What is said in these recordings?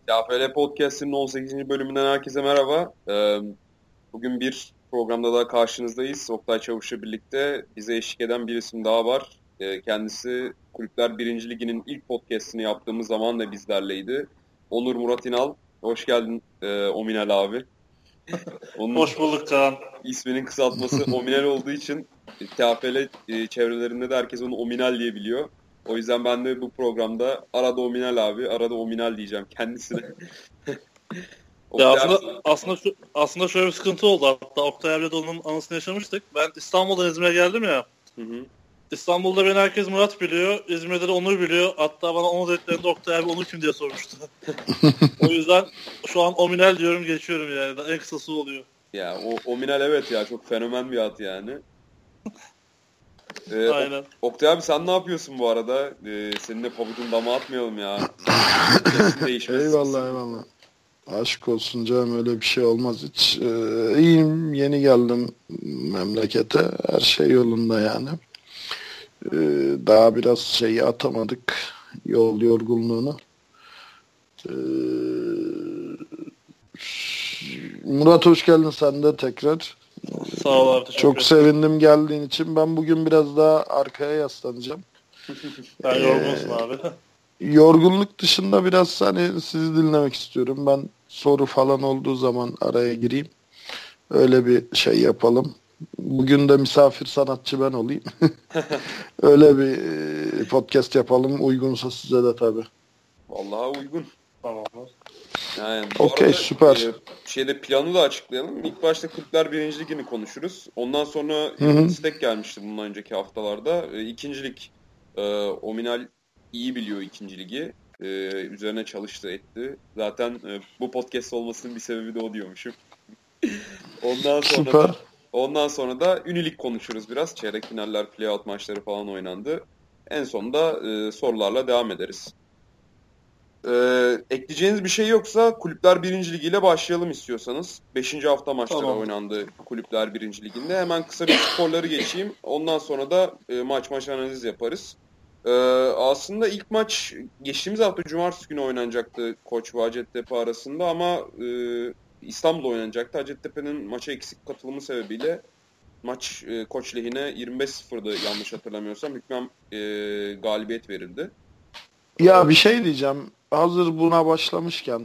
KFL Podcast'inin 18. bölümünden herkese merhaba. Bugün bir programda daha karşınızdayız. Oktay Çavuş'la birlikte bize eşlik eden bir isim daha var. Kendisi Kulüpler 1. Ligi'nin ilk podcast'ini yaptığımız zaman da bizlerleydi. Onur Murat İnal. Hoş geldin Ominel abi. Onun Hoş bulduk Kaan. isminin kısaltması Ominel olduğu için KFL çevrelerinde de herkes onu Ominel diye biliyor. O yüzden ben de bu programda arada Ominel abi, arada Ominel diyeceğim kendisine. Ya aslında şöyle bir sıkıntı oldu. Hatta Oktay abiyle de onun anısını yaşamıştık. Ben İstanbul'dan İzmir'e geldim ya. Hı hı. İstanbul'da beni herkes Murat biliyor. İzmir'de de Onur biliyor. Hatta bana Onur dediklerinde Oktay abi Onur kim diye sormuştu. O yüzden şu an Ominel diyorum, geçiyorum yani. En kısası oluyor. Ya o Ominel evet ya çok fenomen bir at yani. Aynen. Oktay abi sen ne yapıyorsun bu arada? Seninle pabucun dama atmayalım ya. Eyvallah. Aşk olsun canım, öyle bir şey olmaz hiç. İyiyim, yeni geldim memlekete. Her şey yolunda yani. Daha biraz şeyi atamadık. Yol yorgunluğunu. Murat hoş geldin sen de tekrar. Sağ ol abi. Çok sevindim geldiğin için. Ben bugün biraz daha arkaya yaslanacağım. Sen yorgunsun abi. Yorgunluk dışında biraz hani sizi dinlemek istiyorum. Ben soru falan olduğu zaman araya gireyim. Öyle bir şey yapalım. Bugün de misafir sanatçı ben olayım. Öyle bir podcast yapalım. Uygunsa size de tabii. Vallahi uygun. Tamam. Yani Okey, süper. Planı da açıklayalım. İlk başta Kulüpler 1. Ligi'ni konuşuruz. Ondan sonra istek gelmişti bundan önceki haftalarda. İkincilik Ominal iyi biliyor 2. Ligi. Üzerine çalıştı etti. Zaten bu podcast olmasının bir sebebi de o diyormuşum. Ondan sonra da Ünilik konuşuruz biraz. Çeyrek finaller, playout maçları falan oynandı. En sonunda sorularla devam ederiz. Ekleyeceğiniz bir şey yoksa Kulüpler 1. Ligi ile başlayalım istiyorsanız. 5. hafta maçları oynandı Kulüpler 1. Ligi'nde. Hemen kısa bir skorları geçeyim. Ondan sonra da maç analiz yaparız. Aslında ilk maç geçtiğimiz hafta Cumartesi günü oynanacaktı Koç ve Hacettepe arasında ama İstanbul'da oynanacaktı. Hacettepe'nin maça eksik katılımı sebebiyle maç Koç lehine 25-0'dı yanlış hatırlamıyorsam. Hükmen galibiyet verildi. Ya bir şey diyeceğim. Hazır buna başlamışken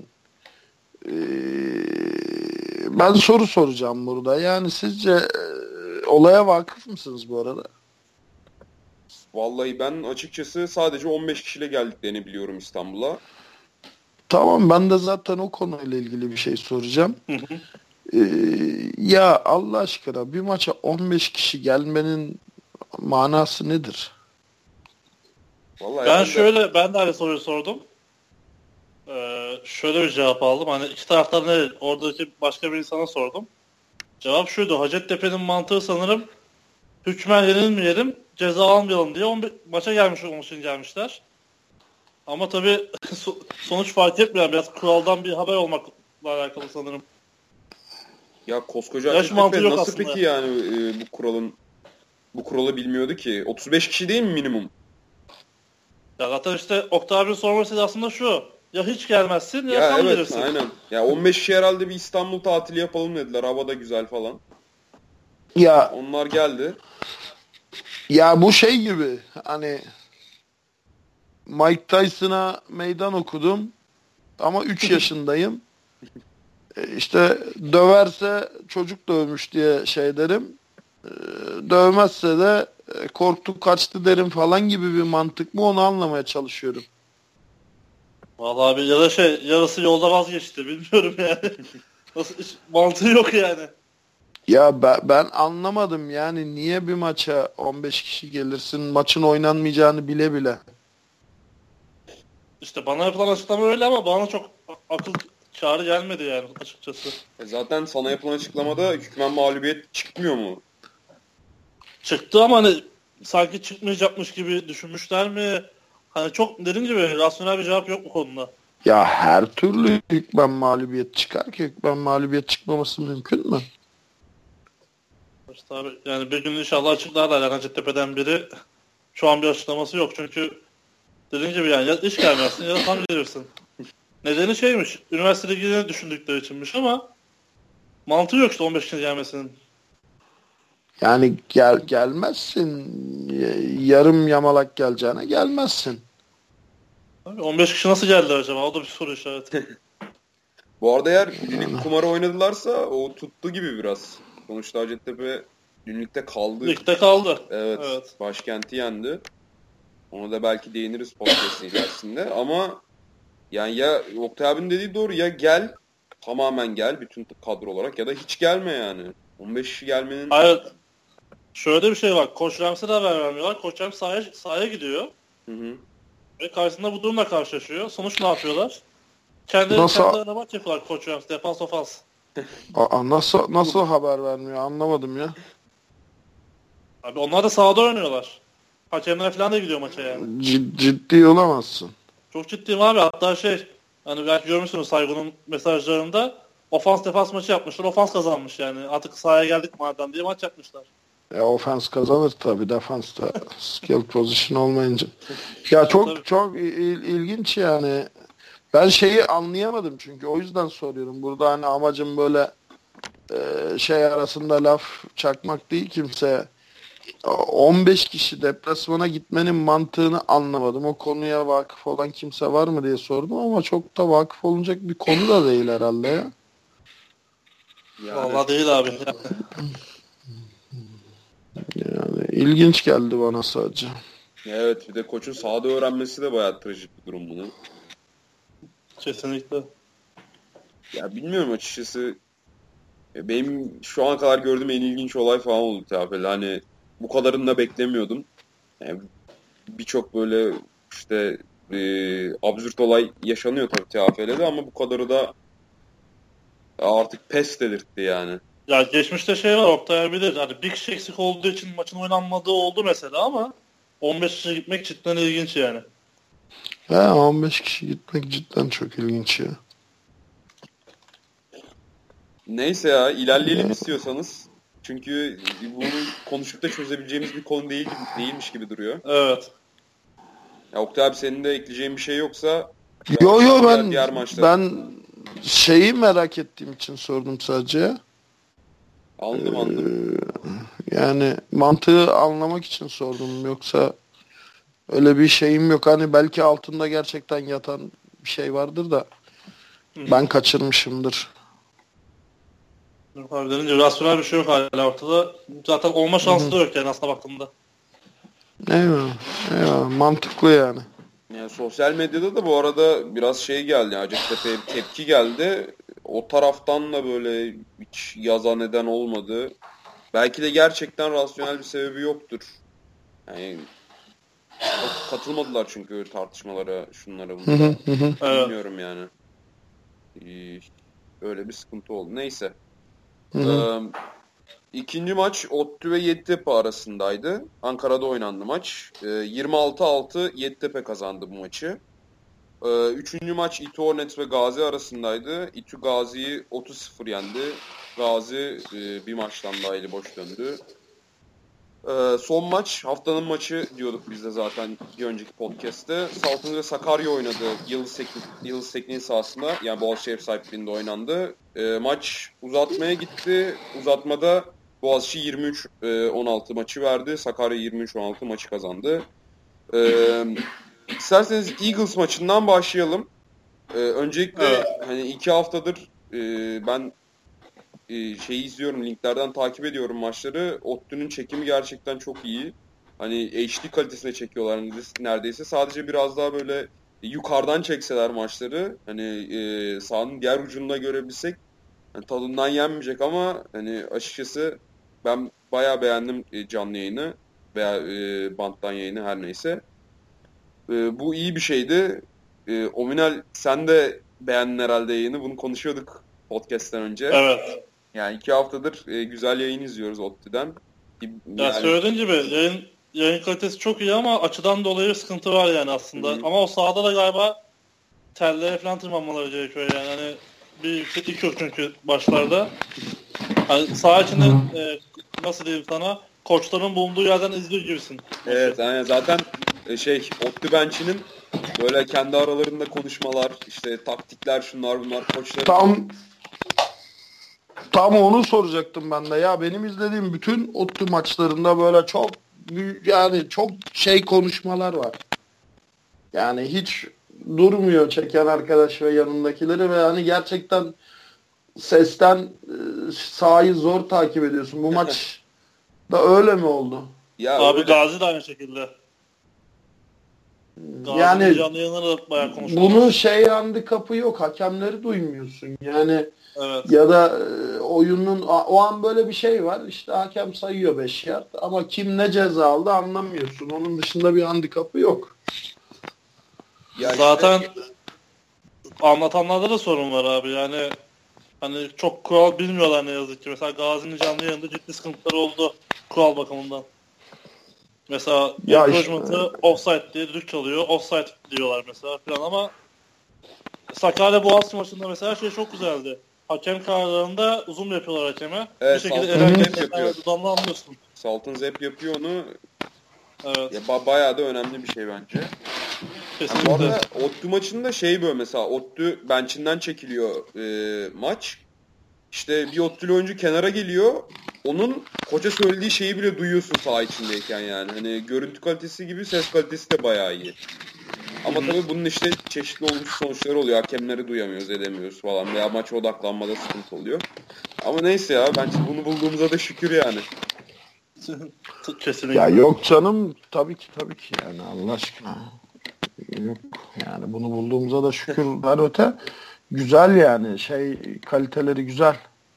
ben soru soracağım burada. Yani sizce olaya vakıf mısınız bu arada? Vallahi ben açıkçası sadece 15 kişiyle geldiklerini biliyorum İstanbul'a. Tamam, ben de zaten o konuyla ilgili bir şey soracağım. Ya Allah aşkına bir maça 15 kişi gelmenin manası nedir? Vallahi ben de aynı soruyu sordum. Şöyle bir cevap aldım. Hani iki taraftan ne? Oradaki başka bir insana sordum. Cevap şuydu. Hacettepe'nin mantığı sanırım hükmen yenilmeyelim, ceza almayalım diye 11 maça onun için gelmişler. Ama tabii sonuç fark etmiyor. Biraz kuraldan bir haber olmakla alakalı sanırım. Ya koskoca Hacettepe nasıl aslında. Peki yani bu kuralı bilmiyordu ki. 35 kişi değil mi minimum? Ya zaten işte Oktay abi sorması aslında şu. Ya hiç gelmezsin ya sen gelirsin. Aynen. Ya 15 kişi herhalde bir İstanbul tatili yapalım dediler. Hava da güzel falan. Ya onlar geldi. Ya bu şey gibi hani Mike Tyson'a meydan okudum ama 3 yaşındayım. İşte döverse çocuk dövmüş diye şey derim. Dövmezse de korktu kaçtı derim falan gibi bir mantık mı, onu anlamaya çalışıyorum. Vallahi abi ya da yarısı yolda vazgeçti, bilmiyorum yani. Nasıl mantığı yok yani. Ya ben anlamadım yani, niye bir maça 15 kişi gelirsin maçın oynanmayacağını bile bile. İşte bana yapılan açıklama öyle ama bana çok akıl çağrı gelmedi yani açıkçası. Zaten sana yapılan açıklamada hükmen mağlubiyet çıkmıyor mu? Çıktı ama hani sanki çıkmayacakmış gibi düşünmüşler mi? Hani çok dediğim gibi rasyonel bir cevap yok bu konuda. Ya her türlü hükmen mağlubiyet çıkar ki, hükmen mağlubiyet çıkmaması mümkün mü? İşte abi yani bir gün inşallah açıklarlar yani Hacettepe'den biri. Şu an bir açıklaması yok çünkü dediğim gibi yani ya iş gelmezsin ya da tam gelirsin. Nedeni şeymiş. Üniversite ligini düşündükleri içinmiş ama mantığı yok işte 15 kişinin gelmesinin. Yani gelmezsin. Yarım yamalak geleceğine gelmezsin. Abi 15 kişi nasıl geldiler acaba? O da bir soru işareti. Bu arada eğer lig kumarı oynadılarsa o tuttu gibi biraz. Sonuçta Hacettepe ligde kaldı. Ligde kaldı. Evet. Başkenti yendi. Ona da belki değiniriz podcast'ın ilerisinde. Ama yani ya Oktay abinin dediği doğru, ya gel, tamamen gel bütün kadro olarak, ya da hiç gelme yani. 15 kişi gelmenin... Hayır. Şöyle bir şey var. Koç Rams'e de haber vermiyorlar. Koç Rams sahaya gidiyor. Hı. Ve karşısında bu durumla karşılaşıyor. Sonuç ne yapıyorlar? Kendilerine maç yapıyorlar Koç Rams. Defans ofans. Nasıl haber vermiyor anlamadım ya. Abi onlar da sahada oynuyorlar. Hakemler falan da gidiyor maça yani. Ciddi olamazsın. Çok ciddiyim abi. Hatta hani belki görmüşsünüz Saygun'un mesajlarında ofans defans maçı yapmışlar. Ofans kazanmış yani. Artık sahaya geldik madem diye maç yapmışlar. Ofans kazanır tabii, defans da skill position olmayınca. Ya çok ilginç yani. Ben şeyi anlayamadım çünkü o yüzden soruyorum. Burada hani amacım böyle arasında laf çakmak değil kimseye. 15 kişi deplasmana gitmenin mantığını anlamadım. O konuya vakıf olan kimse var mı diye sordum ama çok da vakıf olunacak bir konu da değil herhalde ya. Vallahi değil abi. Yani ilginç geldi bana sadece. Evet, bir de koçun sahada öğrenmesi de bayağı trajik bir durum bunu. Kesinlikle. Ya bilmiyorum açıkçası. Benim şu ana kadar gördüğüm en ilginç olay falan oldu TFF'de. Hani bu kadarını da beklemiyordum. Yani birçok böyle işte absürt olay yaşanıyor tabii TFF'de de, ama bu kadarı da artık pes dedirtti yani. Ya geçmişte var, Oktay bilir. Hani bir kişi eksik olduğu için maçın oynanmadığı oldu mesela ama 15 kişi gitmek cidden ilginç yani. 15 kişi gitmek cidden çok ilginç ya. Neyse ya, ilerleyelim istiyorsanız. Çünkü bunu konuşup da çözebileceğimiz bir konu değilmiş gibi duruyor. Evet. Ya Oktay abi, senin de ekleyeceğin bir şey yoksa... Yo ben şeyi merak ettiğim için sordum sadece. Anladım. Yani mantığı anlamak için sordum. Yoksa öyle bir şeyim yok. Hani belki altında gerçekten yatan bir şey vardır da ben kaçırmışımdır. Abi denince rasyonel bir şey yok hala ortada. Zaten olma şansı da yok yani aslında baktığımda. Eyvallah. Mantıklı yani. Yani sosyal medyada da bu arada biraz şey geldi. Hacettepe'ye bir tepki geldi. O taraftan da böyle hiç yaza neden olmadı. Belki de gerçekten rasyonel bir sebebi yoktur. Yani katılmadılar çünkü tartışmalara, şunlara bunlara. Bilmiyorum yani. Öyle bir sıkıntı oldu. Neyse. İkinci maç ODTÜ ve Yeditepe arasındaydı. Ankara'da oynandı maç. 26-6 Yeditepe kazandı bu maçı. Üçüncü maç İTÜ Hornets ve Gazi arasındaydı. İTÜ Gazi'yi 30-0 yendi. Gazi bir maçtan daha eli boş döndü. Son maç, haftanın maçı diyorduk biz de zaten bir önceki podcast'te. Saltın ve Sakarya oynadı Yıldız Teknik'in sahasında. Yani Boğaziçi ev sahipliğinde oynandı. Maç uzatmaya gitti. Uzatmada Boğaziçi 23-16 maçı verdi. Sakarya 23-16 maçı kazandı. İsterseniz Eagles maçından başlayalım. Öncelikle hani 2 haftadır ben şeyi izliyorum, linklerden takip ediyorum maçları. ODTÜ'nün çekimi gerçekten çok iyi. Hani HD kalitesine çekiyorlar neredeyse. Sadece biraz daha böyle yukarıdan çekseler maçları, hani sahanın diğer ucunda görebilsek, yani tadından yenmeyecek ama hani açıkçası ben bayağı beğendim canlı yayını veya banttan yayını, her neyse. Bu iyi bir şeydi. Ominal, sen de beğendin herhalde yayını. Bunu konuşuyorduk podcast'ten önce. Evet. Yani 2 haftadır güzel yayın izliyoruz ODTÜ'den. Ya söylediğin gibi yayın kalitesi çok iyi ama açıdan dolayı sıkıntı var yani aslında. Ama o sahada da galiba tellere falan tırmanmaları gerekiyor yani. Hani bir yükseklik yok çünkü başlarda. Hani saha içinde nasıl diyeyim sana, koçların bulunduğu yerden izliyor gibisin. Evet, yani zaten ODTÜ bench'inin Böyle kendi aralarında konuşmalar, işte taktikler, şunlar bunlar, koçlar. Tam onu soracaktım ben de. Ya benim izlediğim bütün ODTÜ maçlarında böyle çok konuşmalar var. Yani hiç durmuyor çeken arkadaş ve yanındakileri ve hani gerçekten sesten sahayı zor takip ediyorsun. Bu maç da öyle mi oldu? Ya Abi öyle. Gazi de aynı şekilde. Yani canlı yayınları da bayağı konuşuyor. bunun handikapı yok. Hakemleri duymuyorsun. Yani Evet. ya da oyunun o an böyle bir şey var. İşte hakem sayıyor 5 yard ama kim ne ceza aldı anlamıyorsun. Onun dışında bir handikapı yok. Ya zaten anlatanlarda da sorun var abi. Yani hani çok kural bilmiyorlar ne yazık ki. Mesela Gazi'nin canlı yayında ciddi sıkıntıları oldu kural bakımından. Mesela encouragement'ı offside diye düdük çalıyor. Offside diyorlar mesela falan ama Sakarya Boğaziçi maçında mesela çok güzeldi. Hakem kararlarında uzun yapıyorlar hakeme. Evet, bir şekilde yapıyor. dudamla anlıyorsun. Saltın Zep yapıyor onu. Evet. Ya bayağı da önemli bir şey bence. Kesinlikle. Yani bu arada ODTÜ maçında böyle mesela ODTÜ benchinden çekiliyor maç. İşte bir ODTÜ'lü oyuncu kenara geliyor. Onun koça söylediği şeyi bile duyuyorsun saha içindeyken yani. Hani görüntü kalitesi gibi ses kalitesi de bayağı iyi. Ama tabii bunun işte çeşitli olumsuz sonuçları oluyor. Hakemleri duyamıyoruz, edemiyoruz falan veya maça odaklanmada sıkıntı oluyor. Ama neyse ya bence bunu bulduğumuza da şükür yani. Kesinlikle. Ya yok canım tabii ki yani Allah aşkına. Yok yani bunu bulduğumuza da şükürler öte güzel yani kaliteleri güzel.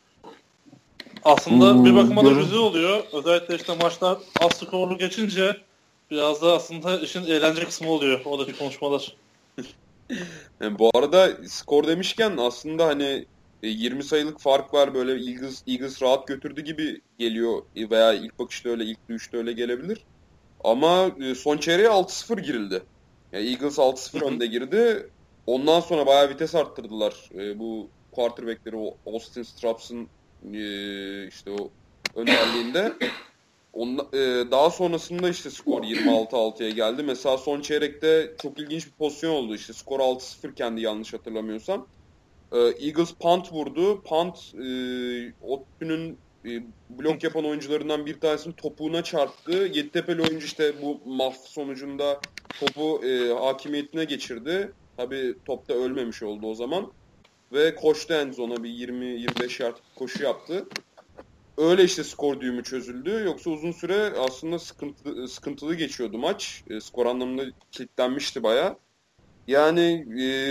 Aslında bir bakıma da güzel oluyor. Özellikle işte maçlar az skorlu geçince biraz da aslında işin eğlence kısmı oluyor. Oradaki konuşmalar. Yani bu arada skor demişken aslında hani 20 sayılık fark var böyle Eagles rahat götürdü gibi geliyor veya ilk bakışta öyle ilk duyuşta öyle gelebilir. Ama son çeyreğe 6-0 girildi. Yani Eagles 6-0 önde girdi. Ondan sonra bayağı vites arttırdılar. Bu quarterback'leri Austin Straps'ın işte o önderliğinde. Daha sonrasında işte skor 26-6'ya geldi. Mesela son çeyrekte çok ilginç bir pozisyon oldu. İşte skor 6-0 kendi yanlış hatırlamıyorsam. Eagles punt vurdu. Punt ODTÜ'nün blok yapan oyuncularından bir tanesinin topuğuna çarptı. Yeditepe'li oyuncu işte bu maf sonucunda topu hakimiyetine geçirdi. Tabii topta ölmemiş oldu o zaman. Ve koştu endzone'a bir 20-25 yard koşu yaptı. Öyle işte skor düğümü çözüldü. Yoksa uzun süre aslında sıkıntılı geçiyordu maç. Skor anlamında kilitlenmişti baya. Yani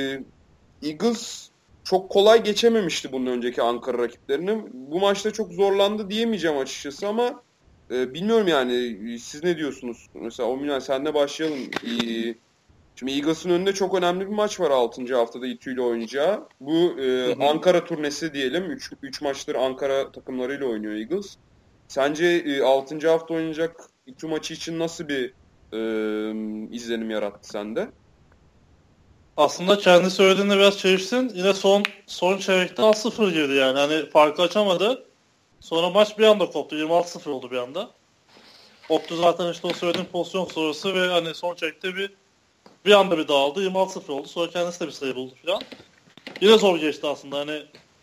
Eagles çok kolay geçememişti bunun önceki Ankara rakiplerini. Bu maçta çok zorlandı diyemeyeceğim açıkçası ama bilmiyorum yani siz ne diyorsunuz? Mesela Omina senle başlayalım. Şimdi Eagles'ın önünde çok önemli bir maç var 6. haftada İTÜ ile oynayacağı. Bu Ankara turnesi diyelim. 3 maçtır Ankara takımlarıyla oynuyor Eagles. Sence 6. hafta oynayacak İTÜ maçı için nasıl bir izlenim yarattı sende? Aslında kendi söylediğinde biraz çeliştin. Yine son çeyrekte 6-0 girdi yani. Hani farkı açamadı. Sonra maç bir anda koptu. 26-0 oldu bir anda. ODTÜ zaten işte o söylediğim pozisyon sonrası ve hani son çeyrekte bir anda bir dağıldı. 26-0 oldu. Sonra kendisi de bir sayı buldu falan. Yine zor geçti aslında. Hani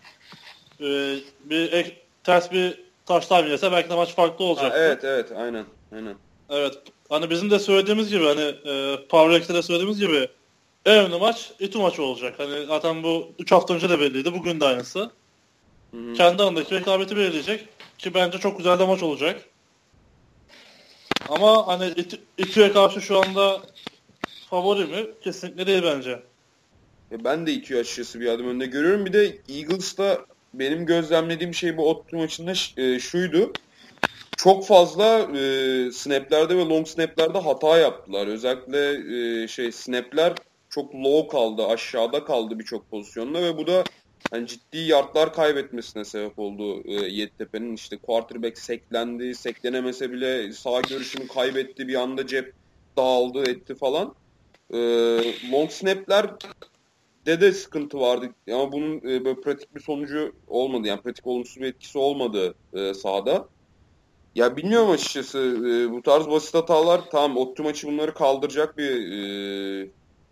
ters bir taştan bilirse belki de maç farklı olacaktı. Evet aynen. Evet. Hani bizim de söylediğimiz gibi hani Power de söylediğimiz gibi en önemli maç İTÜ maçı olacak. Hani zaten bu 3 hafta önce de belliydi. Bugün de aynısı. Hı-hı. Kendi alanındaki rekabeti belirleyecek. Ki bence çok güzel de maç olacak. Ama hani İTÜ'ye karşı şu anda favori mi? Kesinlikle değil bence. Ben de İTÜ'yü açıkçası bir adım önde görüyorum. Bir de Eagles'ta benim gözlemlediğim şey bu ODTÜ maçında şuydu. Çok fazla snaplerde ve long snaplerde hata yaptılar. Özellikle snapler çok low kaldı, aşağıda kaldı birçok pozisyonda ve bu da yani ciddi yardlar kaybetmesine sebep oldu Yeditepe'nin. İşte quarterback seklendi, seklenemese bile sağ görüşünü kaybetti, bir anda cep dağıldı, etti falan. Long snapler de sıkıntı vardı ama bunun böyle pratik bir sonucu olmadı. Yani pratik olumsuz bir etkisi olmadı sahada. Ya bilmiyorum açıkçası bu tarz basit hatalar tamam ODTÜ maçı bunları kaldıracak bir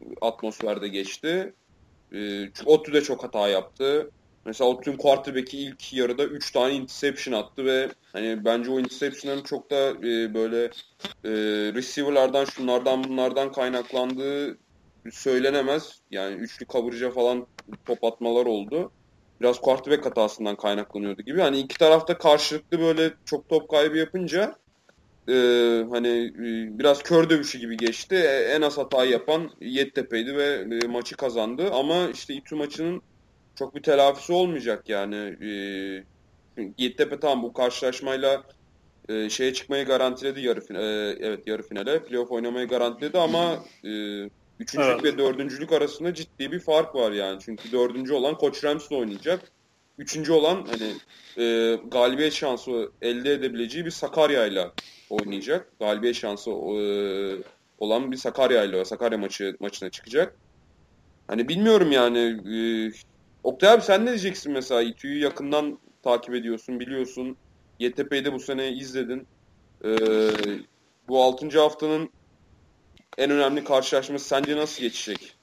atmosferde geçti. Ottu de çok hata yaptı. Mesela Ottu'nun quarterback'i ilk yarıda 3 tane interception attı ve hani bence o interception'ların çok da böyle receiver'lardan şunlardan bunlardan kaynaklandığı söylenemez. Yani üçlü coverage'a falan top atmalar oldu. Biraz quarterback hatasından kaynaklanıyordu gibi. Hani iki tarafta karşılıklı böyle çok top kaybı yapınca hani biraz kör dövüşü gibi geçti. En az hatayı yapan Yeditepe'ydi ve maçı kazandı. Ama işte İTÜ maçının çok bir telafisi olmayacak yani. Yeditepe tamam bu karşılaşmayla şeye çıkmayı garantiledi yarı finale. Playoff oynamayı garantiledi ama üçüncülük ve dördüncülük arasında ciddi bir fark var yani. Çünkü dördüncü olan Koç Rams'le oynayacak. Üçüncü olan hani galibiyet şansı elde edebileceği bir Sakarya'yla oynayacak. Galibiyet şansı olan bir Sakarya maçına çıkacak. Hani bilmiyorum yani. Oktay abi sen ne diyeceksin mesela? İTÜ'yü yakından takip ediyorsun, biliyorsun. YTP'yi de bu sene izledin. Bu 6. haftanın en önemli karşılaşması sence nasıl geçecek?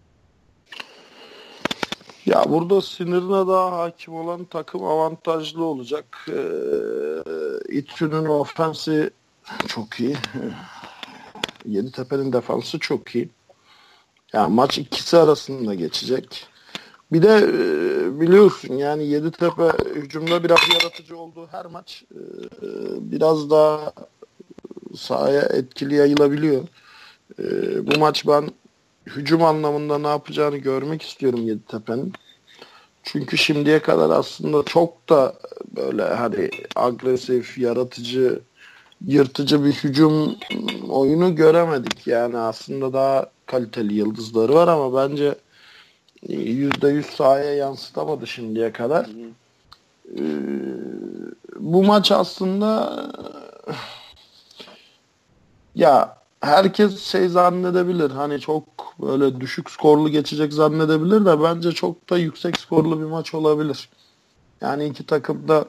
Ya burada sinirine daha hakim olan takım avantajlı olacak. İTÜ'nün ofensi çok iyi. Yeditepe'nin defansı çok iyi. Yani maç ikisi arasında geçecek. Bir de biliyorsun yani Yeditepe hücumda biraz yaratıcı olduğu her maç biraz daha sahaya etkili yayılabiliyor. Bu maç ben hücum anlamında ne yapacağını görmek istiyorum Yeditepe'nin. Çünkü şimdiye kadar aslında çok da böyle hani agresif, yaratıcı, yırtıcı bir hücum oyunu göremedik. Yani aslında daha kaliteli yıldızları var ama bence %100 sahaya yansıtamadı şimdiye kadar. Bu maç aslında ya herkes şey zannedebilir. Hani çok böyle düşük skorlu geçecek zannedebilir de bence çok da yüksek skorlu bir maç olabilir. Yani iki takım da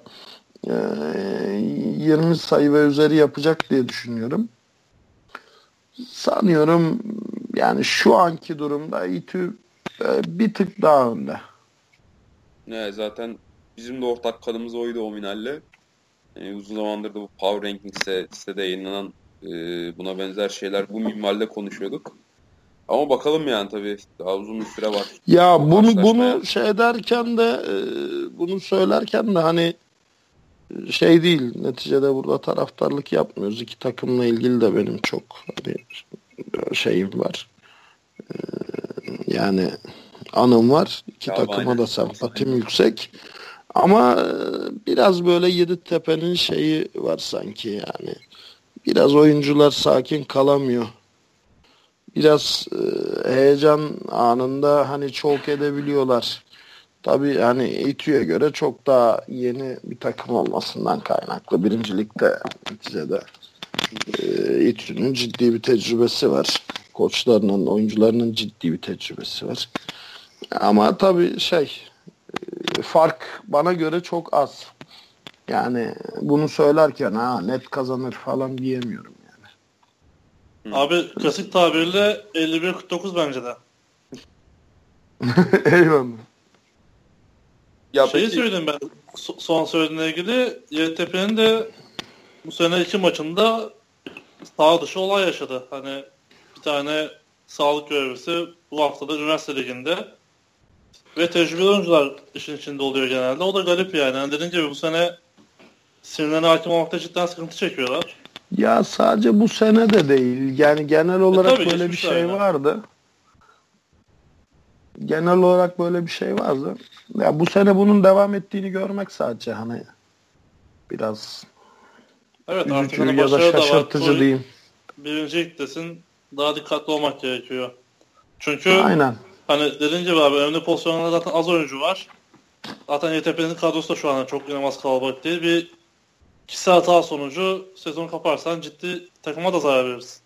20 sayı ve üzeri yapacak diye düşünüyorum. Sanıyorum yani şu anki durumda İTÜ bir tık daha önde. Ne zaten bizim de ortak kanımız oydu o minalle. Uzun zamandır da bu Power Rankings'e sitede yayınlanan buna benzer şeyler bu minvalde konuşuyorduk. Ama bakalım yani tabii daha uzun bir süre var. Ya bunu şey derken de bunu söylerken de hani şey değil, neticede burada taraftarlık yapmıyoruz. İki takımla ilgili de benim çok hani şeyim var. Yani anım var. İki takıma da sempatim yüksek. Ama biraz böyle Yeditepe'nin şeyi var sanki yani. Biraz oyuncular sakin kalamıyor. Biraz heyecan anında hani choke edebiliyorlar. Tabii hani İTÜ'ye göre çok daha yeni bir takım olmasından kaynaklı. Birincilikte neticede İTÜ'nün ciddi bir tecrübesi var. Koçlarının, oyuncularının ciddi bir tecrübesi var. Ama tabii fark bana göre çok az. Yani bunu söylerken net kazanır falan diyemiyorum yani. Abi klasik tabirle 51-49 bence de. Eyvallah. Ya söyleyeyim ben son söylediğine ilgili. YTP'nin de bu sene 2 maçında sağ dışı olay yaşadı. Hani bir tane sağlık görevlisi bu haftada üniversite liginde ve tecrübeli oyuncular işin içinde oluyor genelde. O da garip yani. Yani dediğim gibi bu sene sinirlerine hakim olmakta cidden sıkıntı çekiyorlar. Ya sadece bu sene de değil. Yani genel olarak böyle bir şey vardı. Genel olarak böyle bir şey vardı. Ya bu sene bunun devam ettiğini görmek sadece hani biraz üzücü hani ya da şaşırtıcı da diyeyim. Birinci ligdesin, daha dikkatli olmak gerekiyor. Çünkü aynen. Hani dediğin gibi abi önemli pozisyonlarda zaten az oyuncu var. Zaten YTP'nin kadrosu da şu anda çok inanılmaz kalabalık değil. Bir kişisel hata sonucu sezon kaparsan ciddi takıma da zarar verirsin.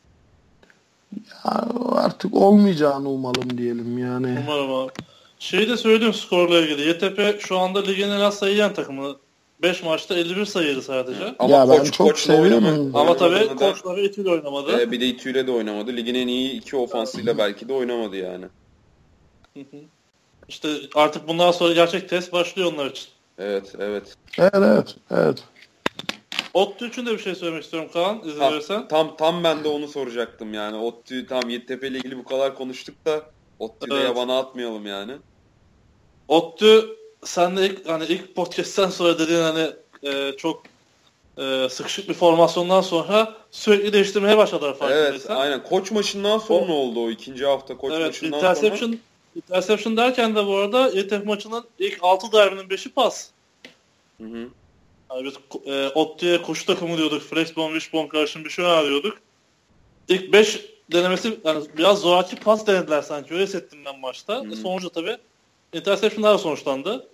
Ya artık olmayacağını umalım diyelim yani. Umarım abi. Şeyi de söyleyeyim skorla ilgili. YTP şu anda ligin en az sayı yiyen takımı 5 maçta 51 sayıydı sadece. Ama Ya ben koçla çok seviyorum. Ama tabii oynamadığını da- koçla ve itiyle oynamadı. Bir de İTÜ'yle de oynamadı. Ligin en iyi iki ofansıyla belki de oynamadı yani. Hı hı. İşte artık bundan sonra gerçek test başlıyor onlar için. Evet. Evet. ODTÜ için de bir şey söylemek istiyorum Kaan, izin verirsen. Tam ben de onu soracaktım yani. ODTÜ tam Yeditepe ile ilgili bu kadar konuştuk da ODTÜ'de Evet. yabana atmayalım yani. ODTÜ sen de ilk podcast'ten sonra dediğin çok sıkışık bir formasyondan sonra sürekli değiştirmeye başladılar Evet, farkındaysan. aynen. Koç maçından sonra ne oldu o ikinci hafta koç maçından sonra? Interception derken de bu arada Yeditepe maçının ilk 6 drive'ının 5'i pas. Hı. Yani biz ODTÜ'ye koşu takımı diyorduk. Flexbone, wishbone karışım bir şey arıyorduk. İlk 5 denemesi yani biraz zoraki pas denediler sanki. Öyle hissettim ben maçta. Sonuçta tabii interception'larla sonuçlandı.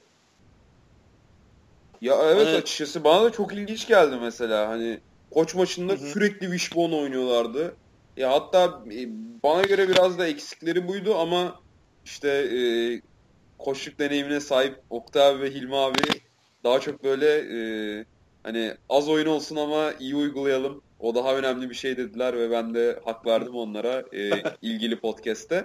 Ya evet, Hani- açıkçası bana da çok ilginç geldi mesela. Hani koç maçında sürekli wishbone oynuyorlardı. Ya hatta bana göre biraz da eksikleri buydu ama işte koçluk deneyimine sahip Oktay abi ve Hilmi abi daha çok böyle hani az oyun olsun ama iyi uygulayalım. O daha önemli bir şey dediler ve ben de hak verdim onlara ilgili podcast'te.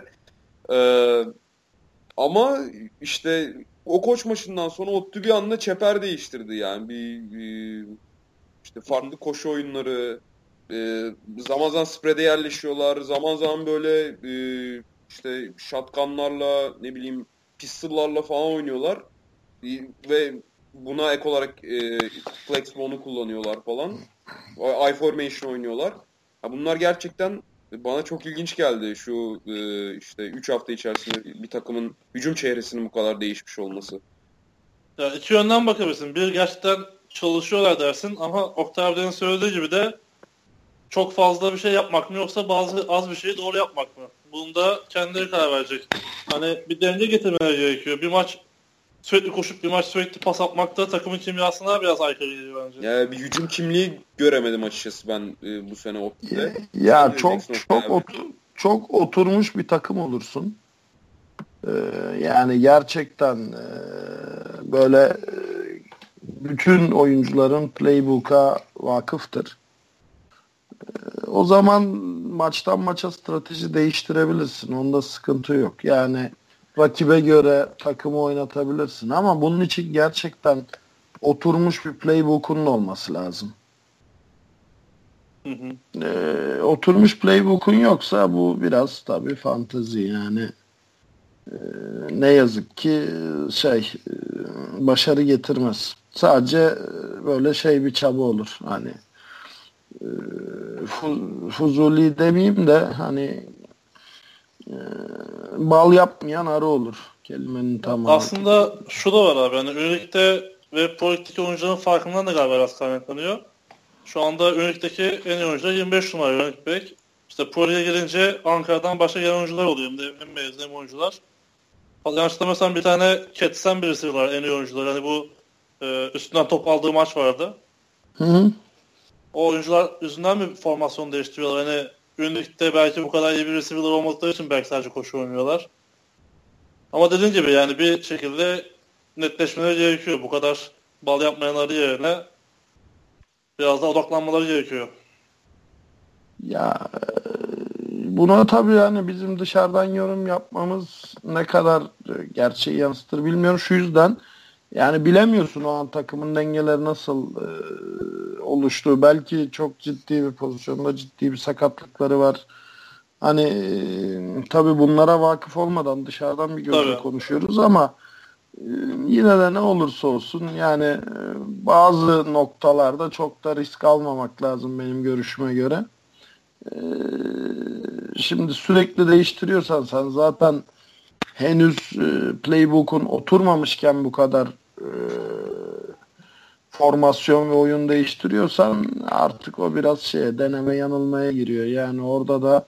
Ama işte o koç maçından sonra ODTÜ bir anda çeper değiştirdi yani. İşte farklı koşu oyunları, zaman zaman spread'e yerleşiyorlar, zaman zaman böyle işte shotgunlarla, ne bileyim pistol'larla falan oynuyorlar. Ve buna ek olarak flexbone'u kullanıyorlar falan. I-formation oynuyorlar. Bunlar gerçekten bana çok ilginç geldi, şu işte 3 hafta içerisinde bir takımın hücum çehresinin bu kadar değişmiş olması. Ya iki yönden bakabilirsin. Bir, gerçekten çalışıyorlar dersin ama Oktay abinin söylediği gibi de çok fazla bir şey yapmak mı yoksa az bir şeyi doğru yapmak mı? Bunda kendileri karar verecek. Hani bir denge getirmeleri gerekiyor. Bir maç sürekli koşup bir maç sürekli pas atmak da takımın kimyasına biraz aykırı geliyor bence. Yani bir hücum kimliği göremedim açıkçası ben bu sene ODTÜ'de. Ya çok oturmuş bir takım olursun. Yani gerçekten böyle bütün oyuncuların playbook'a vakıftır. O zaman maçtan maça strateji değiştirebilirsin. Onda sıkıntı yok. Yani rakibe göre takımı oynatabilirsin ama bunun için gerçekten oturmuş bir playbook'un olması lazım. Oturmuş playbook'un yoksa bu biraz tabii fantezi yani. Ne yazık ki başarı getirmez. Sadece böyle bir çaba olur. Hani fuzuli demeyeyim de hani bal yapmayan arı olur. Kelimenin tamamı. Aslında şu da var abi. Hani Ünlük'te ve Pro oyuncuların farkından da galiba biraz kaynaklanıyor. Şu anda Ünlük'teki en iyi oyuncular 25 numara running back. İşte Pro'ya gelince Ankara'dan başka gelen oyuncular oluyor. Hem mezun hem oyuncular. Yanlışlıkla mesela bir tane Ketsen birisi var en iyi oyuncular. Hani bu üstünden top aldığı maç vardı. Hı. O oyuncular yüzünden bir formasyon değiştiriyorlar. Hani Ünlük'te belki bu kadar iyi bir receiver olmadıkları için belki sadece koşu oynuyorlar. Ama dediğin gibi yani bir şekilde netleşmeleri gerekiyor. Bu kadar bal yapmayanları yerine biraz daha odaklanmaları gerekiyor. Ya buna tabii yani bizim dışarıdan yorum yapmamız ne kadar gerçeği yansıtır bilmiyorum. Şu yüzden yani bilemiyorsun o an takımın dengeleri nasıl oluştuğu. Belki çok ciddi bir pozisyonda ciddi bir sakatlıkları var. Hani tabii bunlara vakıf olmadan dışarıdan bir gözle konuşuyoruz ama yine de ne olursa olsun yani bazı noktalarda çok da risk almamak lazım benim görüşüme göre. Şimdi sürekli değiştiriyorsan sen zaten henüz playbook'un oturmamışken bu kadar formasyon ve oyun değiştiriyorsan artık o biraz deneme yanılmaya giriyor. Yani orada da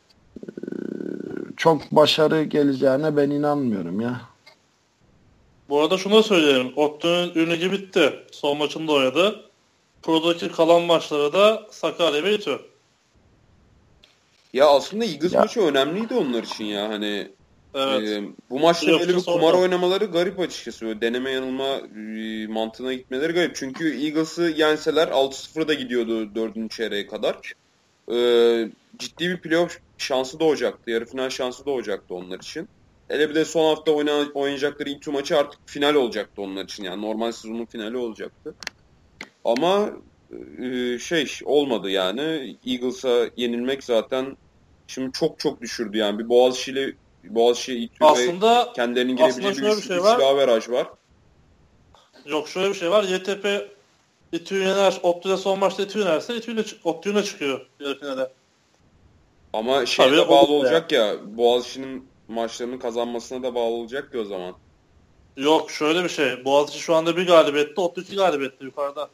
çok başarı geleceğine ben inanmıyorum ya. Bu arada şunu da söyleyelim. ODTÜ'nün ünlüğü bitti. Son maçında oynadı. Pro'daki kalan maçları da Sakarya ve İTÜ. Ya aslında Eagles maçı önemliydi onlar için ya. Hani Evet. Bu maçta Yok, böyle bir sonra. kumar oynamaları garip açıkçası. Böyle deneme yanılma mantığına gitmeleri garip. Çünkü Eagles'ı yenseler 6-0'da gidiyordu 4. çeyreğe kadar. Ciddi bir playoff şansı doğacaktı. Yarı final şansı doğacaktı onlar için. Hele bir de son hafta oynayacakları ilk maçı artık final olacaktı onlar için. Yani normal sezonun finali olacaktı. Ama olmadı yani. Eagles'a yenilmek zaten şimdi çok çok düşürdü yani. Bir Boğaziçi İTÜ ve kendilerinin girebileceği bir üçlü averaj var. Yok, şöyle bir şey var. YTP İTÜ'yü yener. ODTÜ'de son maçta İTÜ yenerse ODTÜ'ne çıkıyor yarı finale. Ama şeye bağlı olacak ya. Boğaziçi'nin maçlarının kazanmasına da bağlı olacak ki o zaman. Yok, şöyle bir şey. Boğaziçi şu anda bir galibiyette, ODTÜ 2 galibiyette yukarıda.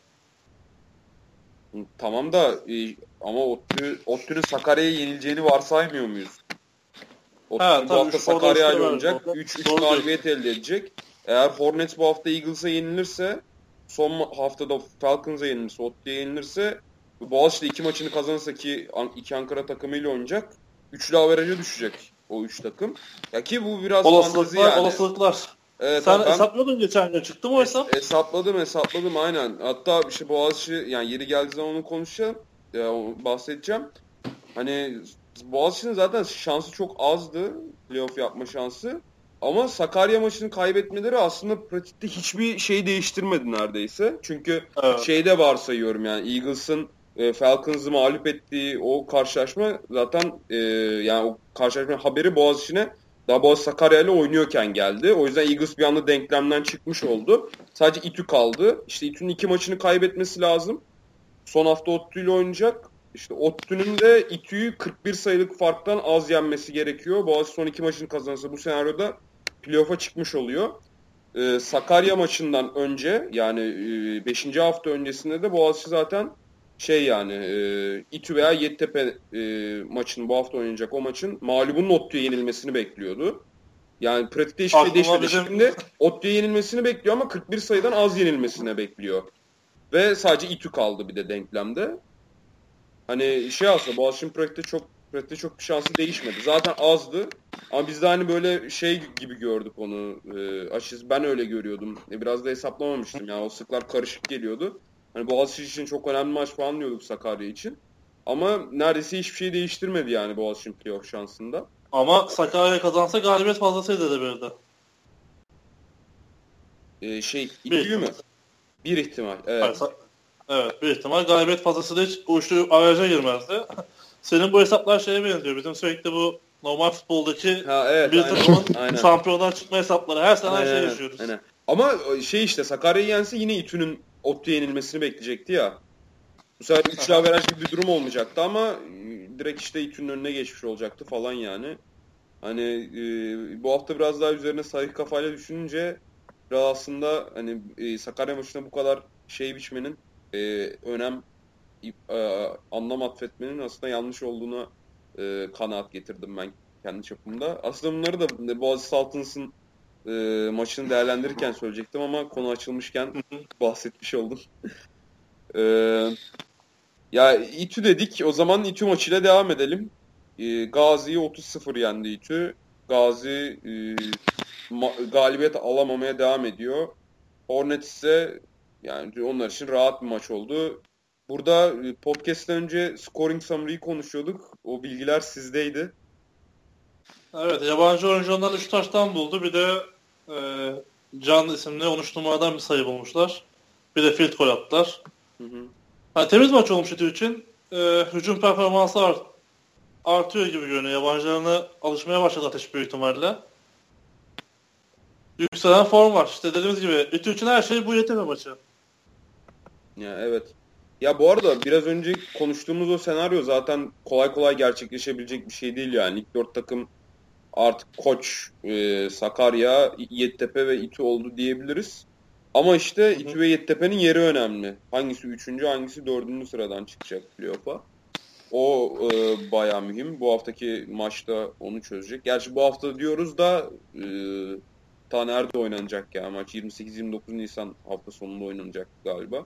Tamam da ama ODTÜ'nün Sakarya'ya yenileceğini varsaymıyor muyuz? ODTÜ bu hafta Sakarya ile oynayacak. 3 galibiyet elde edecek. Eğer Hornets bu hafta Eagles'a yenilirse, son haftada Falcons'a yenilirse, ODTÜ'ye yenilirse, Boğaziçi'de 2 maçını kazanırsa ki 2 Ankara takımıyla oynayacak. Üçlü averaja düşecek o 3 takım. Ya ki bu biraz fantezi yani. Olasılıklar. Evet, sen hesapladın geçen gün. Çıktı mı o hesap? Hesapladım aynen. Hatta işte Boğaziçi, yani yeri geldiği zaman onu konuşacağım. Bahsedeceğim. Hani Boğaziçi'nin zaten şansı çok azdı. Playoff yapma şansı. Ama Sakarya maçını kaybetmeleri aslında pratikte hiçbir şey değiştirmedi neredeyse. Çünkü şeyde varsayıyorum yani Eagles'ın Falcons'ı mağlup ettiği o karşılaşma zaten yani o karşılaşma haberi Boğaziçi'ne daha Boğaziçi Sakarya ile oynuyorken geldi. O yüzden Eagles bir anda denklemden çıkmış oldu. Sadece İTÜ kaldı. İşte İTÜ'nün 2 maçını kaybetmesi lazım. Son hafta ODTÜ ile oynayacak. İşte ODTÜ'nün de İTÜ'yü 41 sayılık farktan az yenmesi gerekiyor. Boğaziçi son 2 maçını kazanırsa bu senaryoda playoff'a çıkmış oluyor. Sakarya maçından önce yani 5. hafta öncesinde de Boğaziçi zaten İTÜ veya Yeditepe maçının bu hafta oynayacak o maçın mağlubunun ODTÜ'ye yenilmesini bekliyordu. Yani pratikte hiçbir şey değişmedi. Şimdi ODTÜ'ye yenilmesini bekliyor ama 41 sayıdan az yenilmesine bekliyor. Ve sadece İTÜ kaldı bir de denklemde. Hani aslında Boğaziçi'nin pratikte çok bir şansı değişmedi. Zaten azdı. Ama biz de hani böyle gibi gördük onu. Açıkçası ben öyle görüyordum. Biraz da hesaplamamıştım. Yani o sıklar karışık geliyordu. Hani Boğaziçi için çok önemli maç falan diyorduk Sakarya için. Ama neredeyse hiçbir şey değiştirmedi yani Boğaziçi'nin playoff şansında. Ama Sakarya kazansa galibiyet fazlasıydı edebilirdi. İTÜ'yü mü? Bir ihtimal. Evet. Evet, bir ihtimal. Galibiyet fazlasıyla hiç o üçlü averaja girmezdi. Senin bu hesaplar şeye benziyor. Bizim sürekli bu normal futboldaki bir takımın şampiyonlar çıkma hesapları. Her sene şey yaşıyoruz. Aynen. Ama Sakarya'yı yense yine İTÜ'nün ODTÜ'ye yenilmesini bekleyecekti ya. Bu sefer üçlü averaj gibi bir durum olmayacaktı ama direkt İTÜ'nün önüne geçmiş olacaktı falan yani. Hani bu hafta biraz daha üzerine sahih kafayla düşününce biraz aslında hani Sakarya maçına bu kadar biçmenin anlam atfetmenin aslında yanlış olduğuna kanaat getirdim ben kendi çapımda. Aslında bunları da Boğaziçi Saltins'ın maçını değerlendirirken söyleyecektim ama konu açılmışken bahsetmiş oldum. Ya İTÜ dedik. O zaman İTÜ maçıyla devam edelim. Gazi'yi 30-0 yendi İTÜ. Gazi galibiyet alamamaya devam ediyor. Hornets ise yani onlar için rahat bir maç oldu. Burada podcast'ten önce scoring summary'yi konuşuyorduk. O bilgiler sizdeydi. Evet, yabancı oyuncu ondan 3 taştan buldu. Bir de Can isimli 13 numaradan bir sayı bulmuşlar. Bir de field goal attılar. Yani temiz maç olmuş İTÜ için. Hücum performansı artıyor gibi görünüyor. Yabancılarına alışmaya başladı Ateş büyük ihtimalle. Yükselen form var. İşte dediğimiz gibi İTÜ için her şey bu YTP maçı. Ya evet. Ya bu arada biraz önce konuştuğumuz o senaryo zaten kolay kolay gerçekleşebilecek bir şey değil yani. İlk 4 takım artık Koç, Sakarya, Yeditepe ve İTÜ oldu diyebiliriz. Ama işte İTÜ ve Yeditepe'nin yeri önemli. Hangisi 3. hangisi 4. sıradan çıkacak playoff'a. O bayağı mühim. Bu haftaki maçta onu çözecek. Gerçi bu hafta diyoruz da ta nerede oynanacak ya maç? 28-29 Nisan hafta sonunda oynanacak galiba.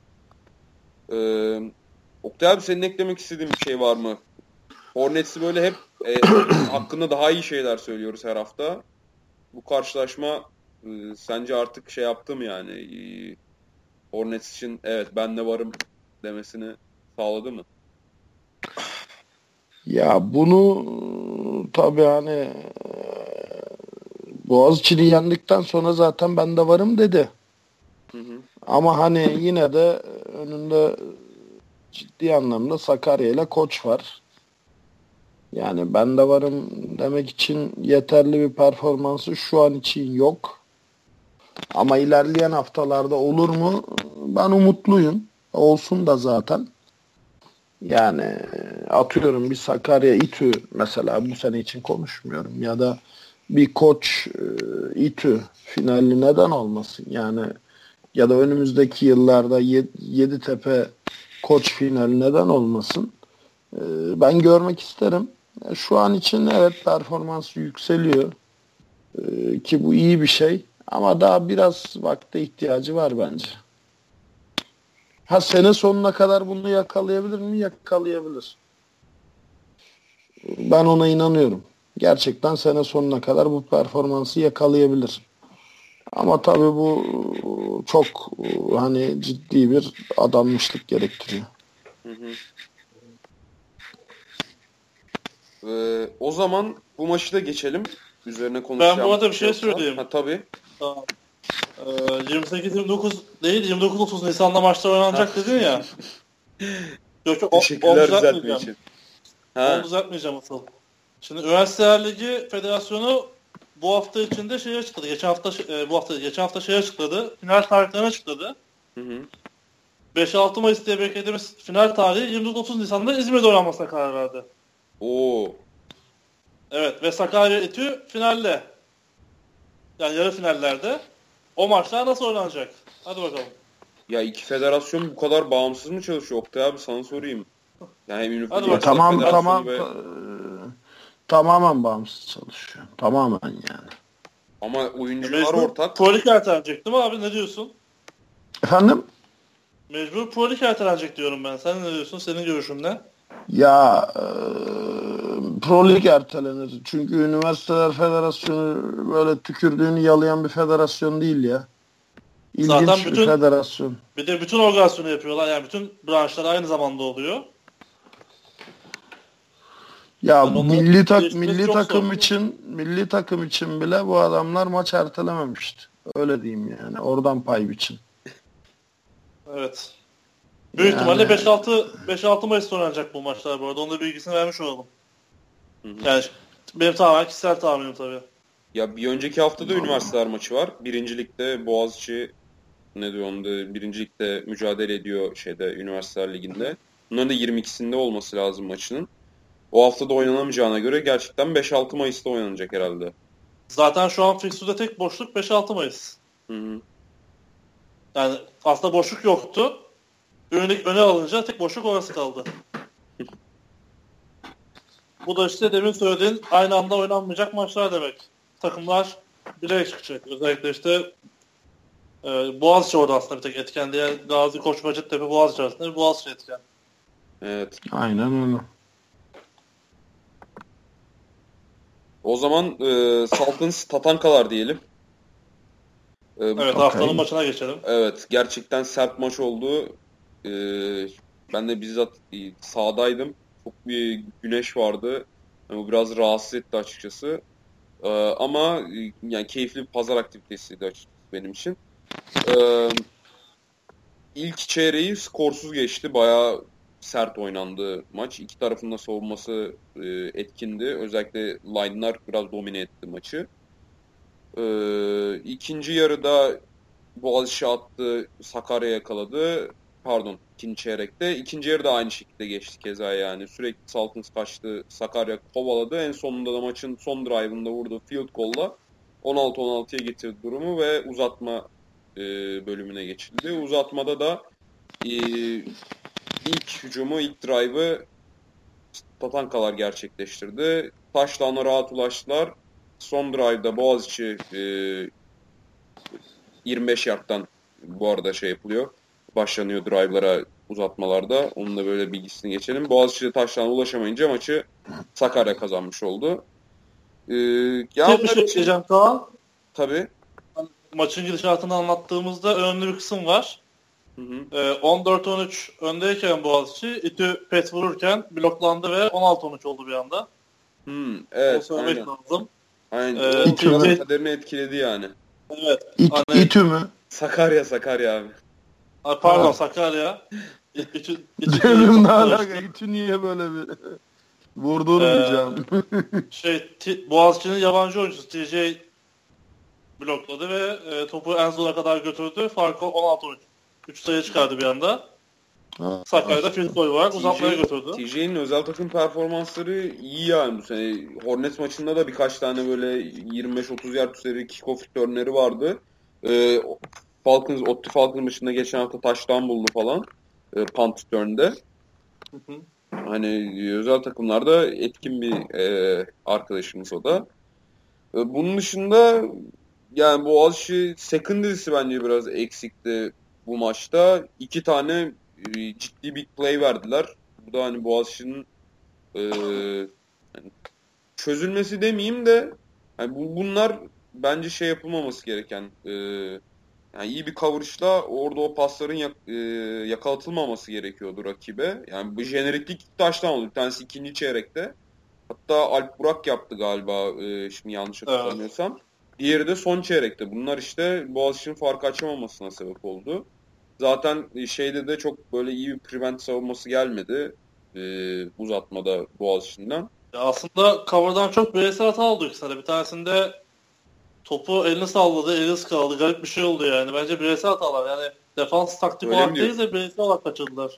Oktay abi senin eklemek istediğin bir şey var mı? Hornets'i böyle hep hakkında daha iyi şeyler söylüyoruz her hafta. bu karşılaşma sence artık şey yaptı mı yani? Hornets için evet ben de varım demesini sağladı mı? Ya bunu tabii hani Boğaziçi'ni yendikten sonra zaten ben de varım dedi. Hı hı. Ama hani yine de önünde ciddi anlamda Sakarya ile Koç var. Yani ben de varım demek için yeterli bir performansı şu an için yok. Ama ilerleyen haftalarda olur mu? Ben umutluyum. Olsun da zaten. Yani atıyorum bir Sakarya İTÜ mesela bu sene için konuşmuyorum. Ya da bir Koç İTÜ finali neden olmasın? Yani ya da önümüzdeki yıllarda Yeditepe Koç finali neden olmasın? Ben görmek isterim. Şu an için evet performans yükseliyor. Ki bu iyi bir şey. Ama daha biraz vakte ihtiyacı var bence. Ha sene sonuna kadar bunu yakalayabilir mi? Yakalayabilir. Ben ona inanıyorum. Gerçekten sene sonuna kadar bu performansı yakalayabilir. Ama tabii bu çok hani ciddi bir adanmışlık gerektiriyor. Hı hı. O zaman bu maçı da geçelim. Üzerine konuşacağım. Ben bu arada bir şey söyleyeyim. Ha, tabii. Tamam. 28-29 değil 29-30 Nisan'da maçlar oynanacak dedin ya. Yok, Teşekkürler düzeltme için. Onu düzeltmeyeceğim asıl. Şimdi Üniversiteler Ligi Federasyonu bu hafta içinde şey açıkladı. Geçen hafta şey açıkladı. Final tarihlerini açıkladı. Hı hı. 5-6 Mayıs diye beklediğimiz final tarihi 29-30 Nisan'da İzmir'de oynanmasına karar verdi. Oo. Evet ve Sakarya İTÜ finalde. Yani yarı finallerde. O maçlar nasıl oynanacak? Hadi bakalım. Ya iki federasyon bu kadar bağımsız mı çalışıyor Oktay abi sana sorayım. Yani hem Hadi tamam ve... tamamen bağımsız çalışıyor. Tamamen yani. Ama oyuncular ortak. Pro Lig ertelenecek değil mi abi? Ne diyorsun? Efendim? Mecbur Pro Lig ertelenecek diyorum ben. Sen ne diyorsun? Senin görüşün ne? Ya Pro Lig ertelenir. Çünkü Üniversiteler Federasyonu böyle tükürdüğünü yalayan bir federasyon değil ya. İlginç zaten bir federasyon. Bir de bütün organizasyonu yapıyorlar. Yani bütün branşlar aynı zamanda oluyor. Ya yani milli takım için bile bu adamlar maç ertelememişti. Öyle diyeyim yani. Oradan pay biçin. Evet. Büyük ihtimalle 5-6 Mayıs oynanacak bu maçlar bu arada. Onun da bilgisini vermiş olalım. Hı hı. Yani benim tamamen kişisel tahminim tabii. Ya bir önceki haftada üniversiteler maçı var. Birincilikte Boğaziçi birincilikte mücadele ediyor Üniversiteler Ligi'nde. Bunların da 22'sinde olması lazım maçının. O haftada oynanamayacağına göre gerçekten 5-6 Mayıs'ta oynanacak herhalde. Zaten şu an fikstürde tek boşluk 5-6 Mayıs. Hı hı. Yani aslında boşluk yoktu. Öne alınca tek boşluk orası kaldı. Bu da işte demin söylediğin aynı anda oynanmayacak maçlar demek. Takımlar bilerek çıkacak. Özellikle işte Boğaziçi orada aslında bir tek etken. Diğer Gazi, Koç, Hacettepe, Boğaziçi arasında bir Boğaziçi etken. Evet. Aynen öyle. O zaman Saltins Tatankalar diyelim. Evet haftanın maçına geçelim. Evet gerçekten sert maç oldu. Ben de bizzat sahadaydım. Çok bir güneş vardı. Yani bu biraz rahatsız etti açıkçası. Ama yani keyifli bir pazar aktivitesiydi açıkçası benim için. İlk çeyreği skorsuz geçti. Bayağı sert oynandı maç. İki tarafın da savunması etkindi. Özellikle line'lar biraz domine etti maçı. İkinci yarıda Boğaziçi attı, Sakarya yakaladı. Pardon, ikinci çeyrekte. İkinci yarıda aynı şekilde geçti keza yani. Sürekli Saltins kaçtı, Sakarya kovaladı. En sonunda da maçın son drive'ında vurdu field goal'la 16-16'ya getirdi durumu ve uzatma bölümüne geçildi. Uzatmada da ilk hücumu, ilk drive'ı Tatankalar gerçekleştirdi. Touchdown'a rahat ulaştılar. Son drive'da Boğaziçi 25 yardtan bu arada yapılıyor. Başlanıyor drive'lara uzatmalarda. Onun da böyle bilgisini geçelim. Boğaziçi'de touchdown'a ulaşamayınca maçı Sakarya kazanmış oldu. Bir şey diyeceğim Kaan. Tabii. Maçın gidişatını anlattığımızda önemli bir kısım var. 14-13 öndeyken Boğaziçi, İTÜ pes vururken bloklandı ve 16-13 oldu bir anda. Evet, o söylemek lazım. Aynen. O kaderini etkiledi yani. Evet. İTÜ mü? Sakarya abi. Pardon, Sakarya. Dedim ne alaka? İTÜ niye böyle bir vurduğunu diyeceğim. Boğaziçi'nin yabancı oyuncusu TJ blokladı ve topu en zora kadar götürdü. Farkı 16-13. 3 sayı çıkardı bir anda. Sakarya'da field goal olarak uzatmaya götürdü. TJ'nin özel takım performansları iyi yani bu sene. Hornets maçında da birkaç tane böyle 25-30 yard üzeri kickoff return'leri vardı. Otti Falcons maçında geçen hafta touchdown buldu falan. Punt return'de. Hani özel takımlarda etkin bir arkadaşımız o da. Bunun dışında yani Boğaziçi secondary'si bence biraz eksikti bu maçta. 2 tane ciddi big play verdiler. Bu da hani Boğaziçi'nin yani çözülmesi demeyeyim de yani bunlar bence yapılmaması gereken yani iyi bir coverage'la orada o pasların yakalatılmaması gerekiyordu rakibe. Yani bu jeneriklik iki taştan oldu. Bir tanesi ikinci çeyrekte. Hatta Alp Burak yaptı galiba şimdi yanlış hatırlamıyorsam. Evet. Diğeri de son çeyrekte. Bunlar işte Boğaziçi'nin farkı açamamasına sebep oldu. Zaten şeyde de çok böyle iyi bir prevent savunması gelmedi uzatmada Boğaziçi'nden. Ya aslında cover'dan çok bireysel hata oldu ikisine. Bir tanesinde topu elini salladı, eli sıkaladı. Garip bir şey oldu yani. Bence bireysel hatalar. Yani defans taktik olarak değil de bireysel olarak kaçırdılar.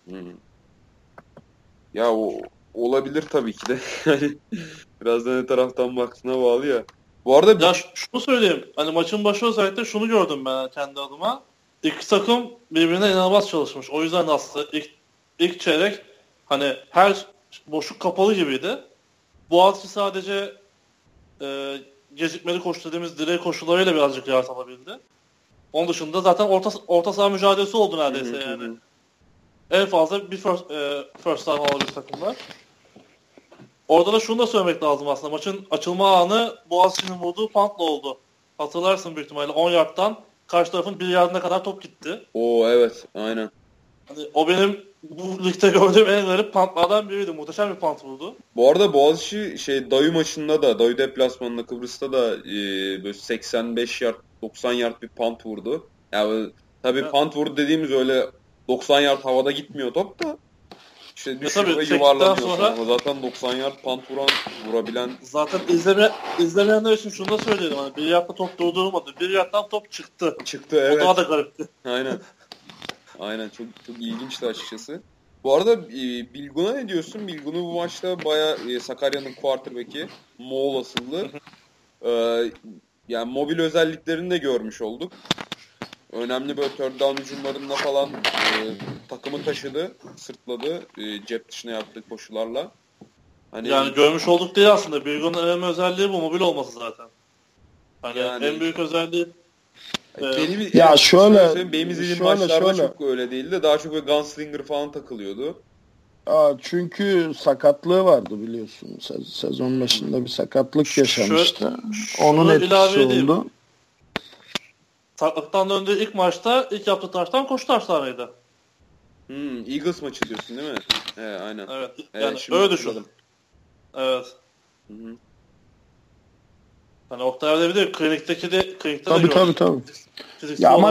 Ya o olabilir tabii ki de. Biraz da ne taraftan baktığına bağlı ya. Bu arada ya şunu söyleyeyim. Hani maçın başı özellikle şunu gördüm ben kendi adıma. İki takım birbirine inanılmaz çalışmış. O yüzden aslında ilk çeyrek hani her boşluk kapalı gibiydi. Boğaziçi sadece gecikmeli koşu dediğimiz direğe koşularıyla birazcık yard alabildi. Onun dışında zaten orta saha mücadelesi oldu neredeyse yani. En fazla bir first down alabildi takımlar. Orada da şunu da söylemek lazım aslında. Maçın açılma anı Boğaziçi'nin vurduğu puntla oldu. Hatırlarsın büyük ihtimalle 10 yardtan karşı tarafın 1 yardına kadar top gitti. Evet, aynen. Hani o benim bu ligde gördüğüm en garip puntlardan biriydi. Muhteşem bir punt vurdu. Bu arada Boğaziçi Dayu maçında da, Dayu deplasmanında Kıbrıs'ta da böyle 85 yard, 90 yard bir punt vurdu. Yani tabii evet. Punt vurdu dediğimiz öyle 90 yard havada gitmiyor top da. İşte düşüyor ve yuvarlanıyor sonra. Ama zaten 90 yard punt vurabilen. Zaten izlemeyenler için şunu da söyleyelim. Hani bir yardta top durdurulmadı. Bir yardtan top çıktı. Çıktı evet. O daha da garipti. Aynen çok ilginçti açıkçası. Bu arada Bilgun'a ne diyorsun? Bilgun'u bu maçta bayağı Sakarya'nın quarterback'i Moğol asıllı. Yani mobil özelliklerini de görmüş olduk. Önemli böyle third down hücumlarında falan takımı taşıdı, sırtladı cep dışına yaptığı koşularla. Hani yani görmüş olduk değil aslında. Bilgun'un önemli özelliği bu mobil olması zaten. Hani yani, en büyük özelliği benim izlediğim maçlarda çok öyle değildi. Daha çok böyle gunslinger falan takılıyordu. Çünkü sakatlığı vardı biliyorsun. Sezon başında bir sakatlık yaşamıştı. Onun etkisi oldu. Sakatlıktan döndüğü ilk maçta ilk yaptığı taştan koşu taşlarıydı. Eagles maçı diyorsun değil mi? Aynen. Evet. Yani öyle düşündüm. Evet. Hı-hı. Hani Oktay abi de biliyor. Klinikte tabii. Ya ama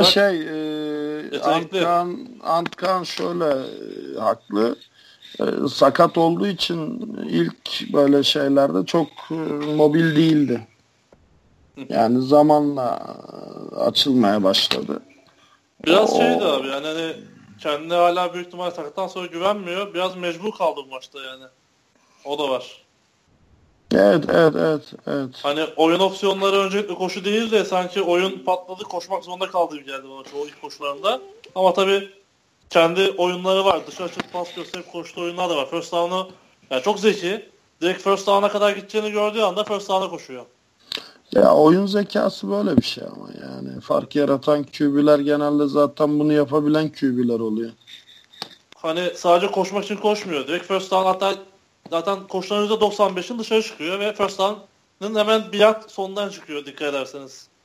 Antkan şöyle haklı. Sakat olduğu için ilk böyle şeylerde çok mobil değildi. Yani zamanla açılmaya başladı. Biraz şeydi abi yani hani kendine hala büyük ihtimal sakattan sonra güvenmiyor. Biraz mecbur kaldı bu maçta yani. O da var. Evet. Hani oyun opsiyonları öncelikle koşu değil de sanki oyun patladı koşmak zorunda kaldığı gibi geldi bana çoğu ilk koşularında. Ama tabii kendi oyunları var. Dışarı çıkıp pas gösterip koştuğu oyunlar da var. First down'u yani çok zeki. Direkt first down'a kadar gideceğini gördüğü anda first down'a koşuyor. Ya oyun zekası böyle bir şey ama yani fark yaratan QB'ler genelde zaten bunu yapabilen QB'ler oluyor. Hani sadece koşmak için koşmuyor. Direkt first down hatta zaten koşuların %95'in dışarı çıkıyor ve first down'ın hemen bir yard sonundan çıkıyor dikkat ederseniz.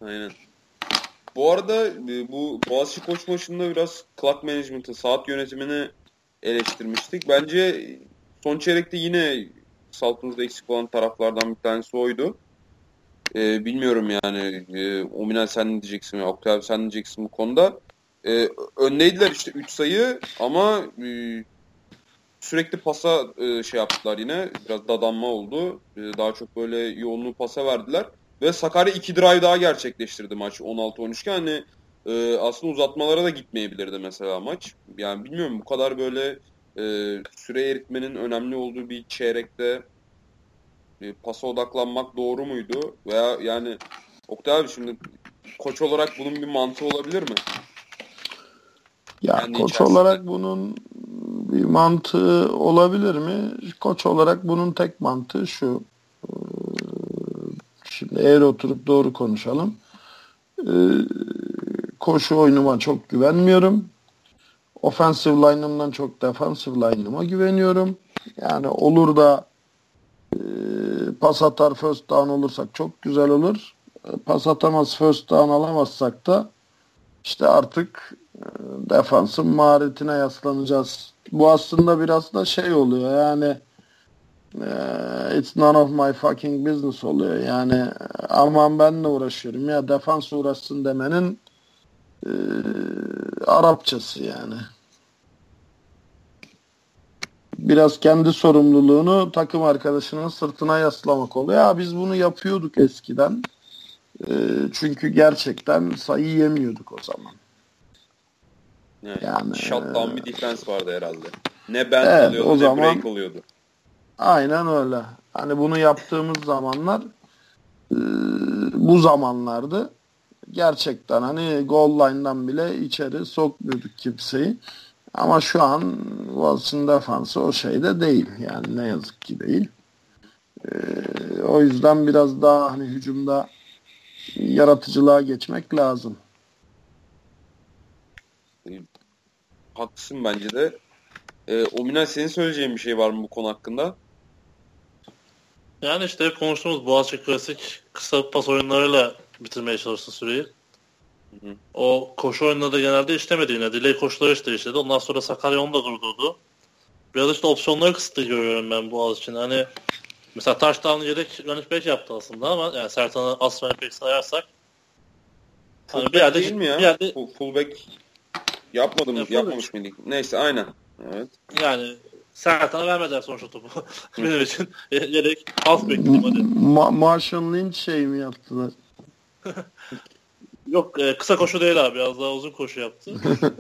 Aynen. Bu arada bu Boğaziçi Koç maçında biraz clock management'ı, saat yönetimini eleştirmiştik. Bence son çeyrekte yine saltımızda eksik olan taraflardan bir tanesi oydu. Bilmiyorum yani. Ominal sen ne diyeceksin ya Oktay abi sen ne diyeceksin bu konuda. Öndeydiler işte 3 sayı ama sürekli pasa şey yaptılar yine. Biraz dadanma oldu. Daha çok böyle yoğunluğu pasa verdiler. Ve Sakarya 2 drive daha gerçekleştirdi maç 16-13 iken. Hani aslında uzatmalara da gitmeyebilirdi mesela maç. Yani bilmiyorum bu kadar böyle süre eritmenin önemli olduğu bir çeyrekte pasa odaklanmak doğru muydu? Veya yani Oktay abi şimdi koç olarak bunun bir mantığı olabilir mi? Ya Kendi koç içerisinde. olarak bunun bir mantığı olabilir mi? Koç olarak bunun tek mantığı şu. Şimdi eğer oturup doğru konuşalım. Koşu oyunuma çok güvenmiyorum. Offensive line'ımdan çok defensive line'ıma güveniyorum. Yani olur da pas atar first down olursak çok güzel olur. Pas atamaz first down alamazsak da işte artık defansın maharetine yaslanacağız. Bu aslında biraz da şey oluyor yani it's none of my fucking business oluyor. Yani aman benle uğraşıyorum ya defans uğraşsın demenin Arapçası yani. Biraz kendi sorumluluğunu takım arkadaşının sırtına yaslamak oluyor. Ya biz bunu yapıyorduk eskiden. Çünkü gerçekten sayı yemiyorduk o zaman. Yani shutdown bir defense vardı herhalde. Ne band evet, alıyordu o ne zaman, break oluyordu. Aynen öyle. Hani bunu yaptığımız zamanlar bu zamanlardı. Gerçekten hani goal line'dan bile içeri sokmuyorduk kimseyi. Ama şu an Boğaziçi'nin defansı o şeyde değil. Yani ne yazık ki değil. O yüzden biraz daha hani hücumda yaratıcılığa geçmek lazım. Haklısın bence de. Ominal senin söyleyeceğin bir şey var mı bu konu hakkında? Yani işte hep konuştuğumuz Boğaziçi klasik kısa pas oyunlarıyla bitirmeye çalıştı süreyi. Hı. O koşu oyunları da genelde işlemedi yine. Delay koşuları işte işledi. Ondan sonra Sakarya onu da durdurdu. Biraz işte opsiyonları kısıtlı görüyorum ben Boğaziçi'nin. Hani mesela touchdown'ı yedek running back yaptı aslında ama yani Sertan'ı as running back sayarsak hani Fullback bir yerde değil mi ya? bir yerde Fullback yapmamış mıydık? Neyse aynen. Evet. yani Sertan'a vermediler sonuçta topu. Benim için yedek halfback diyeyim hadi. Marshall Lynch şey mi yaptılar? Yok kısa koşu değil abi. Biraz daha uzun koşu yaptı.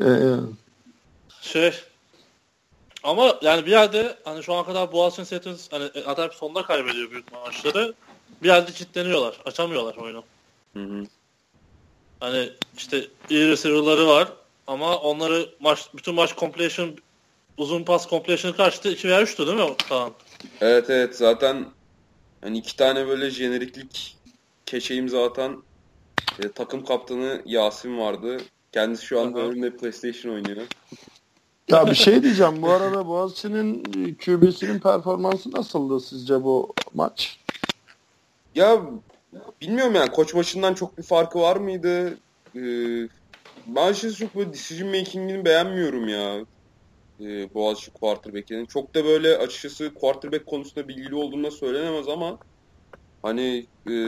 Ama yani bir yerde hani şu ana kadar Boğaziçi'nin setiniz hani Atalanta sonunda kaybediyor büyük maçları. Bir yerde ciddeniyorlar. Açamıyorlar oyunu. Hı. Hani işte iyi receiver'ları var ama onları bütün maç completion uzun pas completion'ı kaçtı? 2 veya 3'tü değil mi? Tamam. Evet zaten hani 2 tane böyle jeneriklik keçe imza atan takım kaptanı Yasin vardı. Kendisi şu anda önünde PlayStation oynuyor. Ya bir şey diyeceğim. Bu arada Boğaziçi'nin QB'sinin performansı nasıldı sizce bu maç? Ya bilmiyorum yani koç maçından çok bir farkı var mıydı? Ben açıkçası çok böyle decision making'ini beğenmiyorum ya. Boğaziçi quarterback'inin. Çok da böyle açıkçası quarterback konusunda bilgili olduğuna söylenemez ama hani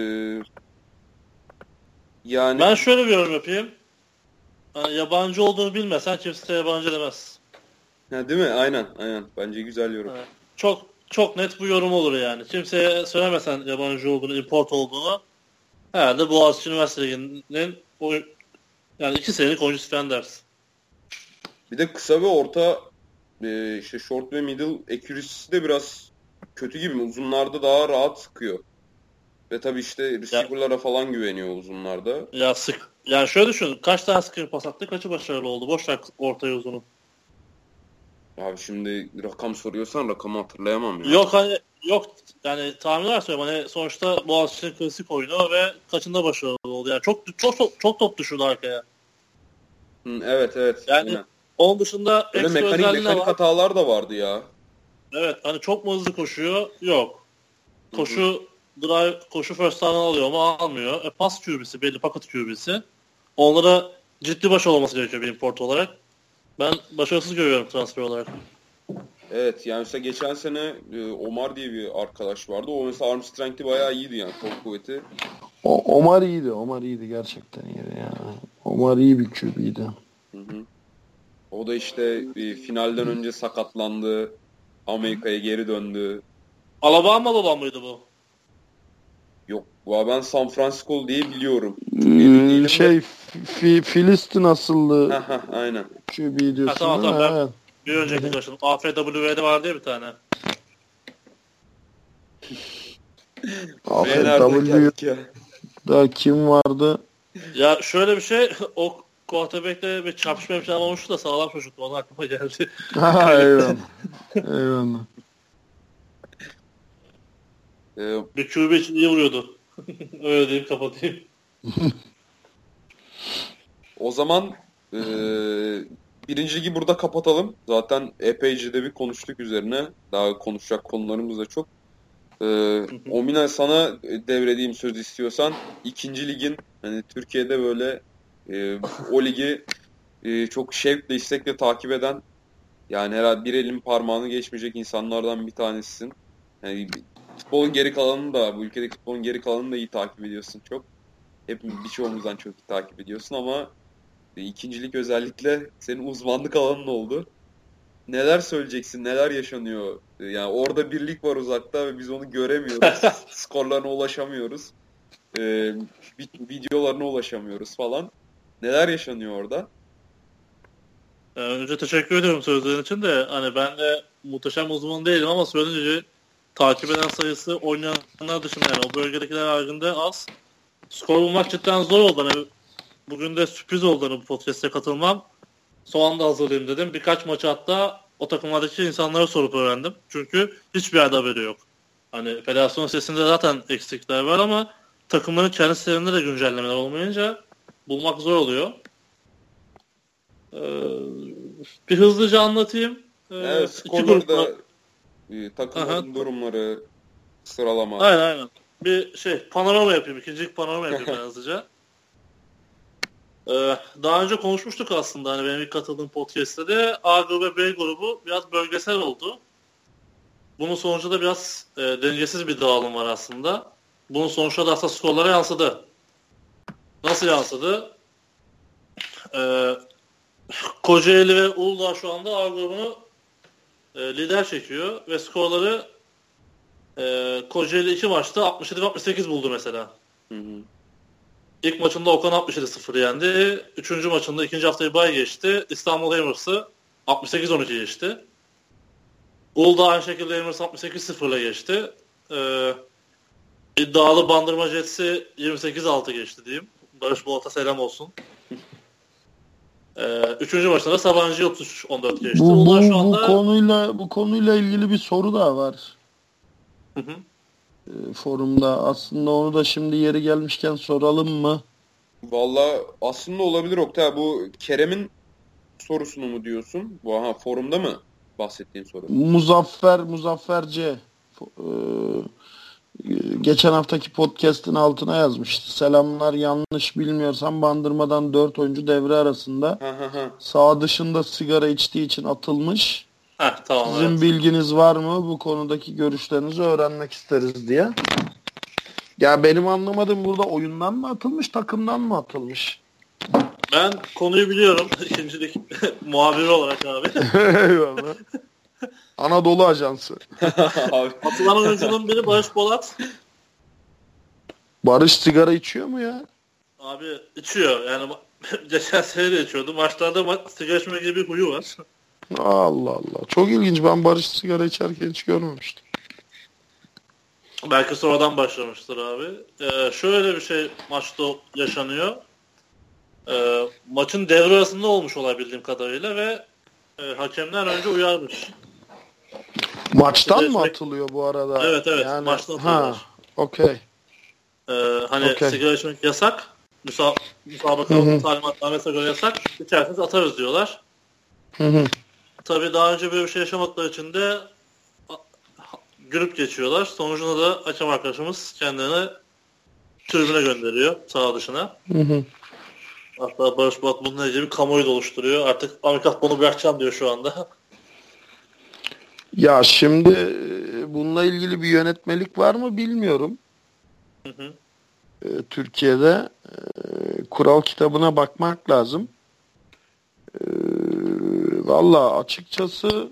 yani Ben şöyle bir yorum yapayım. Hani yabancı olduğunu bilmesen kimse yabancı demez. ha, değil mi? Aynen. Bence güzel yorum. Yani çok net bu yorum olur yani. Kimseye söylemesen yabancı olduğunu, import olduğunu herhalde Boğaziçi Üniversitesi'nin yani 2 senelik oyuncusu falan dersin. Bir de kısa ve orta işte short ve middle accuracy'si de biraz kötü gibi. Uzunlarda daha rahat sıkıyor. Ve tabii işte receiver'lara falan güveniyor uzunlarda. Yani şöyle düşün. Kaç tane screen pas attı? Kaçı başarılı oldu? Boş ver ortaya uzunu. Abi şimdi rakam soruyorsan rakamı hatırlayamam ya. Yok yani tahminler söylüyorum. Hani sonuçta Boğaziçi'nin klasik oyunu ve kaçında başarılı oldu. Yani çok top düşürdü arkaya. Evet. Yani aynen. onun dışında Öyle ekstra özelliği mekanik var. hatalar da vardı ya. Evet hani çok mu hızlı koşuyor? Yok. Koşu drive koşu first down alıyor mu? Almıyor. Pas QB'si belli, pocket QB'si. Onlara ciddi başarılı olması gerekiyor bir import olarak. Ben başarısız görüyorum transfer olarak. Evet yani mesela geçen sene Omar diye bir arkadaş vardı. O mesela arm strength'i bayağı iyiydi yani kol kuvveti. Omar iyiydi. Omar iyiydi gerçekten iyiydi yani. Omar iyi bir QB'ydi. Hı hı. O da işte finalden önce sakatlandı. Amerika'ya geri döndü. Alabama'lı olan mıydı bu? Yok. Ben San Francisco diye biliyorum. Filistin asıllı Aynen. QB diyorsun. Tamam. Ben bir önceki karşım. AFW'de var diye bir tane. AFW'da kim vardı? Ya şöyle bir şey, o quarterback'le bir çarpışma bir şey olmuştu da sağlam çocuktu. Ona aklıma geldi. Eyvallah. Eyvallah. Bir QB için iyi vuruyordu. Öyle diyeyim, kapatayım. O zaman birinci ligi burada kapatalım. Zaten epeyce de bir konuştuk üzerine. Daha konuşacak konularımız da çok. Omina sana devredeyim söz istiyorsan. İkinci ligin hani Türkiye'de böyle o ligi çok şevkle, istekle takip eden, yani herhalde bir elin parmağını geçmeyecek insanlardan bir tanesisin. Yani futbolun geri kalanını da, bu ülkedeki futbolun geri kalanını da iyi takip ediyorsun çok. Hep birçoğumuzdan çok iyi takip ediyorsun ama ikincilik özellikle senin uzmanlık alanın oldu. Neler söyleyeceksin, neler yaşanıyor? Yani orada birlik var uzakta ve biz onu göremiyoruz. Skorlarına ulaşamıyoruz. Videolarına ulaşamıyoruz falan. Neler yaşanıyor orada? Önce teşekkür ediyorum sözlerin için de. Hani ben de muhteşem uzman değilim ama söyleyince takip eden sayısı oynayanlar dışında yani o bölgedekiler haricinde az. Skor bulmak cidden zor oldu. Hani bugün de sürpriz oldu bu podcast'e katılmam. Son anda hazırlayayım dedim. Birkaç maçı hatta o takımlardaki insanlara sorup öğrendim. Çünkü hiçbir yerde haberi yok. Hani federasyon sitesinde zaten eksikler var ama takımların kendi sitelerinde de güncellemeler olmayınca bulmak zor oluyor. Bir hızlıca anlatayım. Evet, skorları da takımların durumları, sıralama. Aynen. Bir panorama yapayım. İkincilik panorama yapayım ben hızlıca. Daha önce konuşmuştuk aslında hani benim ilk katıldığım podcast'te de A grubu ve B grubu biraz bölgesel oldu. Bunun sonucunda biraz dengesiz bir dağılım var aslında. Bunun sonuçları da aslında skorlara yansıdı. Nasıl yansıdı? Kocaeli ve Uludağ şu anda A grubunu lider çekiyor ve skorları Kocaeli 2 maçta 67-68 buldu mesela. Hı. İlk maçında Okan 67-0 yendi. Üçüncü maçında ikinci haftayı bay geçti. İstanbul Hammers'ı 68-12 geçti. Uludağ aynı şekilde Hammers'ı 68-0 ile geçti. İddialı Bandırma Jets'i 28-6 geçti diyeyim. Barış Bolat'a selam olsun. Üçüncü maçta da Sabancı 33-14 geçti. Bu konuyla ilgili bir soru daha var. Hı. Forumda. Aslında onu da şimdi yeri gelmişken soralım mı? Vallahi aslında olabilir Oktay. Bu Kerem'in sorusunu mu diyorsun? Bu forumda mı bahsettiğin soru? Muzaffer C. Geçen haftaki podcast'ın altına yazmıştı. Selamlar, yanlış bilmiyorsam Bandırma'dan 4 oyuncu devre arasında sağ dışında sigara içtiği için atılmış. Tamam, sizin bilginiz var mı? Bu konudaki görüşlerinizi öğrenmek isteriz diye. Ya benim anlamadığım burada oyundan mı atılmış, takımdan mı atılmış? Ben konuyu biliyorum. İkincilik muhabiri olarak abi. Eyvallah. Anadolu Ajansı. Atılan oyuncunun biri Barış Bolat. Barış sigara içiyor mu ya? Abi içiyor. Yani geçen sene de içiyordu. Maçlarda sigara içme gibi bir huyu var. Allah Allah. Çok ilginç. Ben Barış sigara içerken hiç görmemiştim. Belki sonradan başlamıştır abi. Şöyle bir şey maçta yaşanıyor. Maçın devre arasında olmuş olabildiğim kadarıyla ve hakemler önce uyarmış. Maçtan mı atılıyor bu arada? Evet. Yani, maçtan atılıyor. Okey. Sigara içmek yasak. Müsabaka talimatnamesine göre yasak. İçerseniz atarız diyorlar. Tabii daha önce böyle bir şey yaşamakları için de gülüp geçiyorlar. Sonucunda da hakem arkadaşımız kendilerini tribüne gönderiyor saha dışına. Hı hı. Hatta Barış Bulat bununla ilgili bir kamuoyu da oluşturuyor. Artık Amerikat bunu bırakacağım diyor şu anda. Ya şimdi bununla ilgili bir yönetmelik var mı bilmiyorum. Hı hı. Türkiye'de kural kitabına bakmak lazım. Valla açıkçası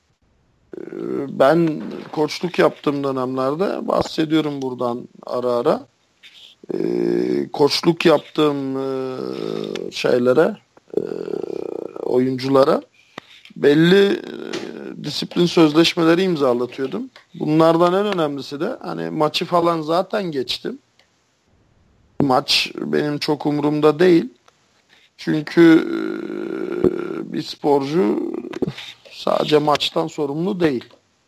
ben koçluk yaptığım dönemlerde bahsediyorum buradan ara ara. Koçluk yaptığım şeylere, oyunculara belli disiplin sözleşmeleri imzalatıyordum. Bunlardan en önemlisi de hani maçı falan zaten geçtim. Maç benim çok umurumda değil. Çünkü bir sporcu sadece maçtan sorumlu değil.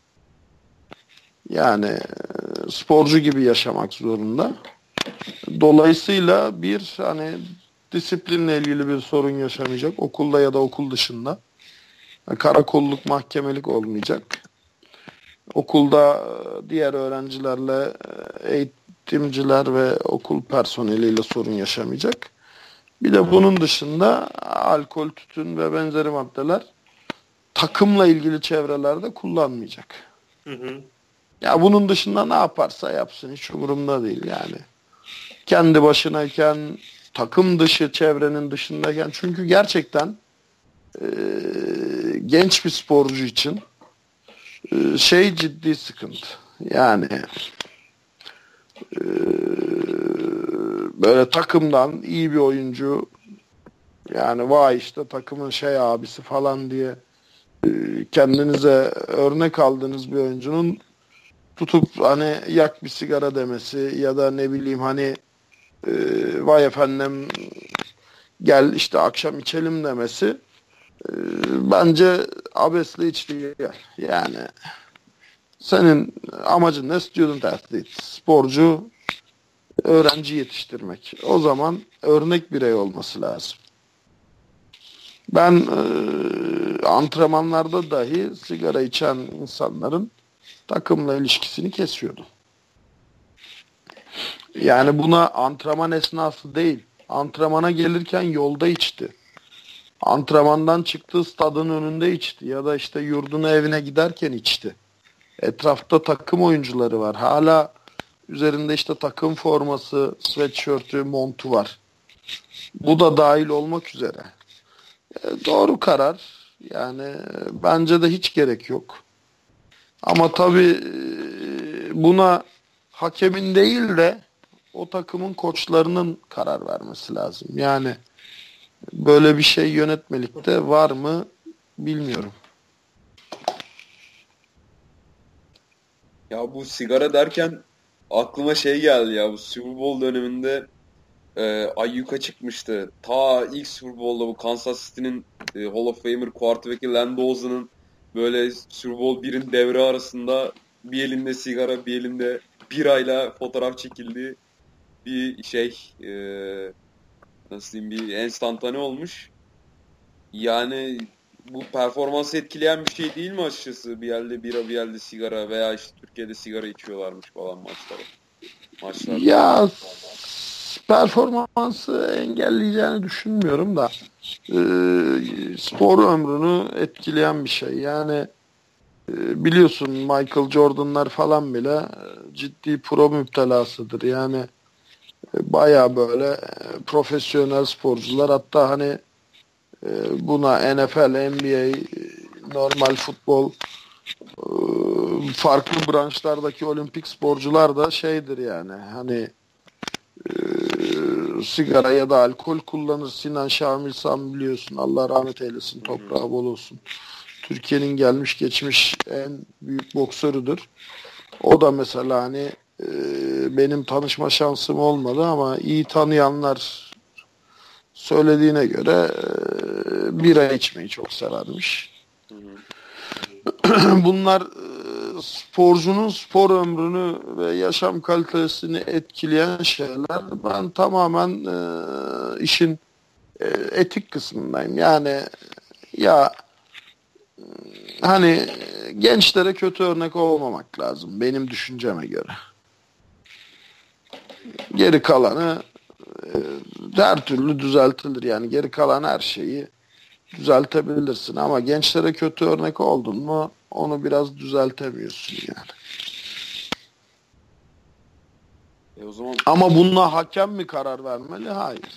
Yani sporcu gibi yaşamak zorunda. Dolayısıyla bir hani disiplinle ilgili bir sorun yaşamayacak. Okulda ya da okul dışında. Karakolluk, mahkemelik olmayacak. Okulda diğer öğrencilerle, eğitimciler ve okul personeliyle sorun yaşamayacak. Bir de bunun dışında alkol, tütün ve benzeri maddeler takımla ilgili çevrelerde kullanmayacak. Hı hı. Ya bunun dışında ne yaparsa yapsın hiç umurumda değil yani. Kendi başınayken, takım dışı, çevrenin dışındayken. Çünkü gerçekten genç bir sporcu için ciddi sıkıntı. Yani böyle takımdan iyi bir oyuncu yani vay işte takımın abisi falan diye kendinize örnek aldığınız bir oyuncunun tutup hani yak bir sigara demesi ya da ne bileyim hani vay efendim gel işte akşam içelim demesi bence abesle içtiği yani senin amacın ne student athlete sporcu öğrenci yetiştirmek. O zaman örnek birey olması lazım. Ben antrenmanlarda dahi sigara içen insanların takımla ilişkisini kesiyordum. Yani buna antrenman esnası değil, antrenmana gelirken yolda içti. Antrenmandan çıktığı stadın önünde içti ya da işte yurduna evine giderken içti. Etrafta takım oyuncuları var. Hala üzerinde işte takım forması, sweatshirt'ü, montu var. Bu da dahil olmak üzere. Doğru karar. Yani bence de hiç gerek yok. Ama tabii buna hakemin değil de o takımın koçlarının karar vermesi lazım. Yani böyle bir şey yönetmelikte var mı bilmiyorum. Ya bu sigara derken aklıma geldi ya, bu Super Bowl döneminde ayyuka çıkmıştı. Ta ilk Super Bowl'da bu Kansas City'nin Hall of Famer quarterback'i Len Dawson'ın böyle Super Bowl 1'in devre arasında bir elinde sigara bir elinde birayla fotoğraf çekildiği bir nasıl diyeyim, bir enstantane olmuş. Yani bu performansı etkileyen bir şey değil mi açıkçası? Bir yerde bira, bir yerde sigara veya işte Türkiye'de sigara içiyorlarmış falan maçlarda. Ya performansı engelleyeceğini düşünmüyorum da spor ömrünü etkileyen bir şey. Yani biliyorsun Michael Jordan'lar falan bile ciddi pro müptelasıdır. Yani baya böyle profesyonel sporcular hatta hani buna NFL, NBA, normal futbol farklı branşlardaki olimpik sporcular da yani hani sigara ya da alkol kullanır. Sinan Şamil Sam biliyorsun. Allah rahmet eylesin. Toprağı bol olsun. Türkiye'nin gelmiş geçmiş en büyük boksörüdür. O da mesela hani benim tanışma şansım olmadı ama iyi tanıyanlar söylediğine göre bira içmeyi çok severmiş. Bunlar sporcunun spor ömrünü ve yaşam kalitesini etkileyen şeyler. Ben tamamen işin etik kısmındayım. Yani ya hani gençlere kötü örnek olmamak lazım benim düşünceme göre. Geri kalanı her türlü düzeltilir. Yani geri kalan her şeyi düzeltebilirsin ama gençlere kötü örnek oldun mu onu biraz düzeltemiyorsun yani. O zaman Ama bununla hakem mi karar vermeli? Hayır.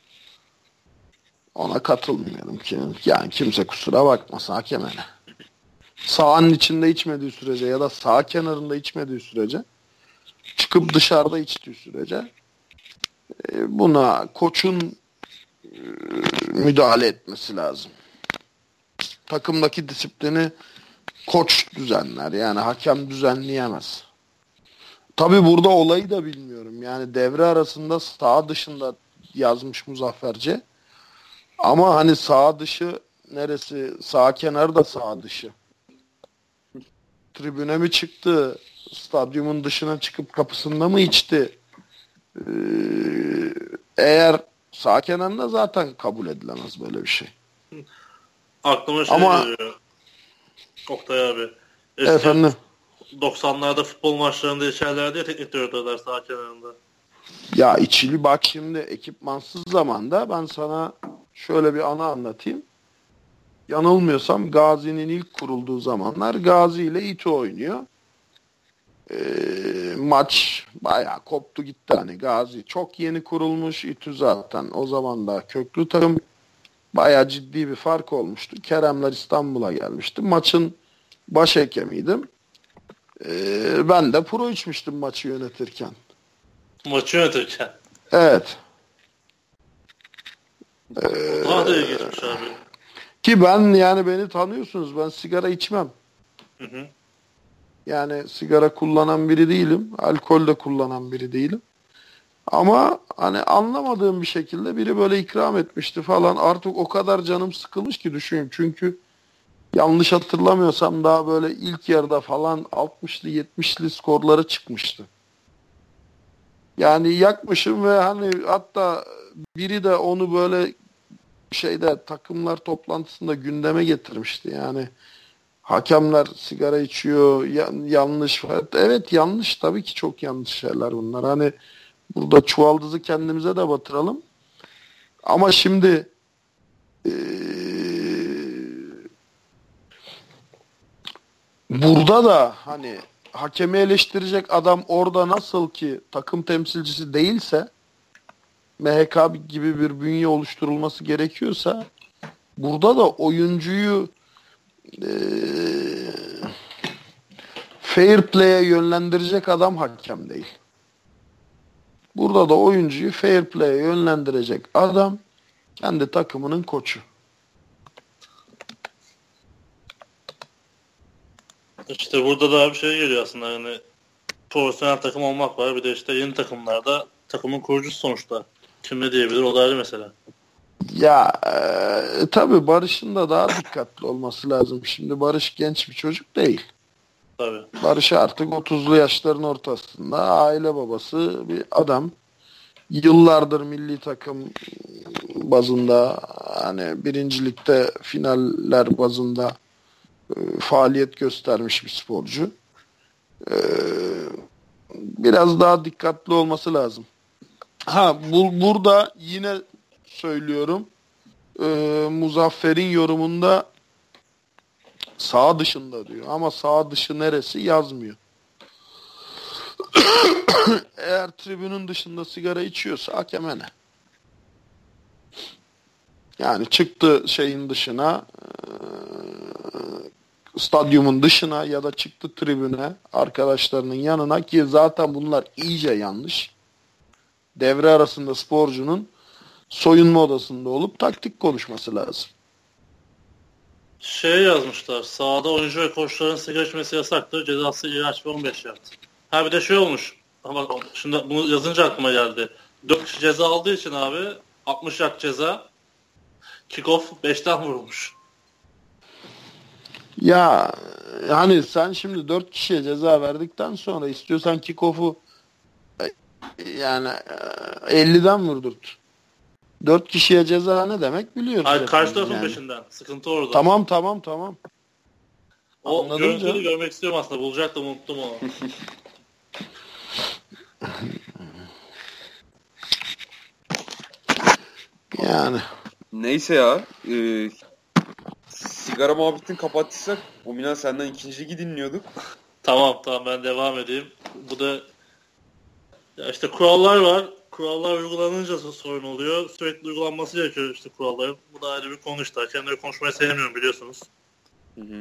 Ona katılmıyorum ki. Yani kimse kusura bakmasın hakeme ne. Sahanın içinde içmediği sürece ya da saha kenarında içmediği sürece, çıkıp dışarıda içtiği sürece buna koçun müdahale etmesi lazım. Takımdaki disiplini koç düzenler. Yani hakem düzenleyemez. Tabii burada olayı da bilmiyorum. Yani devre arasında saha dışında yazmış Muzafferce. Ama hani saha dışı neresi? Saha kenarı da saha dışı. Tribüne mi çıktı? Stadyumun dışına çıkıp kapısında mı içti? Eğer saha kenarında zaten kabul edilemez böyle bir şey. Aklıma şey geliyor. Oktay abi. Efendim? 90'larda futbol maçlarında içerlerdi ya teknik direktörler saha kenarında. Ya içili bak şimdi ekipmansız zamanda ben sana şöyle bir anı anlatayım. Yanılmıyorsam Gazi'nin ilk kurulduğu zamanlar Gazi ile İTÜ oynuyor. Maç bayağı koptu gitti hani Gazi çok yeni kurulmuş, İTÜ zaten o zaman da köklü takım, bayağı ciddi bir fark olmuştu. Keremler İstanbul'a gelmişti. Maçın baş hakemiydim. Ben de pro içmiştim maçı yönetirken. Maçı yönetirken? Evet. Daha da iyi geçmiş abi. Ki ben yani beni tanıyorsunuz, ben sigara içmem. Hı. Yani sigara kullanan biri değilim. Alkol de kullanan biri değilim. Ama hani anlamadığım bir şekilde biri böyle ikram etmişti falan. Artık o kadar canım sıkılmış ki düşünün. Çünkü yanlış hatırlamıyorsam daha böyle ilk yarıda falan 60'lı 70'li skorları çıkmıştı. Yani yakmışım ve hani hatta biri de onu böyle takımlar toplantısında gündeme getirmişti. Yani hakemler sigara içiyor, yanlış. Evet yanlış, tabii ki çok yanlış şeyler bunlar. Hani burada çuvaldızı kendimize de batıralım. Ama şimdi burada da hani hakemi eleştirecek adam orada nasıl ki takım temsilcisi değilse, MHK gibi bir bünye oluşturulması gerekiyorsa, burada da oyuncuyu fair play'e yönlendirecek adam hakem değil. Burada da oyuncuyu fair play'e yönlendirecek adam kendi takımının koçu. İşte burada da bir şey geliyor aslında, hani profesyonel takım olmak var, bir de işte yeni takımlarda takımın kurucusu sonuçta. Kim ne diyebilir, o da ayrı mesele. Ya tabii Barış'ın da daha dikkatli olması lazım. Şimdi Barış genç bir çocuk değil. Tabii. Barış artık 30'lu yaşların ortasında, aile babası bir adam. Yıllardır milli takım bazında, hani birincilikte finaller bazında faaliyet göstermiş bir sporcu. Biraz daha dikkatli olması lazım. Burada yine söylüyorum, Muzaffer'in yorumunda sağ dışında diyor ama sağ dışı neresi yazmıyor. Eğer tribünün dışında sigara içiyorsa hakeme ne? Yani çıktı şeyin dışına, stadyumun dışına ya da çıktı tribüne, arkadaşlarının yanına, ki zaten bunlar iyice yanlış. Devre arasında sporcunun soyunma odasında olup taktik konuşması lazım. Yazmışlar. Sahada oyuncu ve koçların sigara içmesi yasaktır. Cezası ilaç ve 15 yard. Bir de olmuş. Ama şimdi bunu yazınca aklıma geldi. 4 kişi ceza aldığı için abi 60 yard ceza. Kickoff 5'ten vurulmuş. Ya hani sen şimdi 4 kişiye ceza verdikten sonra istiyorsan kickoff'u yani 50'den vurdurt. 4 kişiye ceza ne demek biliyoruz. Hayır, karşı tarafın yani. peşinden. Sıkıntı orada. Tamam. O Anladım görüntüleri canım. görmek istiyorum aslında. Bulacaktım, unuttum onu. Yani. Neyse ya. Sigara muhabbetini kapattıysak Omina senden ikinci ligi dinliyorduk. Tamam ben devam edeyim. Bu da ya işte kurallar var. Kurallar uygulanınca sorun oluyor. Sürekli uygulanması gerekiyor işte kuralların. Bu da ayrı bir konu işte. Kendileri konuşmayı sevmiyorum biliyorsunuz. Hı hı.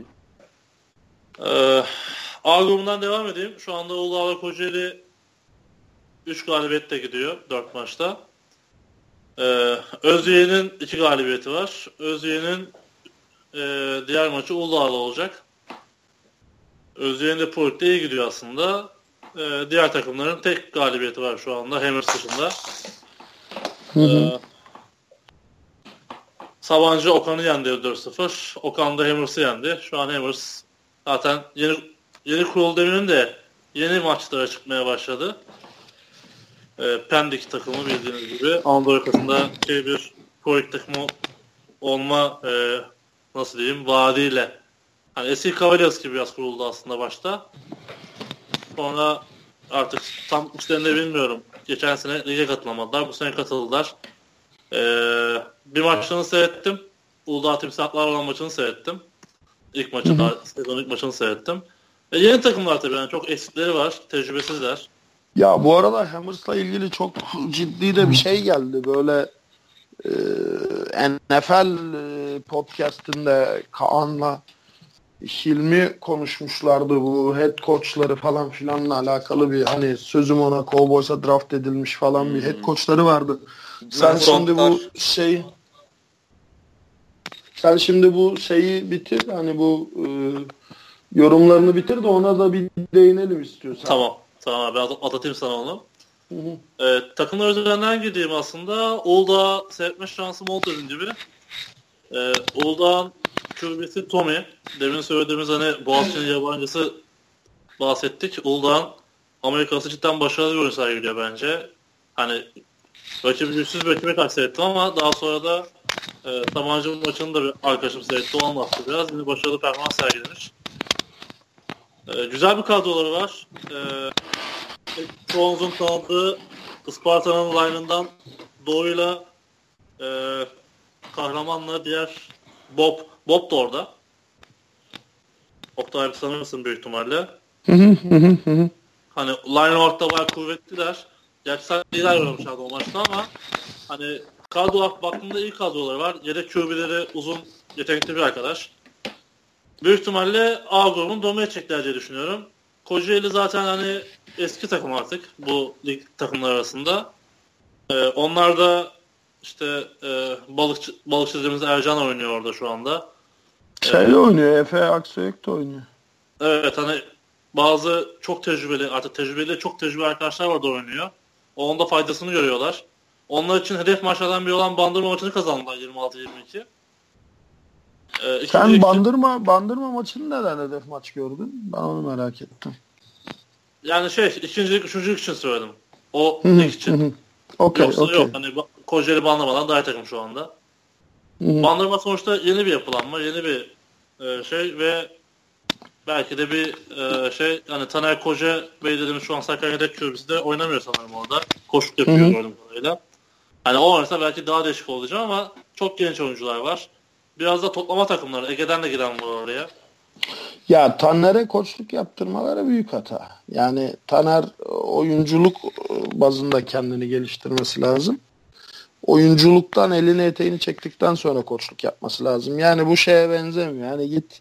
A grubundan devam edeyim. Şu anda Uludağ ve Kocaeli 3 galibiyetle gidiyor 4 maçta. Özyeğin'in 2 galibiyeti var. Özyeğin'in diğer maçı Uludağ'da olacak. Özyeğin de Port'ta iyi gidiyor aslında. Diğer takımların tek galibiyeti var şu anda Hammers dışında. Sabancı Okan'ı yendi 4-0. Okan da Hammers'ı yendi. Şu an Hammers zaten yeni kurul deminin de yeni maçlara çıkmaya başladı. Pendik takımı bildiğiniz gibi Anadolu yakasında bir Pro takımı olma nasıl diyeyim vaadiyle. Hani eski Cavaliers gibi biraz kuruldu aslında başta. Sonra artık tam işlerini bilmiyorum. Geçen sene lige katılamadılar. Bu sene katıldılar. Bir maçını seyrettim. Uludağ Timsahlar olan maçını seyrettim. İlk maçını, sezonun ilk maçını seyrettim. Yeni takımlar tabii yani çok eksikleri var. Tecrübesizler. Ya bu arada Hammers'la ilgili çok ciddi de bir şey geldi. Böyle NFL podcast'inde Kaan'la Hilmi konuşmuşlardı bu head coach'ları falan filanla alakalı bir hani sözüm ona Cowboys'a draft edilmiş falan bir head coach'ları vardı. Sen şimdi bu şeyi bitir hani bu yorumlarını bitir de ona da bir değinelim istiyorsan. Tamam abi atlatayım sana onu. Takımlar üzerinden gideyim aslında. Uludağ seyretme şansım oldu dediğim gibi. Uludağ'ın QB'si Tommy. Demin söylediğimiz hani Boğaziçi'nin yabancısı bahsettik. Uludağ'ın Amerikası cidden başarılı bir oyun sergiliyor bence. Hani rakibi güçsüz bir rakibe karşı seyrettim ama daha sonra da Sabancı maçını da bir arkadaşım seyretti. O anlattı biraz. Yine başarılı performans sergilemiş. Güzel bir kadroları var. Çoğunuzun tanıdığı Isparta'nın line'ından Doğu'yla Kahraman'la diğer Bob da orada. Oktay abi sanırsın büyük ihtimalle. Hani line orta bayağı kuvvetliler. Gerçi sen iyiler oynamışlardı o maçta ama hani kadro olarak baktığımda iyi kadroları var. Yedek QB'leri uzun, yetenekli bir arkadaş. Büyük ihtimalle A grubunu domine edecekler diye düşünüyorum. Kocaeli zaten hani eski takım artık bu lig takımlar arasında. Onlar da işte balıkçı dediğimiz Ercan oynuyor orada şu anda. Oynuyor. Efe Aksöyek de oynuyor. Evet hani bazı çok tecrübeli artık çok tecrübeli arkadaşlar var da oynuyor. Onun da faydasını görüyorlar. Onlar için hedef maçlardan biri olan Bandırma maçını kazandılar 26-22. Sen Bandırma maçını neden hedef maç gördün? Ben onu merak ettim. Yani ikincilik, üçüncülük için söyledim. O lig için. Yoksa yok. Hani Kocaeli Bandırma'dan daha iyi takım şu anda. Bandırma sonuçta yeni bir yapılanma, yeni bir ve belki de bir hani Taner Koca Bey dediğimiz şu an Sakarya'da kürbüsü de oynamıyor sanırım orada. Koşuk yapıyor gördüğüm kadarıyla. Hani o oynasa belki daha değişik olacak ama çok genç oyuncular var. Biraz da toplama takımları. Ege'den de giren var oraya. Ya Taner'e koçluk yaptırmaları büyük hata. Yani Taner oyunculuk bazında kendini geliştirmesi lazım. Oyunculuktan elini eteğini çektikten sonra koçluk yapması lazım. Yani bu şeye benzemiyor. Yani git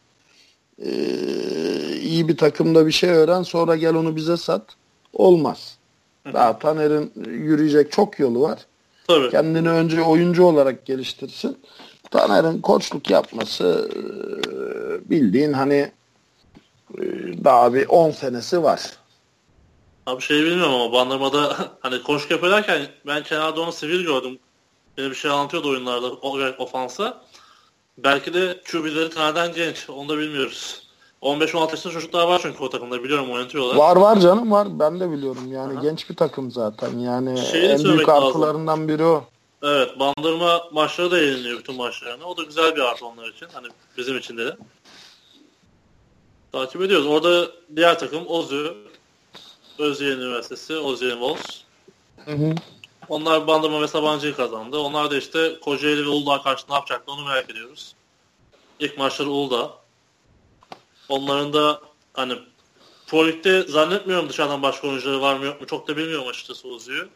iyi bir takımda bir şey öğren sonra gel onu bize sat. Olmaz. Daha Taner'in yürüyecek çok yolu var. Tabii. Kendini önce oyuncu olarak geliştirsin. Taner'in koçluk yapması bildiğin hani daha bir 10 senesi var. Abi bilmiyorum ama Bandırma'da hani koşuk yaparken ben kenarda onu sivil gördüm. Beni bir şey anlatıyordu oyunlarda ofansa. Belki de QB'leri Taner'den genç. Onu da bilmiyoruz. 15-16 yaşında çocuklar var çünkü o takımda biliyorum oynatıyorlar. Var canım var. Ben de biliyorum yani. Aha. Genç bir takım zaten. Yani en büyük artılarından biri o. Evet, Bandırma maçları da yeniliyor bütün maçlarını. O da güzel bir artı onlar için. Hani bizim için de. Takip ediyoruz. Orada diğer takım Özyeğin Üniversitesi, Özyeğin Wolves. Onlar Bandırma ve Sabancı'yı kazandı. Onlar da işte Kocaeli ve Uludağ karşı ne yapacaklar onu merak ediyoruz. İlk maçları Uludağ. Onların da hani Pro Lig'de zannetmiyorum dışarıdan başka oyuncuları var mı yok mu çok da bilmiyorum açıkçası Uzi'yi.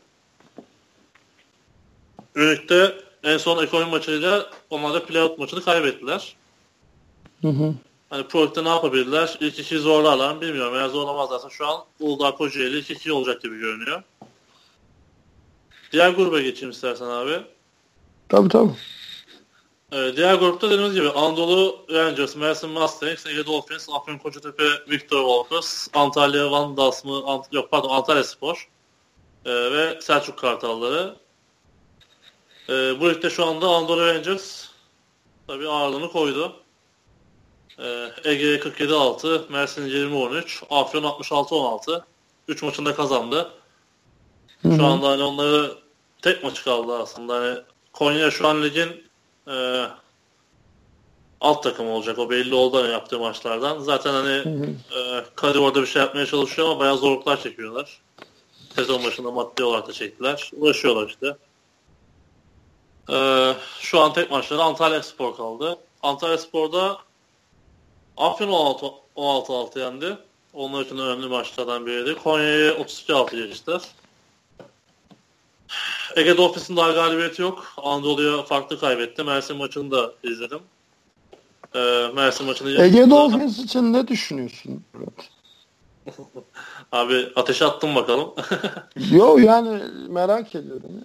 Ünlük'te en son ekonomi maçıyla onlar da playout maçını kaybettiler. Hani Pro Lig'de ne yapabilirler? İlk iki zorlarlar mı bilmiyorum. Eğer zorlamazlarsa şu an Uludağ Kocaeli 2-2 olacak gibi görünüyor. Diğer gruba geçeyim istersen abi. Tabii. Diğer grupta dediğimiz gibi Anadolu Rangers, Mersin Mustangs, Ege Dolphins, Afyonkarahisar Victor Wolfers, Antalya Vandals mı? Antalya Spor ve Selçuk Kartalları. Bu ligde şu anda Anadolu Rangers tabii ağırlığını koydu. Ege 47-6, Mersin 20-13, Afyon 66-16. 3 maçında kazandı. Şu anda hani onları tek maçı kaldı aslında. Hani Konya şu an ligin alt takım olacak. O belli oldu hani yaptığı maçlardan. Zaten hani Kadir orada bir şey yapmaya çalışıyor ama bayağı zorluklar çekiyorlar. Sezon başında maddi olarak da çektiler. Uğraşıyorlar işte. Şu an tek maçları Antalya Spor kaldı. Antalya Spor'da Afyon 16-6 yendi. Onlar için önemli maçlardan biriydi. Konya'yı 32-6 geçtiler. Ege Dolphins'in daha galibiyeti yok. Anadolu'ya farklı kaybetti. Mersin maçını da izledim. Mersin maçını Ege Dolphins için ne düşünüyorsun? Abi ateşe attım bakalım. Yo yani merak ediyorum.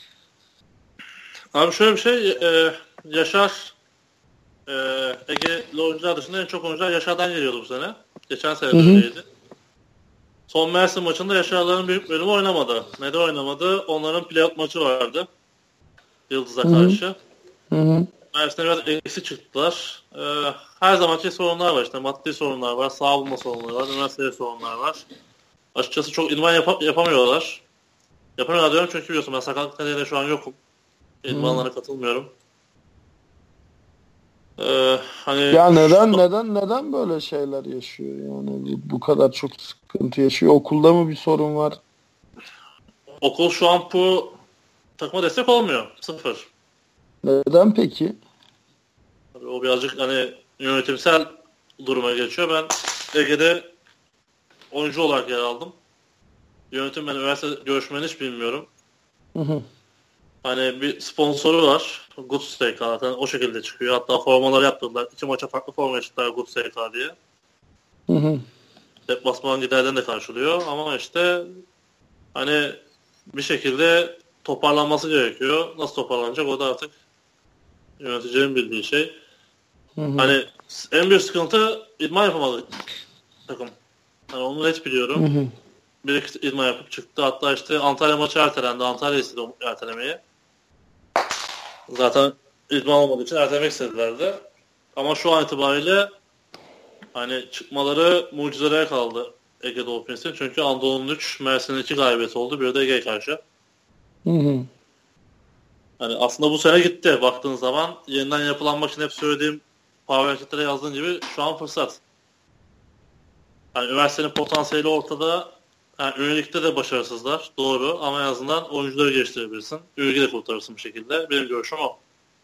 Abi şöyle bir şey. Yaşar Ege'li oyuncular dışında en çok oyuncular Yaşar'dan geliyordu bu sene. Geçen sene de öyleydi. Son Mersin maçında Yaşar'ların büyük bölümü oynamadı. Neden oynamadı? Onların playout maçı vardı. Yıldız'a karşı. Mersin'e biraz eksi çıktılar. Her zamanki sorunlar var işte. Maddi sorunlar var, sağ bulma sorunları var, üniversitede sorunlar var. Açıkçası çok idman yapamıyorlar. Yapamıyorlar diyorum çünkü biliyorsun ben sakatlık nedeniyle şu an yokum. İdmanlara katılmıyorum. Hani ya neden böyle şeyler yaşıyor yani bu kadar çok sıkıntı yaşıyor? Okulda mı bir sorun var? Okul şu an bu takıma destek olmuyor. 0. Neden peki? O birazcık hani yönetimsel duruma geçiyor. Ben Ege'de oyuncu olarak yer aldım. Yönetim ben üniversite görüşmeni hiç bilmiyorum. Hani bir sponsoru var. Good SK zaten o şekilde çıkıyor. Hatta formaları yaptırdılar. 2 maça farklı forma çıktılar Good SK diye. Deplasman giderden de karşılıyor. Ama işte hani bir şekilde toparlanması gerekiyor. Nasıl toparlanacak o da artık yöneticinin bildiği şey. Hani en büyük sıkıntı idman yapamadı takım. Hani onu net biliyorum. Bir iki idman yapıp çıktı. Hatta işte Antalya maçı ertelendi. Antalya istedi o ertelemeyi. Zaten idman olmadığı için ertelemek istediler de. Ama şu an itibariyle hani çıkmaları mucizelere kaldı Ege Dolphins'in. Çünkü Anadolu'nun 3, Mersin'in 2 galibiyeti oldu. Bir de Ege'ye karşı. Hani aslında bu sene gitti baktığın zaman. Yeniden yapılanmak için hep söylediğim power rankinglere yazdığın gibi şu an fırsat. Yani üniversitenin potansiyeli ortada. Yani üyelikte de başarısızlar. Doğru. Ama en azından oyuncuları geliştirebilirsin. Ülkeyi de kurtarırsın bir şekilde. Benim görüşüm o.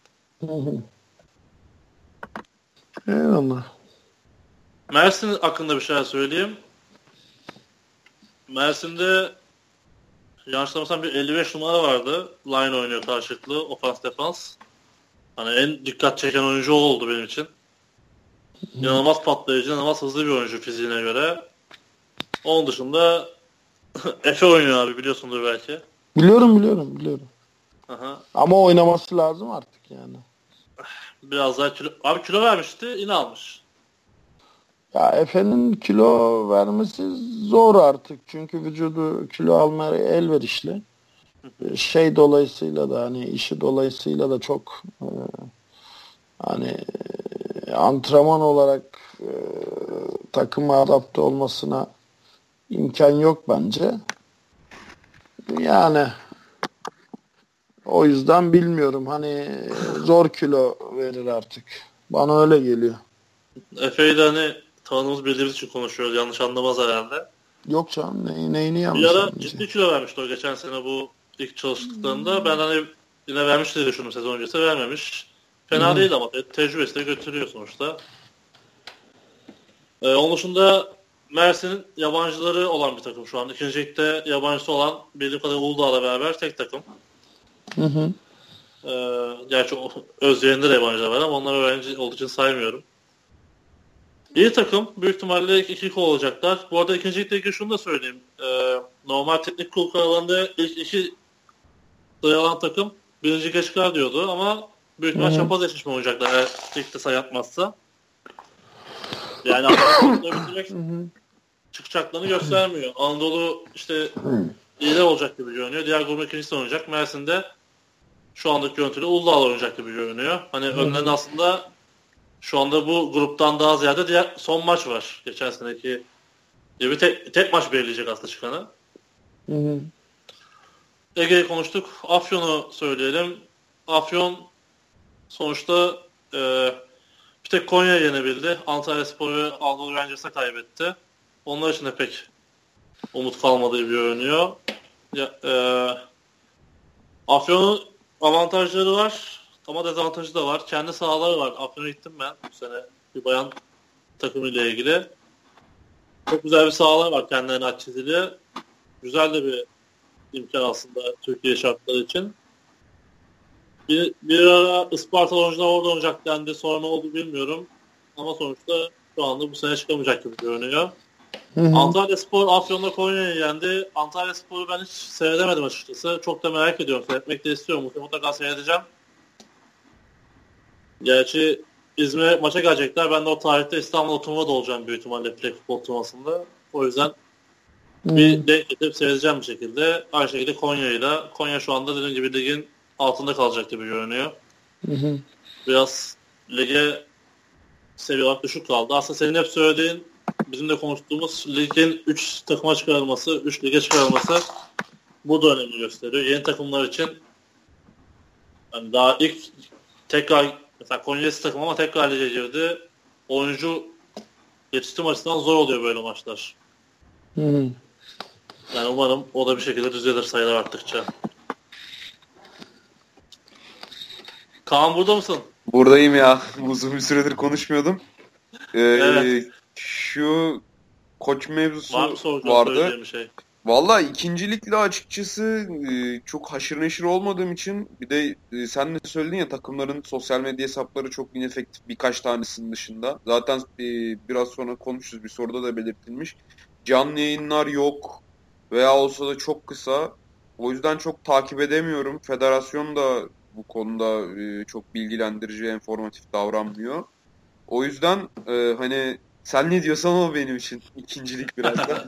Eyvallah. Mersin hakkında bir şeyler söyleyeyim. Mersin'de yanlışlamazsam bir 55 numara vardı. Line oynuyor karşılıklı. Offense defense. Hani en dikkat çeken oyuncu o oldu benim için. İnanılmaz patlayıcı, inanılmaz hızlı bir oyuncu fiziğine göre. Onun dışında Efe oynuyor abi biliyorsundur belki. Biliyorum. Aha. Ama oynaması lazım artık yani. Biraz daha kilo vermişti yine almış. Ya Efe'nin kilo vermesi zor artık. Çünkü vücudu kilo almaya elverişli. Şey dolayısıyla da hani işi dolayısıyla da çok hani antrenman olarak takıma adapte olmasına imkan yok bence. Yani o yüzden bilmiyorum. Hani zor kilo verir artık. Bana öyle geliyor. Efe'yi de hani tanıdığımız bildiğimiz için konuşuyoruz. Yanlış anlamaz herhalde. Yok canım neyini yanlış Bir ara anlamış? ciddi kilo vermişti o geçen sene bu ilk çalıştıklarında. Ben hani yine vermiş diye düşündüm, sezon öncesi vermemiş. Fena değil ama tecrübesi de götürüyor sonuçta. Onun dışında Mersin'in yabancıları olan bir takım şu an. İkinci ligde yabancısı olan bildiğim kadarıyla Uludağ'la beraber tek takım. Hı hı. Gerçi Özyeğin'de de yabancılar var ama onlar öğrenci olduğu için saymıyorum. İyi takım. Büyük ihtimalle 2-2 olacaklar. Bu arada ikinci ligde ilgili şunu da söyleyeyim. Normal teknik kurul kararlarında ilk 2 sıraya alan takım birinci lige çıkar diyordu ama büyük ihtimal çapaz eşleşme oynayacaklar eğer ligde sayı atmazsa. Yani çıkacaklarını göstermiyor. Anadolu işte iyiler olacak gibi görünüyor. Diğer grubun ikincisi oynayacak. Mersin'de şu andaki görüntüyle Uludağ'la oynayacak gibi görünüyor. Hani önlerinde aslında şu anda bu gruptan daha ziyade diğer son maç var. Geçen seneki gibi tek maç belirleyecek aslında çıkanı. Ege'yi konuştuk. Afyon'u söyleyelim. Afyon sonuçta bir tek Konya'yı yenebildi. Antalyaspor ve Anadolu Rangers'a kaybetti. Onlar için de pek umut kalmadığı gibi görünüyor. Afyon'un avantajları var ama dezavantajı da var. Kendi sahaları var. Afyon'a gittim ben bu sene bir bayan takımıyla ilgili. Çok güzel bir sahalar var kendilerine açıcılı. Güzel de bir imkan aslında Türkiye şartları için. Bir ara Isparta oyuncular orada oynayacak dendi. Sonra ne oldu bilmiyorum. Ama sonuçta şu anda bu sene çıkamayacak gibi görünüyor. Antalyaspor Afyon'da Konya'yı yendi. Antalyaspor'u ben hiç seyredemedim açıkçası. Çok da merak ediyorum. Seyretmek de istiyorum. Mutlaka seyredeceğim. Gerçi İzmir'e maça gelecekler. Ben de o tarihte İstanbul turnuvada olacağım büyük ihtimalle play futbol turnuvasında. O yüzden bir denk getirip seyredeceğim bir şekilde. Aynı şekilde Konya'yla. Konya şu anda dediğim gibi ligin altında kalacak gibi görünüyor. Biraz lige seviye olarak düşük kaldı. Aslında senin hep söylediğin, bizim de konuştuğumuz ligin 3 takıma çıkarılması, 3 lige çıkarılması bu da önemli gösteriyor. Yeni takımlar için yani daha ilk tekrar mesela Konya'sı takım ama tekrar lige girdi. Oyuncu yetiştirme açısından zor oluyor böyle maçlar. Yani umarım o da bir şekilde düzelir sayılar arttıkça. Kaan burada mısın? Buradayım ya. Uzun bir süredir konuşmuyordum. Evet. Şu koç mevzusu vardı. vardı. Şey. Vallahi ikincilikle açıkçası çok haşır neşir olmadığım için bir de sen de söyledin ya takımların sosyal medya hesapları çok inefektif birkaç tanesinin dışında. Zaten biraz sonra konuşuruz bir soruda da belirtilmiş. Canlı yayınlar yok veya olsa da çok kısa. O yüzden çok takip edemiyorum. Federasyon da bu konuda çok bilgilendirici, informatif davranmıyor. O yüzden hani sen ne diyorsan o benim için. İkincilik biraz da.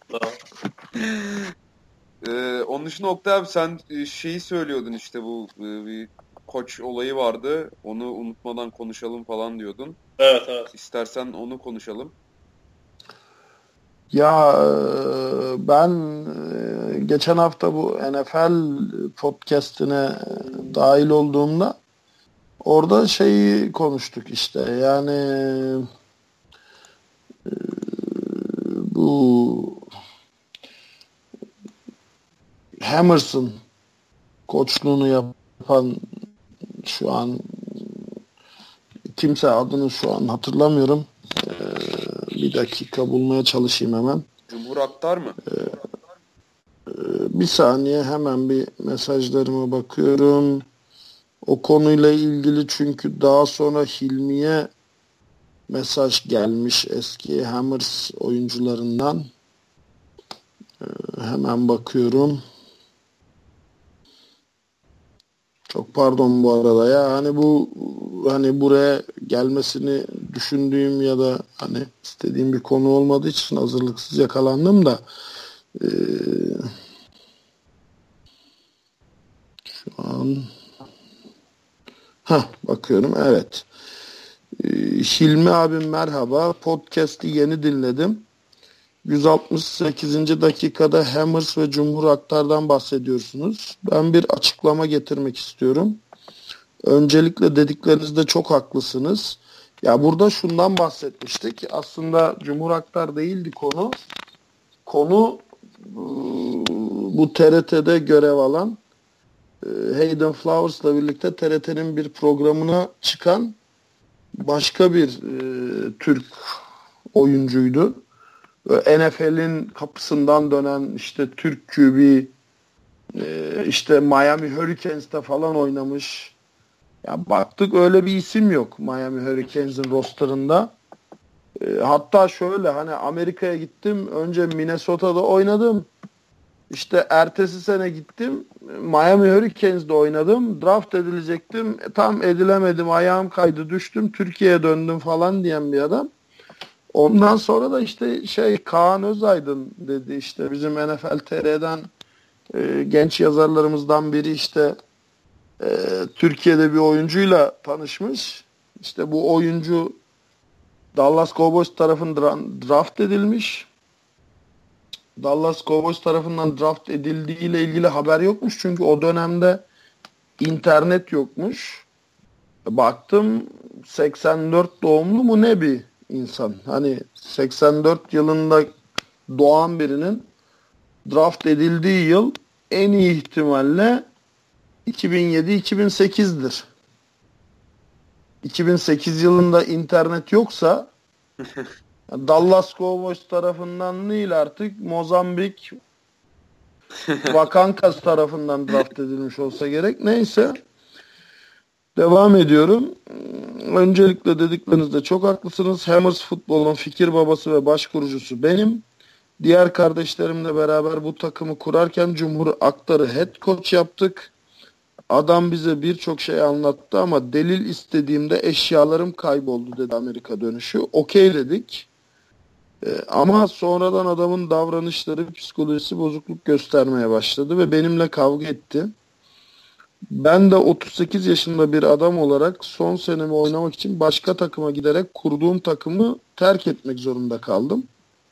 Onun dışında Oktay abi sen şeyi söylüyordun işte bu bir koç olayı vardı. Onu unutmadan konuşalım falan diyordun. Evet. İstersen onu konuşalım. Ya ben geçen hafta bu NFL podcast'ine dahil olduğumda orada şeyi konuştuk işte yani bu Hammers'ın koçluğunu yapan şu an kimse adını şu an hatırlamıyorum. Bir dakika bulmaya çalışayım hemen. Cumhur Aktar mı? Bir saniye hemen bir mesajlarıma bakıyorum. O konuyla ilgili çünkü daha sonra Hilmi'ye mesaj gelmiş eski Hammers oyuncularından. Hemen bakıyorum. Çok pardon bu arada ya. Hani buraya gelmesini düşündüğüm ya da hani istediğim bir konu olmadığı için hazırlıksız yakalandım da şu an bakıyorum evet. Hilmi abim merhaba. Podcast'i yeni dinledim. 168. dakikada Hammers ve Cumhur Aktar'dan bahsediyorsunuz. Ben bir açıklama getirmek istiyorum. Öncelikle dediklerinizde çok haklısınız. Ya burada şundan bahsetmiştik. Aslında Cumhur Aktar değildi konu. Konu bu TRT'de görev alan Hayden Flowers'la birlikte TRT'nin bir programına çıkan başka bir Türk oyuncuydu. NFL'in kapısından dönen işte Türk QB, işte Miami Hurricanes'te falan oynamış. Ya baktık öyle bir isim yok Miami Hurricanes'in rosterında. Hatta şöyle hani Amerika'ya gittim. Önce Minnesota'da oynadım. İşte ertesi sene gittim. Miami Hurricanes'de oynadım. Draft edilecektim. Tam edilemedim. Ayağım kaydı düştüm. Türkiye'ye döndüm falan diyen bir adam. Ondan sonra da işte Kaan Özaydın dedi işte bizim NFL TR'den genç yazarlarımızdan biri işte Türkiye'de bir oyuncuyla tanışmış. İşte bu oyuncu Dallas Cowboys tarafından draft edilmiş. Dallas Cowboys tarafından draft edildiğiyle ilgili haber yokmuş. Çünkü o dönemde internet yokmuş. Baktım 84 doğumlu mu ne bir insan. Hani 84 yılında doğan birinin draft edildiği yıl en iyi ihtimalle 2007-2008'dir. 2008 yılında internet yoksa Dallas Cowboys tarafından değil artık Mozambik Vakankas tarafından draft edilmiş olsa gerek. Neyse. Devam ediyorum. Öncelikle dediklerinizde çok haklısınız. Hammers Futbol'un fikir babası ve başkurucusu benim. Diğer kardeşlerimle beraber bu takımı kurarken Cumhur Aktar'ı head coach yaptık. Adam bize birçok şey anlattı ama delil istediğimde eşyalarım kayboldu dedi Amerika dönüşü. Okey dedik. Ama sonradan adamın davranışları, psikolojisi bozukluk göstermeye başladı ve benimle kavga etti. Ben de 38 yaşında bir adam olarak son senemi oynamak için başka takıma giderek kurduğum takımı terk etmek zorunda kaldım.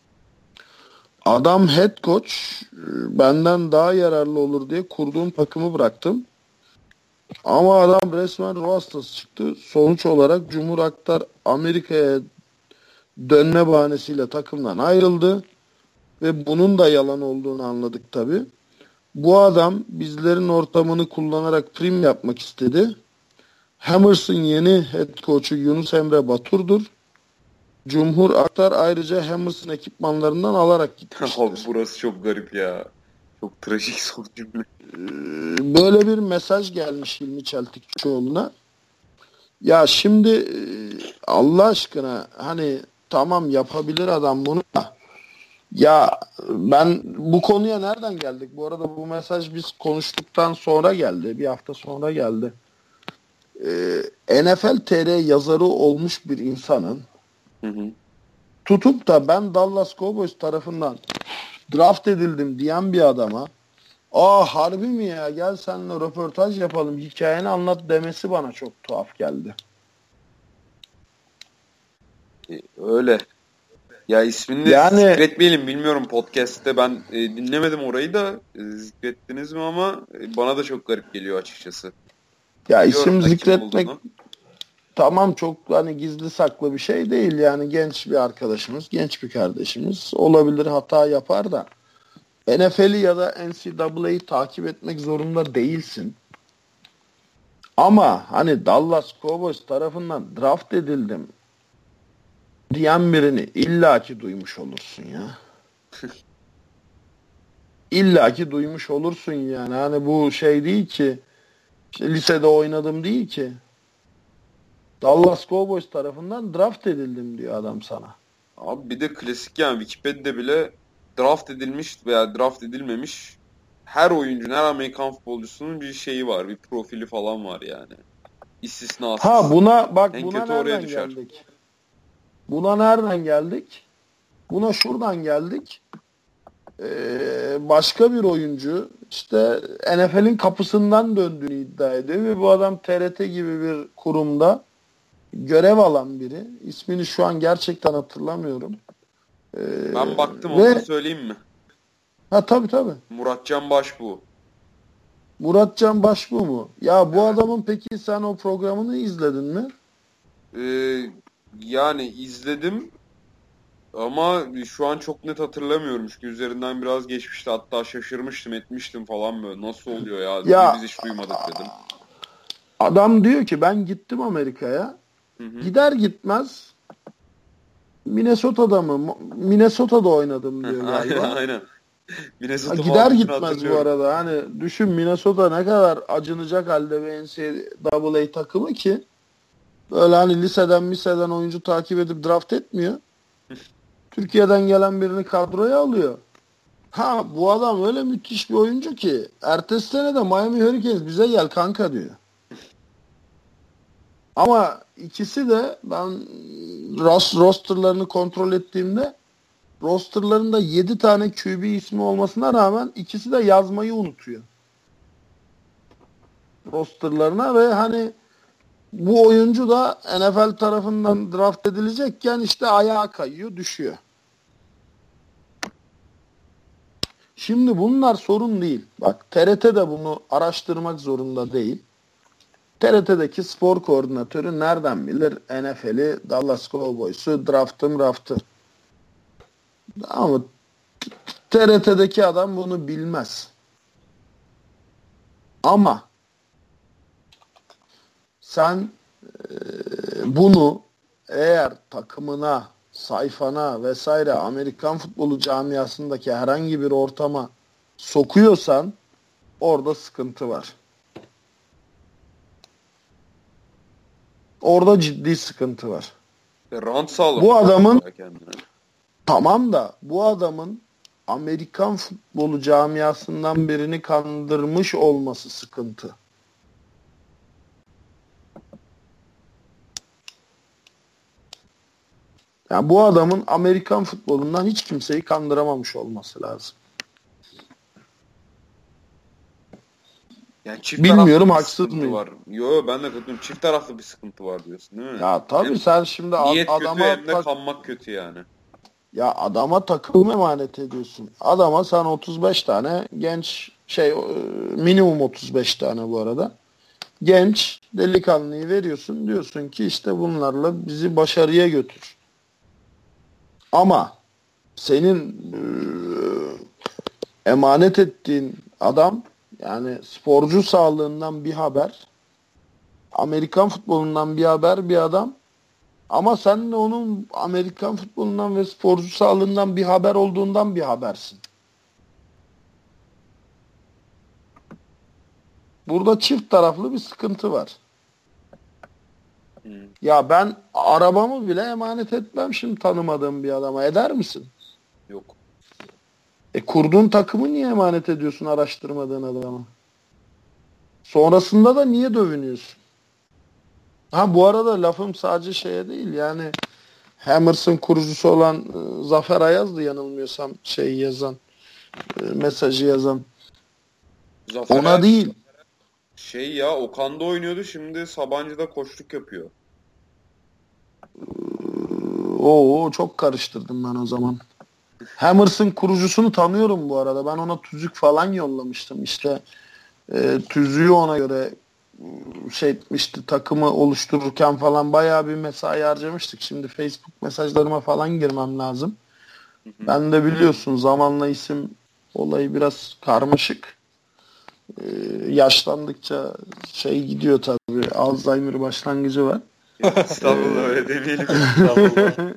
Adam head coach, benden daha yararlı olur diye kurduğum takımı bıraktım. Ama adam resmen ruh hastası çıktı. Sonuç olarak Cumhur Aktar Amerika'ya dönme bahanesiyle takımdan ayrıldı. Ve bunun da yalan olduğunu anladık tabii. Bu adam bizlerin ortamını kullanarak prim yapmak istedi. Hammers'ın yeni head coach'u Yunus Emre Batur'dur. Cumhur Aktar ayrıca Hammers'ın ekipmanlarından alarak gitmiştir. Abi burası çok garip ya. Çok trajik son cümle. Böyle bir mesaj gelmiş Hilmi Çeltikçioğlu'na. Ya şimdi Allah aşkına hani tamam yapabilir adam bunu da. Ya ben bu konuya nereden geldik? Bu arada bu mesaj biz konuştuktan sonra geldi. Bir hafta sonra geldi. NFL TR yazarı olmuş bir insanın tutup da ben Dallas Cowboys tarafından draft edildim diyen bir adama harbi mi ya gel seninle röportaj yapalım hikayeni anlat demesi bana çok tuhaf geldi. Öyle. Ya ismini zikretmeyelim bilmiyorum podcast'te ben dinlemedim orayı da zikrettiniz mi ama bana da çok garip geliyor açıkçası. Ya isim zikretmek tamam çok hani gizli saklı bir şey değil yani genç bir arkadaşımız, genç bir kardeşimiz olabilir hata yapar da NFL'i ya da NCAA'yı takip etmek zorunda değilsin. Ama hani Dallas Cowboys tarafından draft edildim diyen birini illaki duymuş olursun ya. illaki duymuş olursun yani. Hani bu şey değil ki işte lisede oynadım değil ki. Dallas Cowboys tarafından draft edildim diyor adam sana. Abi bir de klasik yani Wikipedia'da bile draft edilmiş veya draft edilmemiş her oyuncunun, her Amerikan futbolcusunun bir şeyi var. Bir profili falan var yani. İstisnasız. Buna bak en buna kötü nereden geldik? Buna nereden geldik? Buna şuradan geldik. Başka bir oyuncu işte NFL'in kapısından döndüğünü iddia ediyor ve bu adam TRT gibi bir kurumda görev alan biri. İsmini şu an gerçekten hatırlamıyorum. Ben baktım onu söyleyeyim mi? Ha tabii. Muratcan Başbuğ. Muratcan Başbuğ mu? Ya bu adamın peki sen o programını izledin mi? Yani izledim ama şu an çok net hatırlamıyorum. Çünkü üzerinden biraz geçmişti. Hatta şaşırmıştım, etmiştim falan böyle. Nasıl oluyor ya? Niye Ya biz hiç duymadık dedim. adam diyor ki ben gittim Amerika'ya. Hı hı. Gider gitmez Minnesota'da mı? Minnesota'da oynadım diyor Aynen, galiba. aynen. Minnesota Gider muhabbetini gitmez bu hatırlıyorum. arada. Hani düşün Minnesota ne kadar acınacak halde bir NCAA takımı ki böyle hani liseden oyuncu takip edip draft etmiyor. Türkiye'den gelen birini kadroya alıyor. Ha bu adam öyle müthiş bir oyuncu ki ertesi sene de Miami Hurricanes bize gel kanka diyor. Ama ikisi de ben rosterlarını kontrol ettiğimde rosterlarında 7 tane QB ismi olmasına rağmen ikisi de yazmayı unutuyor. Rosterlarına ve hani bu oyuncu da NFL tarafından draft edilecekken işte ayağa kayıyor, düşüyor. Şimdi bunlar sorun değil. Bak TRT de bunu araştırmak zorunda değil. TRT'deki spor koordinatörü nereden bilir NFL'i, Dallas Cowboys'u, draftı. Ama TRT'deki adam bunu bilmez. Ama sen bunu eğer takımına, sayfana vesaire Amerikan futbolu camiasındaki herhangi bir ortama sokuyorsan orada sıkıntı var. Orada ciddi sıkıntı var. Rant sağlamış. Bu adamın kendine. tamam da bu adamın Amerikan futbolu camiasından birini kandırmış olması sıkıntı. Yani bu adamın Amerikan futbolundan hiç kimseyi kandıramamış olması lazım. Yani çift Bilmiyorum, taraflı bir haksız sıkıntı mıyım? var. Yo ben de katılıyorum. Çift taraflı bir sıkıntı var diyorsun değil mi? Ya tabii Hem sen şimdi niyet adama kötü hem de kanmak kötü yani. ya adama takım emanet ediyorsun. Adama sen 35 tane genç minimum 35 tane bu arada. Genç delikanlıyı veriyorsun. Diyorsun ki işte bunlarla bizi başarıya götür. Ama senin emanet ettiğin adam yani sporcu sağlığından bir haber, Amerikan futbolundan bir haber bir adam ama sen de onun Amerikan futbolundan ve sporcu sağlığından bir haber olduğundan bir habersin. Burada çift taraflı bir sıkıntı var. Ya ben arabamı bile emanet etmem şimdi tanımadığım bir adama. Eder misin? Yok. Kurduğun takımı niye emanet ediyorsun araştırmadığın adama? Sonrasında da niye dövünüyorsun? Ha bu arada lafım sadece şeye değil yani Hammers'ın kurucusu olan Zafer Ayaz'dı yanılmıyorsam yazan mesajı yazan. Zafer Ona Ayaz değil. Okan'da oynuyordu şimdi Sabancı'da koçluk yapıyor. Oo çok karıştırdım ben o zaman. Hammers'ın kurucusunu tanıyorum bu arada. Ben ona tüzük falan yollamıştım. İşte tüzüğü ona göre etmişti. Takımı oluştururken falan bayağı bir mesai harcamıştık. Şimdi Facebook mesajlarıma falan girmem lazım. Ben de biliyorsun zamanla isim olayı biraz karmaşık. Yaşlandıkça gidiyor tabii. Alzheimer başlangıcı var. Estağfurullah öyle demeyelim. Estağfurullah.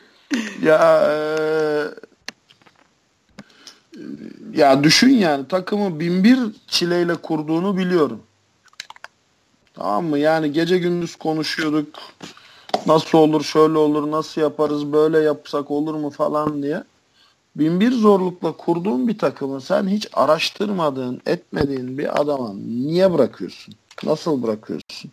Ya düşün yani takımı 1001 çileyle kurduğunu biliyorum. Tamam mı? Yani gece gündüz konuşuyorduk. Nasıl olur, şöyle olur, nasıl yaparız, böyle yapsak olur mu falan diye. 1001 zorlukla kurduğun bir takımı sen hiç araştırmadığın, etmediğin bir adama niye bırakıyorsun? Nasıl bırakıyorsun?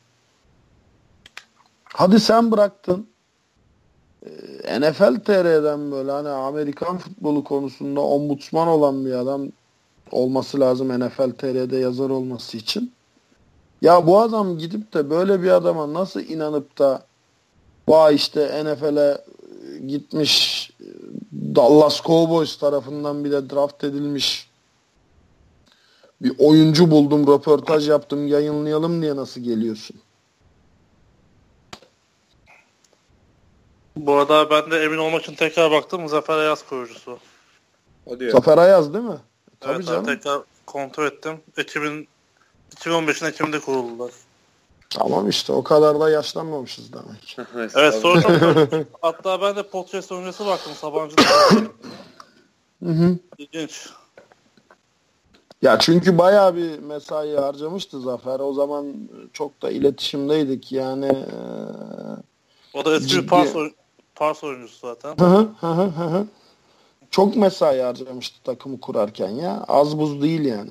Hadi sen bıraktın. NFL TR'den böyle hani Amerikan futbolu konusunda ombudsman olan bir adam olması lazım NFL TR'de yazar olması için. Ya bu adam gidip de böyle bir adama nasıl inanıp da vay işte NFL'e gitmiş Dallas Cowboys tarafından bile draft edilmiş bir oyuncu buldum, röportaj yaptım, yayınlayalım diye nasıl geliyorsun? Bu arada ben de emin olmak için tekrar baktım. Zafer Ayaz kurucusu. Hadi ya. Zafer Ayaz değil mi? Tabii Evet canım. abi, tekrar kontrol ettim. 2015'in Ekim'de kuruldular. Tamam işte o kadar da yaşlanmamışız demek. Evet, soru çok zor. Hatta ben de podcast öncesi baktım Sabancı'da. Hı hı. İlginç. Ya çünkü bayağı bir mesai harcamıştı Zafer. O zaman çok da iletişimdeydik yani. O da eski bir Ciddi. Pars oyuncusu zaten. Hı hı, hı hı, hı hı. Çok mesai harcamıştı takımı kurarken ya. Az buz değil yani.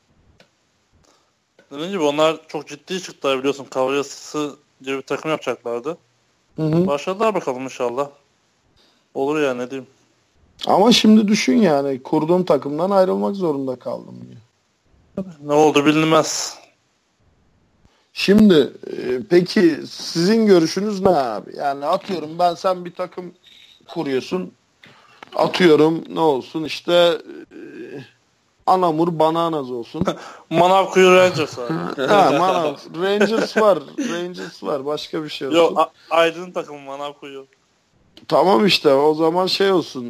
Dediğim gibi onlar çok ciddi çıktılar, biliyorsun. Kavrayası diye bir takım yapacaklardı. Hı hı. Başladılar bakalım inşallah. Olur ya, ne diyeyim. Ama şimdi düşün yani kurduğum takımdan ayrılmak zorunda kaldım diyor. Ne oldu bilinmez. Şimdi peki sizin görüşünüz ne abi? Yani atıyorum sen bir takım kuruyorsun. Atıyorum ne olsun işte Anamur Bananas olsun. Manav Kuyu Rangers abi. Manav Rangers var. Başka bir şey olsun. Yok, Aydın takımı Manav Kuyu. Tamam işte o zaman şey olsun.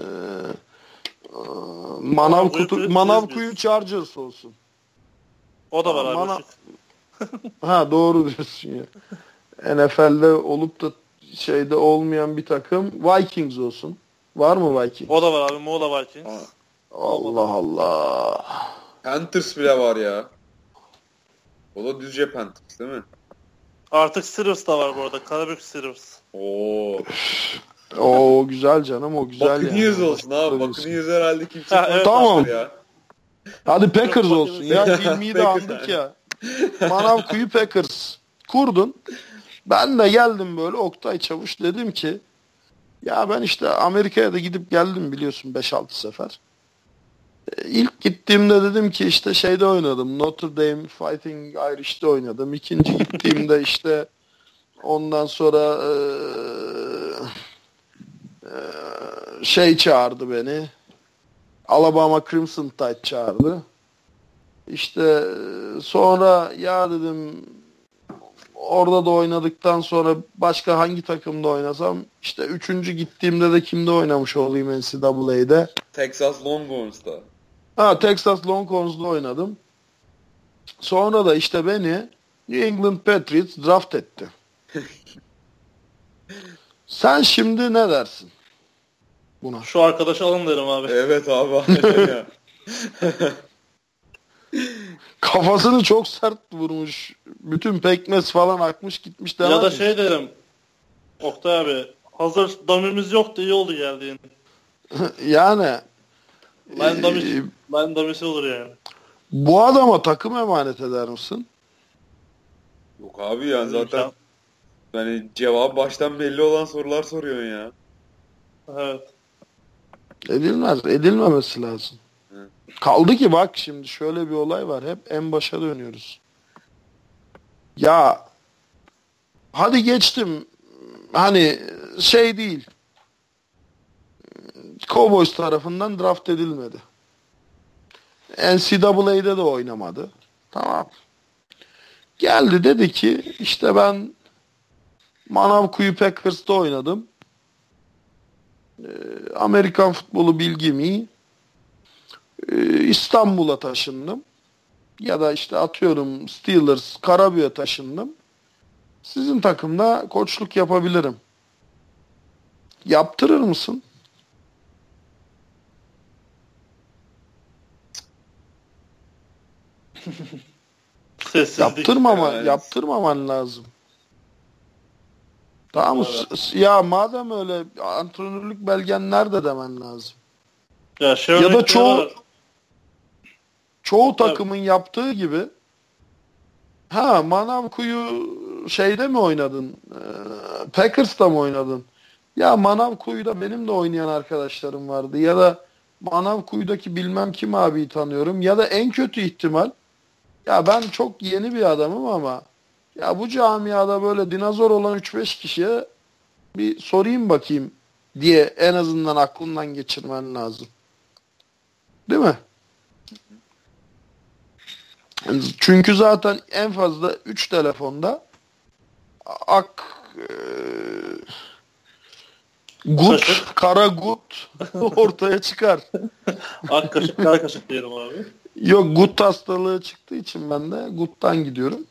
Manav Kuyu Chargers olsun. O da var abi. Ha doğru diyorsun ya. NFL'de olup da şeyde olmayan bir takım Vikings olsun. Var mı Vikings? O da var abi. Mola Vikings. Allah Allah. Panthers bile var ya. O da düzce Panthers değil mi? Artık Steelers da var bu arada. Karabük Steelers. O güzel canım, o güzel Buccaneers yani. olsun abi. Buccaneers herhalde kimse evet, tamam. Ya. Hadi Packers Yok, olsun ya. İlmiyi de andık ya. Manav Kuyu Packers. Kurdun. Ben de geldim böyle Oktay Çavuş dedim ki ya ben işte Amerika'ya da gidip geldim biliyorsun 5-6 sefer. İlk gittiğimde dedim ki işte şeyde oynadım. Notre Dame Fighting Irish'te oynadım. İkinci gittiğimde işte ondan sonra şey çağırdı beni. Alabama Crimson Tide çağırdı. İşte sonra ya dedim orada da oynadıktan sonra başka hangi takımda oynasam işte üçüncü gittiğimde de kimde oynamış olayım NCAA'de. Texas Longhorns'ta. Texas Longhorns'da oynadım. Sonra da işte beni New England Patriots draft etti. Sen şimdi ne dersin buna? Şu arkadaşı alın derim abi. Evet abi. Ya. Kafasını çok sert vurmuş. Bütün pekmez falan akmış gitmiş devam. Ya da şey derim. Oktay abi, hazır damimiz yoktu, iyi oldu geldiğin. Yani Ben damisi olur yani. bu adama takım emanet eder misin? Yok abi yani zaten yani cevabı baştan belli olan sorular soruyorsun ya. Evet. Edilmemesi lazım. Kaldı ki bak şimdi şöyle bir olay var. Hep en başa dönüyoruz. Ya hadi geçtim. Hani şey değil. Cowboys tarafından draft edilmedi. NCAA'de de oynamadı. Tamam. Geldi dedi ki işte ben Manav Kuyu Packers'ta oynadım. Amerikan futbolu bilgim iyi. İstanbul'a taşındım. Ya da işte atıyorum Steelers, Karabük'e taşındım. Sizin takımda koçluk yapabilirim. Yaptırır mısın? Sessizlik. Yaptırmaman lazım. Tamam mı? Evet. Ya madem öyle antrenörlük belgen nerede demen lazım. Ya da çoğu takımın yaptığı gibi Manav Kuyu şeyde mi oynadın? Packers'ta mı oynadın? Ya Manav Kuyu'da benim de oynayan arkadaşlarım vardı. Ya da Manav Kuyu'daki bilmem kim abiyi tanıyorum. Ya da en kötü ihtimal ya ben çok yeni bir adamım ama ya bu camiada böyle dinozor olan 3-5 kişiye bir sorayım bakayım diye en azından aklından geçirmen lazım. Değil mi? Çünkü zaten en fazla 3 telefonda Gut, Kaşık. kara gut ortaya çıkar. Ak kaşık, kara kaşık diyelim abi. Yok, gut hastalığı çıktığı için ben de guttan gidiyorum.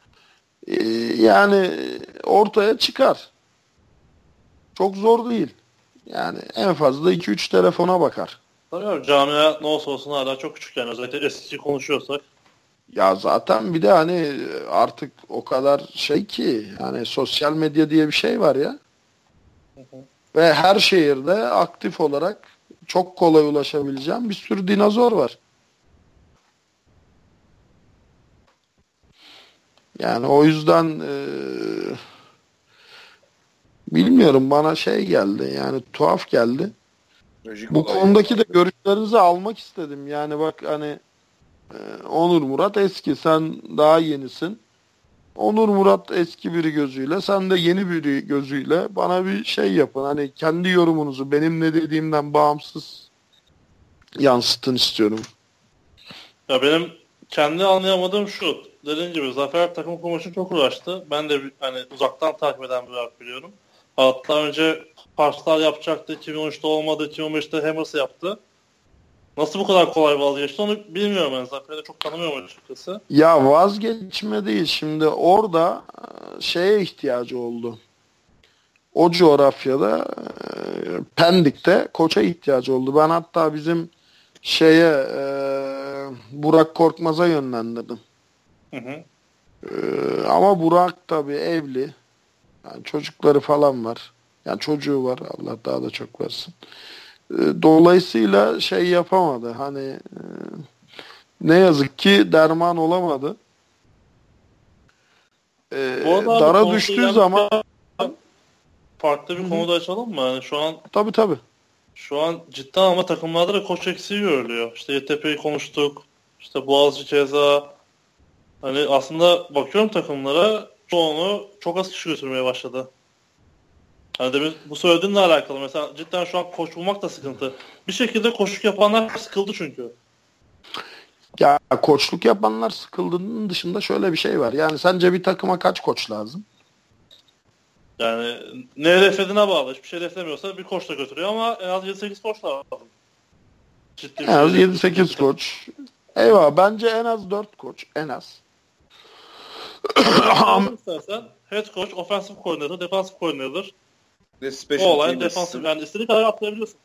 Yani ortaya çıkar. Çok zor değil. Yani en fazla 2-3 telefona bakar. Tabii abi, camia ne olsa olsun hala çok küçük yani. Özellikle eski konuşuyorsak. Ya zaten bir de hani artık o kadar şey ki yani sosyal medya diye bir şey var ya. Ve her şehirde aktif olarak çok kolay ulaşabileceğim bir sürü dinozor var. Yani o yüzden bilmiyorum, bana şey geldi yani tuhaf geldi. Lojik Bu olay konudaki ya. de görüşlerinizi almak istedim. Yani bak hani Onur Murat eski, sen daha yenisin. Onur Murat eski biri gözüyle, sen de yeni biri gözüyle bana bir şey yapın. Hani kendi yorumunuzu benim ne dediğimden bağımsız yansıtın istiyorum. Ya benim kendi anlayamadığım şu. Dediğim gibi Zafer takım kurmak için çok uğraştı. Ben de hani uzaktan takip eden bir olarak biliyorum. Hatta önce Parslar yapacaktı. 2013'te olmadı. 2015'te Hammers'ı yaptı. Nasıl bu kadar kolay vazgeçti onu bilmiyorum ben. Zafer'i de çok tanımıyorum açıkçası. Ya vazgeçme değil, şimdi orada şeye ihtiyacı oldu. O coğrafyada Pendik'te koça ihtiyacı oldu. Ben hatta bizim Burak Korkmaz'a yönlendirdim. Hı hı. Ama Burak tabii evli. Yani çocukları falan var. Yani çocuğu var. Allah daha da çok versin. Dolayısıyla şey yapamadı. Hani ne yazık ki derman olamadı. Bu arada abi Dara konusu düştüğü zaman farklı bir konuda açalım mı? Yani tabii. şu an cidden ama takımlarda da koç eksiği görülüyor. İşte YTP'yi konuştuk. İşte Boğaziçi keza. Hani aslında bakıyorum takımlara çoğunu çok az kişi götürmeye başladı. Hani demin bu söylediğinle alakalı. Mesela cidden şu an koç bulmak da sıkıntı. Bir şekilde koçluk yapanlar sıkıldı çünkü. ya koçluk yapanlar sıkıldığının dışında şöyle bir şey var. Yani sence bir takıma kaç koç lazım? Yani ne hedeflediğine bağlı. Hiçbir şey hedeflemiyorsa bir koçla götürüyor ama en az 7-8 koç lazım. Ciddi bir En az şey 7-8 koç. Eyvah, bence en az 4 koç. En az. İstersen head coach, offensive coordinator, defensive coordinator. De O special olay team defensive assistant. yani istediğin kadar atlayabiliyorsun.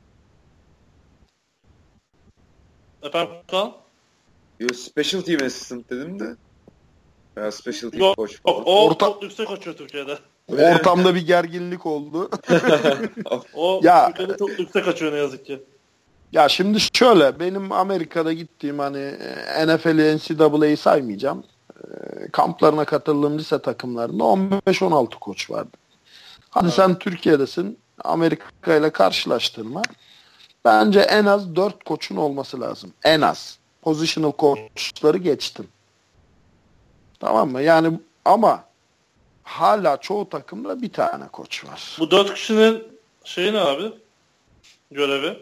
Efendim Kaan? Yo, special team assistant dedim de. Veya special team Yok, coach yok falan. o Orta- çok yüksek açıyor Türkiye'de. Ortamda bir gerginlik oldu. O Ya- Türkiye'de çok yüksek açıyor ne yazık ki. Ya şimdi şöyle, benim Amerika'da gittiğim hani NFL'i, NCAA'yi saymayacağım. Kamplarına katıldığım lise takımlarında 15-16 koç vardı. Hadi Evet. sen Türkiye'desin, Amerika ile karşılaştırma. Bence en az 4 koçun olması lazım. En az. Positional koçları geçtim. Tamam mı? Yani ama hala çoğu takımda bir tane koç var. Bu 4 kişinin şeyi ne abi? Görevi.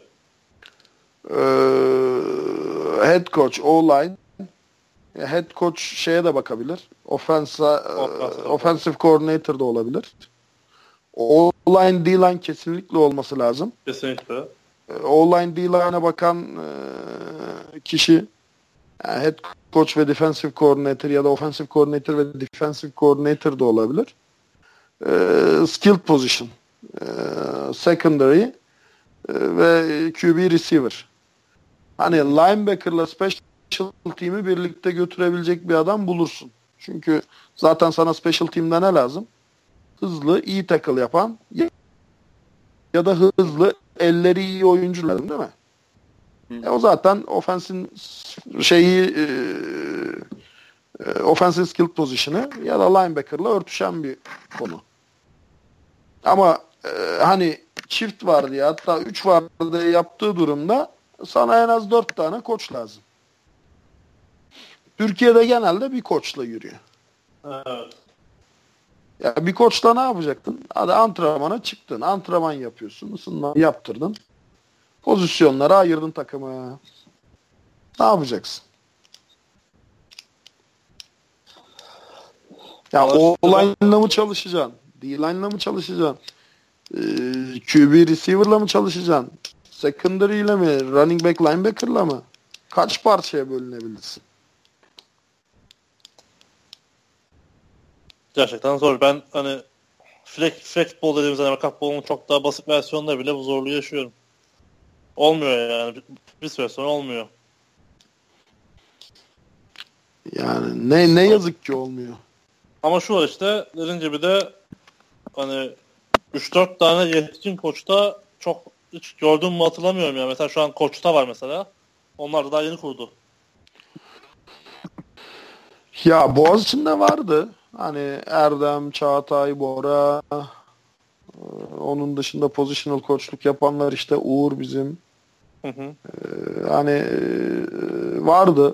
Head coach, O-line. Head coach şeye de bakabilir. Offensive coordinator da olabilir. O-line, D-line kesinlikle olması lazım. Kesinlikle. O-line, D-line'a bakan kişi yani head coach ve defensive coordinator ya da offensive coordinator ve defensive coordinator da olabilir. Skilled position, secondary ve QB receiver. Hani linebacker'la special team'i birlikte götürebilecek bir adam bulursun. Çünkü zaten sana special team'de ne lazım? Hızlı, iyi tackle yapan ya da hızlı, elleri iyi oyuncu lazım, değil mi? O zaten offense'in offensive skill position'ı ya da linebacker'la örtüşen bir konu. Ama hani çift var diye, hatta 3 var diye yaptığı durumda sana en az 4 tane koç lazım. Türkiye'de genelde bir koçla yürüyor. Evet. Ya bir koçla ne yapacaktın? Hadi antrenmana çıktın. Antrenman yapıyorsun. Isınma yaptırdın. Pozisyonları ayırdın takıma. Ne yapacaksın? Ya Vallahi O-line'la mı çalışacaksın? D-line'la mı çalışacaksın? QB receiver'la mı çalışacaksın? Secondary ile mi? Running back linebacker'la mı? Kaç parçaya bölünebilirsin? Gerçekten zor. Ben hani flexball dediğimiz Amerikan futbolunun çok daha basit versiyonunda bile bu zorluğu yaşıyorum. Olmuyor yani. Bir süre sonra olmuyor. Yani ne yazık ki olmuyor. Ama şu var işte dediğim gibi de hani 3-4 tane yetkin koçta çok hiç gördüğüm mü hatırlamıyorum ya. Mesela şu an koçta var mesela. Onlar da daha yeni kurdu. Ya Boğaziçi'nde vardı. Hani Erdem, Çağatay, Bora, onun dışında positional koçluk yapanlar işte Uğur bizim. Hı hı. Hani vardı.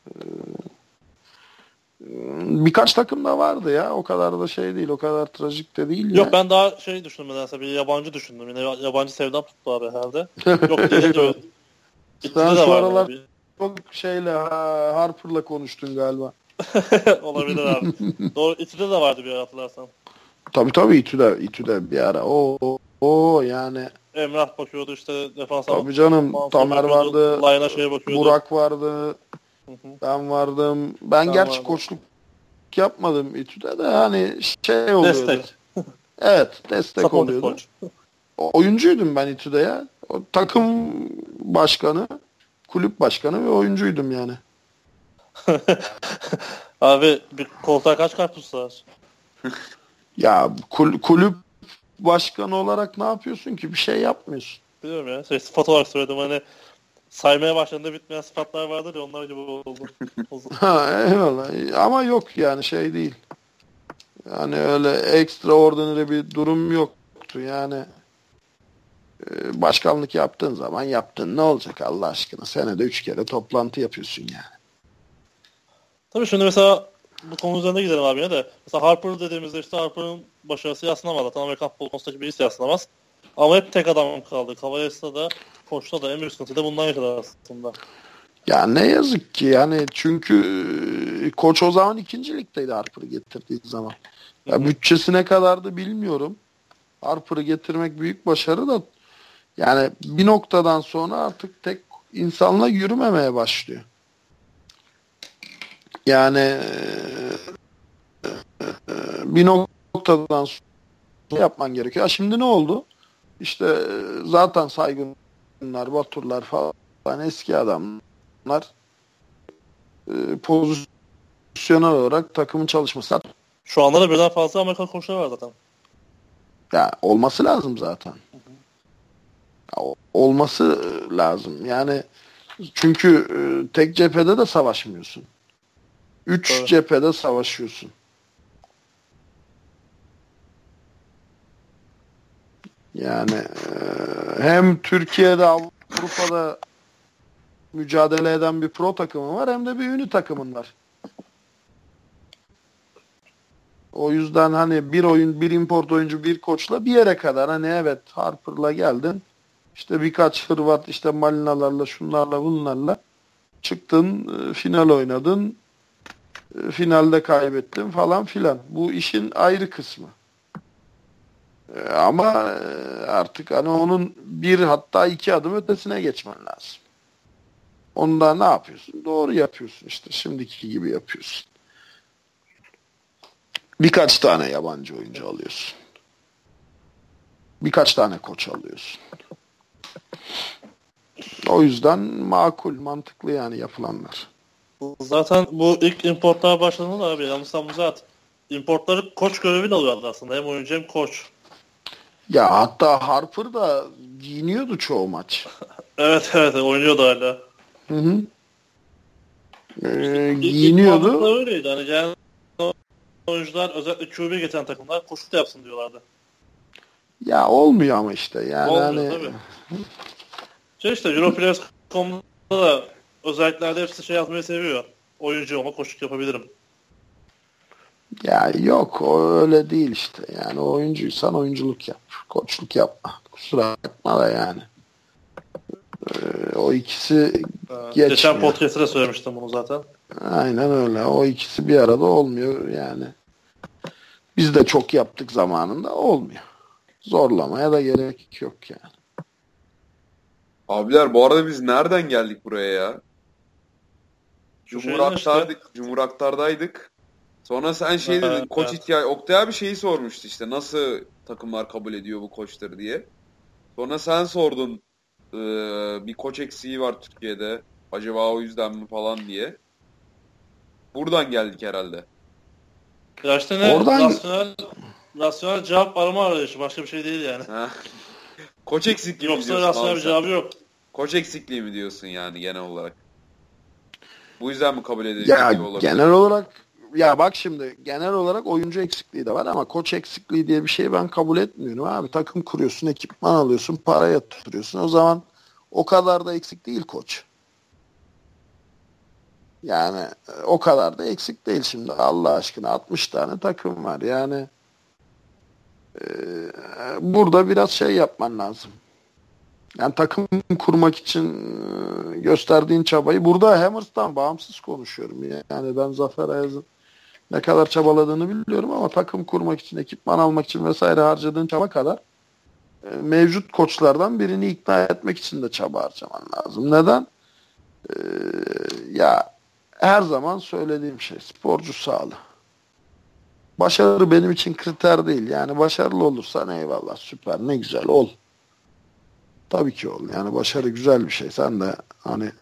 Birkaç takım da vardı ya. O kadar da şey değil. O kadar trajik de değil Yok ya. ben daha şey düşündüm nedense. Bir yabancı düşündüm. Yine yabancı sevdam tuttu abi herhalde. Yok değil de Sen de şu vardı aralar abi. çok şeyle Harper'la konuştun galiba. Olabilir abi. Doğru İTÜ'de de vardı bir ara hatırlarsan. Tabii İTÜ'de bir ara. O yani. Emrah bakıyordu işte defansa. Tabii canım. Mansur Tamer bakıyordu, vardı. Line'a şeye bakıyordu. Burak vardı. Hı hı. Ben vardım. Ben Sen gerçi vardın. koçluk yapmadım İTÜ'de de hani şey oluyordu. Destek. Evet, destek Supporting oluyordu. coach. Oyuncuydum ben İTÜ'de ya. O takım başkanı, kulüp başkanı ve oyuncuydum yani. Abi bir koltuğa kaç karpuz sığar? Ya kulüp başkanı olarak ne yapıyorsun ki? Bir şey yapmıyorsun. Biliyorum ya. Sıfat olarak söyledim hani saymaya başladığında bitmeyen sıfatlar vardır ya onlar gibi oldu. Ha, eyvallah. Ama yok yani şey değil. Yani öyle extraordinary bir durum yoktu yani. Başkanlık yaptığın zaman yaptın. Ne olacak Allah aşkına? Senede 3 kere toplantı yapıyorsun yani. Tabii şimdi mesela bu konu üzerinde gidelim abi yine de. Mesela Harper dediğimizde işte Harper'ın başarısı yadsınamadı. Tamam Amerikan futbol konusundaki birisi yadsınamaz. Ama hep tek adam kaldı. Cavaliers'ta da Koç'ta da en büyük sıkıntı da bundan yaşadı aslında. Ya ne yazık ki yani çünkü koç o zaman ikinci ligdeydi Harper'ı getirdiği zaman. Ya bütçesine kadardı bilmiyorum. Harper'ı getirmek büyük başarı da yani bir noktadan sonra artık tek insanla yürümemeye başlıyor. Yani bir noktadan sonra yapman gerekiyor. Şimdi ne oldu? İşte zaten Saygınlar, Baturlar falan eski adamlar pozisyonel olarak takımın çalışması. Şu anda da birden fazla Amerikan koçları var zaten. Ya olması lazım zaten. Ya, olması lazım. Yani çünkü tek cephede de savaşmıyorsun. 3 Tabii. cephede savaşıyorsun. Yani hem Türkiye'de Avrupa'da mücadele eden bir pro takımı var hem de bir ünlü takımın var. O yüzden hani bir import oyuncu bir koçla bir yere kadar hani evet Harper'la geldin. İşte birkaç Hırvat işte Malinalarla şunlarla bunlarla çıktın final oynadın. Finalde kaybettin falan filan. Bu işin ayrı kısmı. Ama artık hani onun bir hatta 2 adım ötesine geçmen lazım. Onda ne yapıyorsun? Doğru yapıyorsun işte. Şimdiki gibi yapıyorsun. Birkaç tane yabancı oyuncu alıyorsun. Birkaç tane koç alıyorsun. O yüzden makul, mantıklı yani yapılanlar. Zaten bu ilk importlar başladığında da abi yanlışsam düzelt. İmportları koç göreviyle alıyorlar aslında. Hem oyuncu hem koç. Ya hatta Harper da giyiniyordu çoğu maç. Evet oynuyordu hala. Hı hı. Giyiniyordu. Giyiniyordu. İlk öyleydi. Hani gelen oyuncular özellikle QB getiren takımlar koşu da yapsın diyorlardı. Ya olmuyor ama işte. Yani olmuyor hani... tabii. İşte Europlayers.com'da da özelliklerde hepsi şey yazmayı seviyor. Oyuncu ama koşuk yapabilirim. Ya yok o öyle değil işte. Yani oyuncuysan oyunculuk yap. Koçluk yapma. Kusura bakma da yani. O ikisi geçmiyor. Geçen podcast'ta da söylemiştim bunu zaten. Aynen öyle. O ikisi bir arada olmuyor yani. Biz de çok yaptık zamanında olmuyor. Zorlamaya da gerek yok yani. Abiler bu arada biz nereden geldik buraya ya? Cumhur Aktar'daydık. Sonra sen şey dedin, koç Evet. ihtiyacı. Oktay abi şeyi sormuştu işte, nasıl takımlar kabul ediyor bu koçları diye. Sonra sen sordun, bir koç eksiği var Türkiye'de. Acaba o yüzden mi falan diye. Buradan geldik herhalde. Ya işte ne? Oradan Rasyonel cevap arama arayışı. Başka bir şey değil yani. Ha. Koç eksikliği mi Yoksa diyorsun rasyonel abi bir sen? cevabı yok. Koç eksikliği mi diyorsun yani genel olarak? Bu yüzden mi kabul ya ediliyor olabilir? genel olarak ya bak şimdi genel olarak oyuncu eksikliği de var ama koç eksikliği diye bir şeyi ben kabul etmiyorum abi. Takım kuruyorsun, ekipman alıyorsun, para yatırıyorsun. O zaman o kadar da eksik değil koç. Yani o kadar da eksik değil şimdi. Allah aşkına 60 tane takım var. Yani e, burada biraz şey yapman lazım. Yani takım kurmak için gösterdiğin çabayı burada Hammers'tan bağımsız konuşuyorum. Yani ben Zafer Ayaz'ın ne kadar çabaladığını biliyorum ama takım kurmak için, ekipman almak için vesaire harcadığın çaba kadar mevcut koçlardan birini ikna etmek için de çaba harcaman lazım. Neden? E, ya her zaman söylediğim şey sporcu sağlığı. Başarı benim için kriter değil. Yani başarılı olursan eyvallah süper ne güzel ol. Tabii ki ol. Yani başarı güzel bir şey. Sen de hani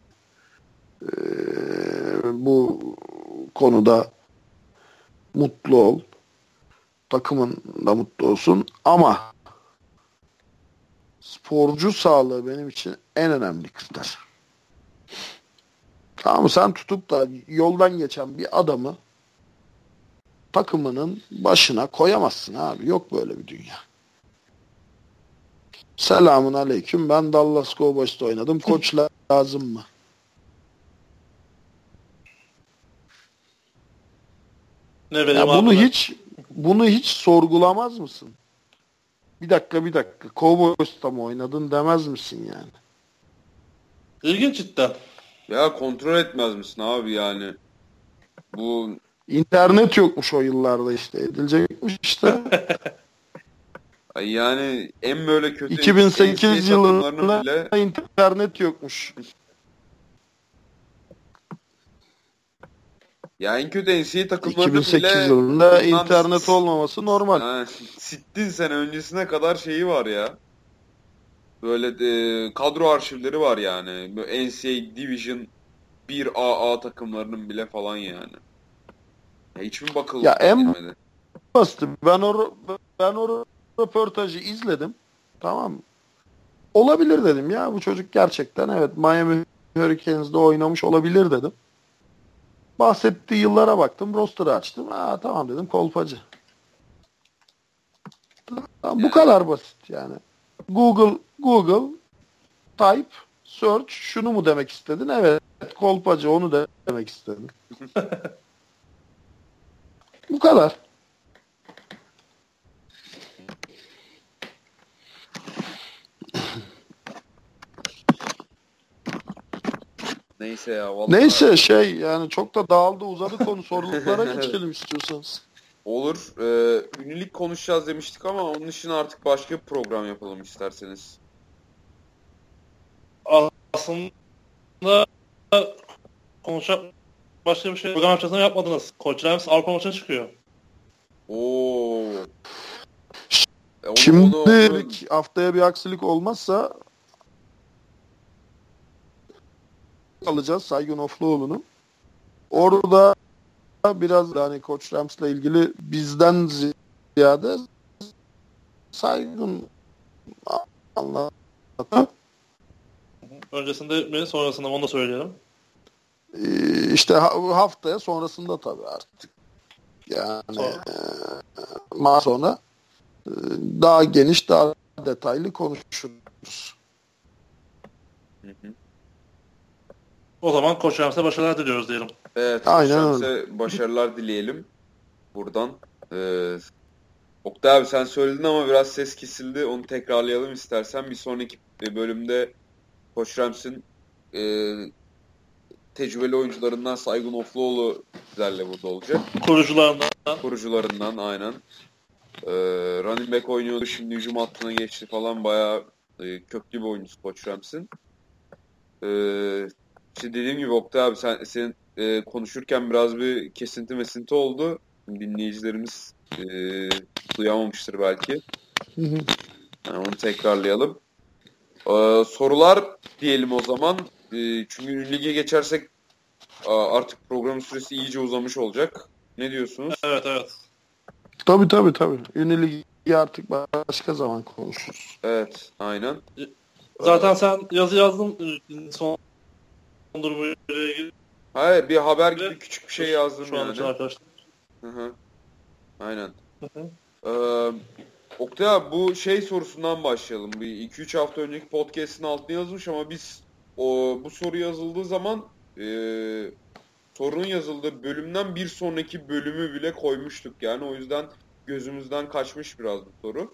bu konuda mutlu ol. Takımın da mutlu olsun. Ama sporcu sağlığı benim için en önemli kriter. Tamam mı? Sen tutup da yoldan geçen bir adamı takımının başına koyamazsın abi. Yok böyle bir dünya. Selamun aleyküm. Ben Dallas Cowboys'ta oynadım. Koç lazım mı? Ne Ya vereyim bunu hiç sorgulamaz mısın? Bir dakika. Cowboys'ta mı oynadın demez misin yani? İlginç cidden. Ya kontrol etmez misin abi yani? Bu İnternet yokmuş o yıllarda işte. Edilecekmiş işte. yani en böyle kötü 2008 NCAA takımlarının yılında bile internet yokmuş. ya en kötü NCAA takımlarının 2008 bile yılında bundan internet olmaması normal. yani, sittin sene öncesine kadar şeyi var ya. Böyle de, kadro arşivleri var yani. Böyle NCAA Division 1 AA takımlarının bile falan yani. Ya hiç mi Ya bakılmadı en girmedi? basit. Ben o röportajı izledim. Tamam mı? Olabilir dedim ya bu çocuk gerçekten evet Miami Hurricanes'de oynamış olabilir dedim. Bahsettiği yıllara baktım. Roster'ı açtım. Tamam dedim kolpacı. Tamam, bu kadar basit yani. Google type search şunu mu demek istedin? Evet kolpacı onu da demek istedim. Bu kadar. Neyse ya vallahi. Neyse yani çok da dağıldı uzadı konu sorulara geçelim istiyorsanız. Olur. Ünlülük konuşacağız demiştik ama onun için artık başka bir program yapalım isterseniz. Aslında konuşacak başka bir şey program açısından yapmadınız. Koçlarımız Avrupa maçına çıkıyor. Oo. Şimdi haftaya bir aksilik olmazsa alacağız Saygun Ofluoğlu'nu. Orada biraz hani Koç Rams'la ilgili bizden ziyade Saygun anlattı. Öncesinde mi sonrasında mı onu da söyleyelim. İşte haftaya sonrasında tabii artık. Yani maç sonra daha geniş, daha detaylı konuşuruz. O zaman Koç Rams'e başarılar diliyoruz diyelim. Evet, aynen öyle. Başarılar dileyelim buradan. Oktay abi sen söyledin ama biraz ses kesildi. Onu tekrarlayalım istersen. Bir sonraki bölümde Koç Rams'in tecrübeli oyuncularından Saygun Ofluoğlu bizlerle burada olacak. Kurucularından. Kurucularından aynen. Running back oynuyordu. Şimdi hücum hattına geçti falan. Bayağı köklü bir oyuncusu Koç Rams'in. İşte dediğim gibi Oktay abi senin konuşurken biraz bir kesinti oldu. Dinleyicilerimiz duyamamıştır belki. Yani onu tekrarlayalım. Sorular diyelim o zaman. Çünkü lige geçersek artık programın süresi iyice uzamış olacak. Ne diyorsunuz? Evet. Tabii. Ünlü ligi artık başka zaman konuşuruz. Evet, aynen. Zaten sen yazı yazdın son durumuyla ilgili. Hayır, bir haber gibi küçük bir şey yazdım şu an için yani. arkadaşlar. Hı. Aynen. Hı. Oktay abi bu şey sorusundan başlayalım. Bir 2-3 hafta önceki podcast'in altına yazmış ama biz bu soru yazıldığı zaman sorunun yazıldığı bölümden bir sonraki bölümü bile koymuştuk. Yani o yüzden gözümüzden kaçmış biraz bu soru.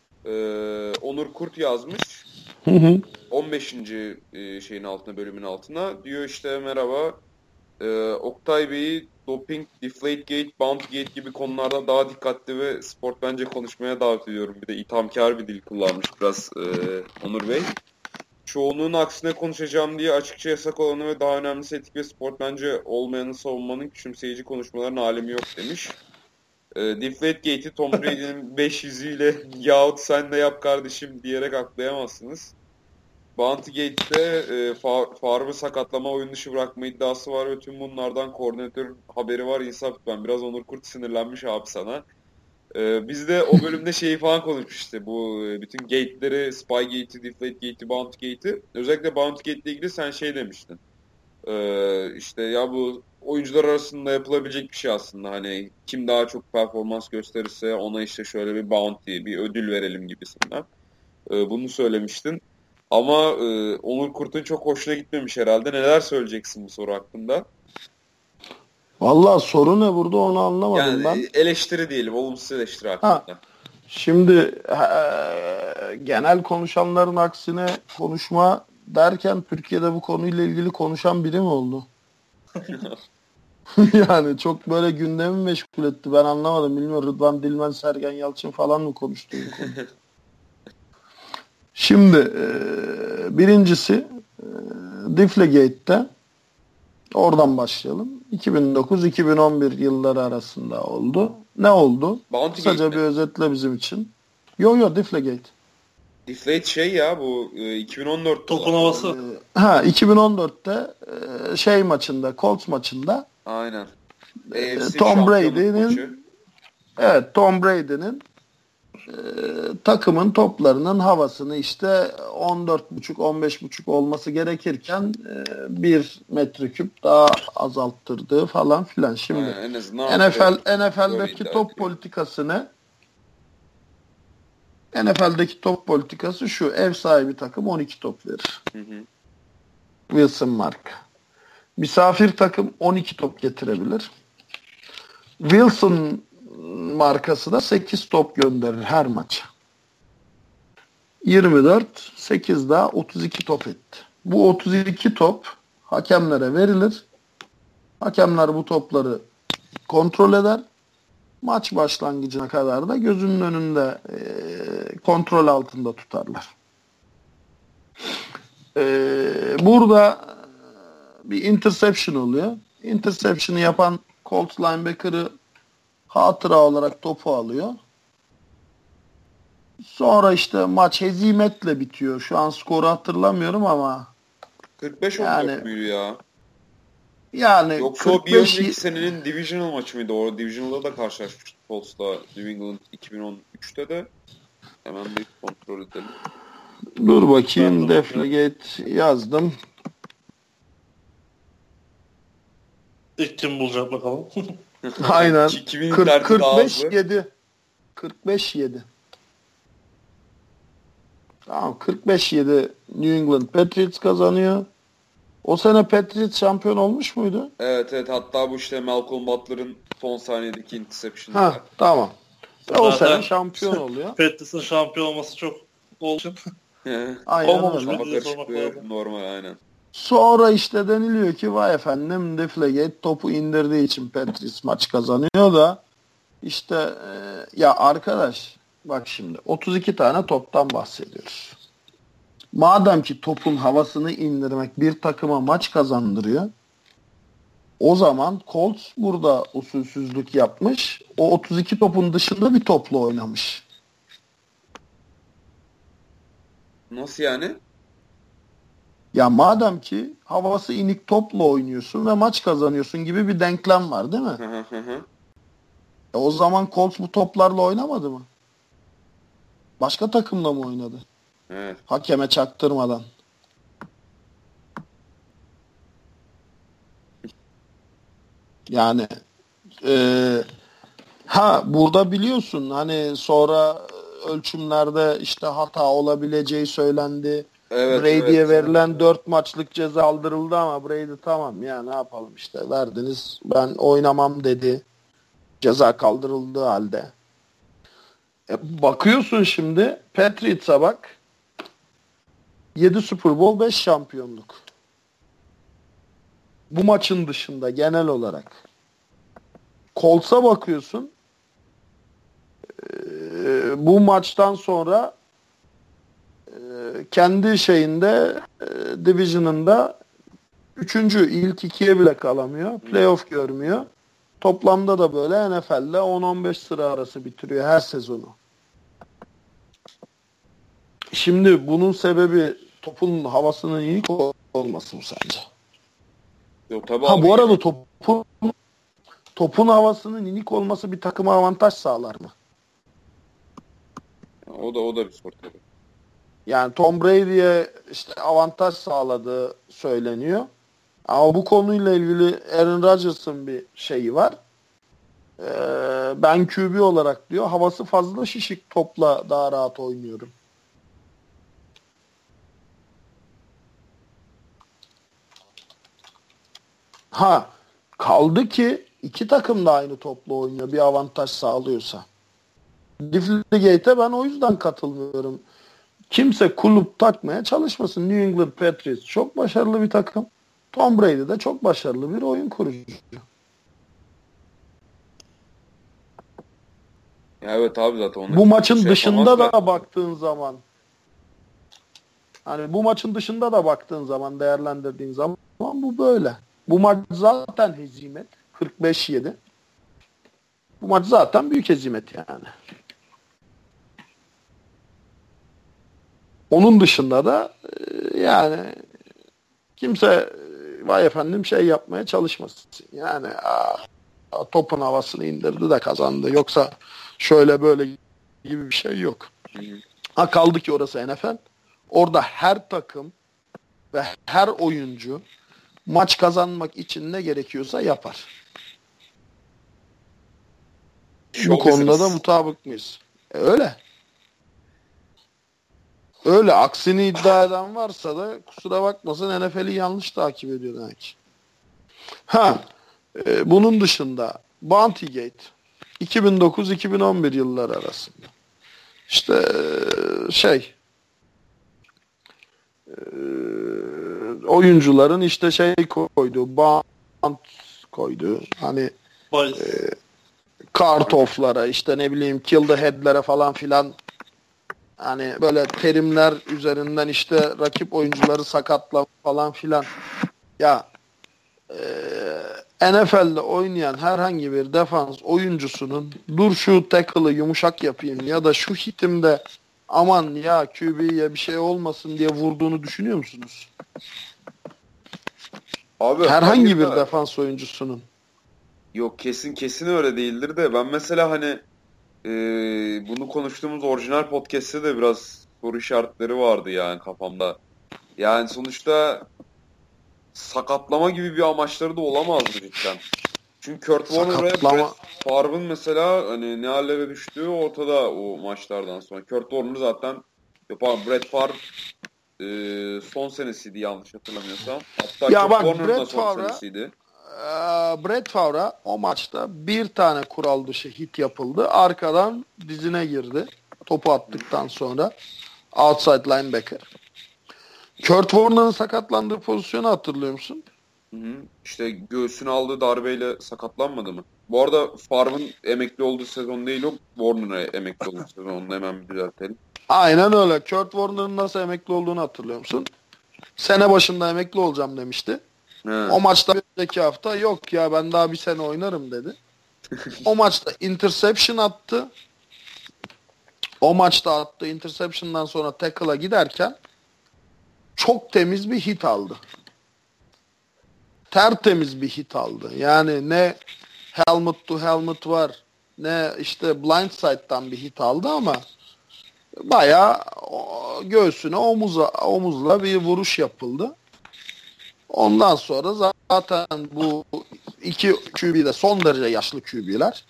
Onur Kurt yazmış. 15. şeyin altına, bölümün altına. Diyor işte merhaba. Oktay Bey'i doping, Deflategate, Bounty Gate gibi konularda daha dikkatli ve sport bence konuşmaya davet ediyorum. Bir de ithamkar bir dil kullanmış biraz Onur Bey. Çoğunluğun aksine konuşacağım diye açıkça yasak olanı ve daha önemlisi etik ve sport bence olmayanı savunmanın küçümseyici konuşmaların alemi yok demiş. Deflategate'i Tom Brady'nin 500'üyle yahut sen de yap kardeşim diyerek aklayamazsınız. Bountygate'de Favre'ı sakatlama, oyun dışı bırakma iddiası var ve tüm bunlardan koordinatör haberi var. İnsaf ben biraz Onur Kurt sinirlenmiş abi sana. Biz de o bölümde şeyi falan konuşmuştuk. Bu bütün gate'leri, Spygate'i, Deflategate'i, Bountygate'i. Özellikle Bountygate ile ilgili sen şey demiştin. İşte ya bu oyuncular arasında yapılabilecek bir şey aslında. Hani kim daha çok performans gösterirse ona işte şöyle bir bounty, bir ödül verelim gibisinden. Bunu söylemiştin. Ama Onur Kurt'un çok hoşuna gitmemiş herhalde. Neler söyleyeceksin bu soru hakkında? Vallahi soru ne burada onu anlamadım yani, ben. Eleştiri diyelim, olumsuz eleştiri hakkında. Şimdi genel konuşanların aksine konuşma derken Türkiye'de bu konuyla ilgili konuşan biri mi oldu? Yani çok böyle gündemi meşgul etti. Ben anlamadım. Bilmiyorum Rıdvan Dilmen, Sergen Yalçın falan mı konuştu bu konu? Şimdi birincisi Deflategate'de oradan başlayalım. 2009-2011 yılları arasında oldu. Ne oldu? Kısaca bir özetle bizim için. Yo Deflategate. Deflate şey ya bu 2014 topun havası. 2014'te şey maçında, Colts maçında. Aynen. Tom Brady'nin Tom Brady'nin takımın toplarının havasını işte 14,5-15,5 olması gerekirken 1 metreküp daha azalttırdığı falan filan. Şimdi NFL'deki top politikası ne? NFL'deki top politikası şu: ev sahibi takım 12 top verir. Wilson marka. Misafir takım 12 top getirebilir. Wilson markası da 8 top gönderir her maça. 24, 8 daha 32 top etti. Bu 32 top hakemlere verilir. Hakemler bu topları kontrol eder. Maç başlangıcına kadar da gözünün önünde kontrol altında tutarlar. Burada bir interception oluyor. Interception'ı yapan Colts linebacker'ı hatıra olarak topu alıyor. Sonra işte maç hezimetle bitiyor. Şu an skoru hatırlamıyorum ama 45-14 müydü ya? Yani yoksa 45... o bir önceki senenin divisional maçı mıydı? O divisional'da da karşılaşmıştı Colts'la New England 2013'te de. Hemen bir kontrol edelim. Dur bakayım. Deflategate yazdım. İlk kim bulacak bakalım. Aynen. 45-7. 45-7. Tamam, 45-7 New England Patriots kazanıyor. O sene Patriots şampiyon olmuş muydu? Evet. Hatta bu işte Malcolm Butler'ın son saniyedeki interception'ı. Tamam. O sene şampiyon oluyor. Patriots'ın şampiyon olması çok olsun. Aynen öyle. Normal aynen. Sonra işte deniliyor ki vay efendim Deflategate topu indirdiği için Patriots maç kazanıyor da İşte ya arkadaş bak şimdi 32 tane toptan bahsediyoruz. Madem ki topun havasını indirmek bir takıma maç kazandırıyor, o zaman Colts burada usulsüzlük yapmış. O 32 topun dışında bir topla oynamış. Nasıl yani? Ya madem ki havası inik topla oynuyorsun ve maç kazanıyorsun gibi bir denklem var değil mi? O zaman Colts bu toplarla oynamadı mı? Başka takımla mı oynadı? Evet. Hakeme çaktırmadan. Yani burada biliyorsun hani sonra ölçümlerde işte hata olabileceği söylendi. Evet, Brady'ye evet. verilen 4 maçlık ceza aldırıldı ama Brady tamam ya ne yapalım işte verdiniz ben oynamam dedi. Ceza kaldırıldığı halde. Bakıyorsun şimdi Patriots'a bak 7 Super Bowl 5 şampiyonluk. Bu maçın dışında genel olarak. Colts'a bakıyorsun bu maçtan sonra kendi şeyinde division'ında 3. ilk 2'ye bile kalamıyor. Playoff görmüyor. Toplamda da böyle NFL'de 10-15 sıra arası bitiriyor her sezonu. Şimdi bunun sebebi topun havasının iyi olması mı sence? Yok, tabii Bu arada topun havasının inik olması bir takıma avantaj sağlar mı? O da bir soru tabii. Yani Tom Brady'ye işte avantaj sağladığı söyleniyor. Ama bu konuyla ilgili Aaron Rodgers'ın bir şeyi var. Ben QB olarak diyor havası fazla şişik topla daha rahat oynuyorum. Kaldı ki iki takım da aynı topla oynuyor bir avantaj sağlıyorsa. Deflate'e ben o yüzden katılmıyorum. Kimse kulüp takmaya çalışmasın. New England Patriots çok başarılı bir takım. Tom Brady de çok başarılı bir oyun kurucu. Ya evet abi zaten bu maçın dışında da baktığın zaman hani bu maçın dışında da baktığın zaman değerlendirdiğin zaman bu böyle. Bu maç zaten hezimet. 45-7. Bu maç zaten büyük hezimet yani. Onun dışında da yani kimse vay efendim şey yapmaya çalışmasın. Yani topun havasını indirdi de kazandı. Yoksa şöyle böyle gibi bir şey yok. Kaldı ki orası NFL. Orada her takım ve her oyuncu maç kazanmak için ne gerekiyorsa yapar. Bu konuda da mutabık mıyız? Öyle. Öyle. Aksini iddia eden varsa da kusura bakmasın NFL'i yanlış takip ediyor demek. Bunun dışında Bounty Gate 2009-2011 yılları arasında işte oyuncuların işte şey koydu, bant koydu. Hani kartoflara işte ne bileyim kill the head'lere falan filan hani böyle terimler üzerinden işte rakip oyuncuları sakatla falan filan. Ya NFL'de oynayan herhangi bir defans oyuncusunun dur şu tackle'ı yumuşak yapayım ya da şu hitimde aman ya QB'ye bir şey olmasın diye vurduğunu düşünüyor musunuz? Abi, herhangi bir defans oyuncusunun. Yok kesin öyle değildir de ben mesela hani bunu konuştuğumuz orijinal podcast'te de biraz soru işaretleri vardı yani kafamda. Yani sonuçta sakatlama gibi bir amaçları da olamaz mı cidden? Çünkü Kurt Warner ve Brett Favre'ın mesela hani ne hallere düştüğü ortada o maçlardan sonra. Kurt Warner zaten Brett Favre son senesiydi yanlış hatırlamıyorsam. Hatta ya Kurt Warner'ın da son senesiydi. Brett Favre'a o maçta bir tane kural dışı hit yapıldı. Arkadan dizine girdi. Topu attıktan sonra. Outside linebacker. Kurt Warner'ın sakatlandığı pozisyonu hatırlıyor musun? İşte göğsünü aldığı darbeyle sakatlanmadı mı? Bu arada Favre'ın emekli olduğu sezon değil o. Warner'a emekli olduğu sezon. Onu hemen bir düzeltelim. Aynen öyle. Kurt Warner'ın nasıl emekli olduğunu hatırlıyor musun? Sene başında emekli olacağım demişti. He. O maçta bir önceki hafta yok ya ben daha bir sene oynarım dedi. O maçta interception attı. O maçta attığı interception'dan sonra tackle'a giderken çok temiz bir hit aldı. Tertemiz bir hit aldı. Yani ne helmet to helmet var ne işte blindside'dan bir hit aldı ama bayağı göğsüne omuzla bir vuruş yapıldı. Ondan sonra zaten bu iki QB de son derece yaşlı QB'ler.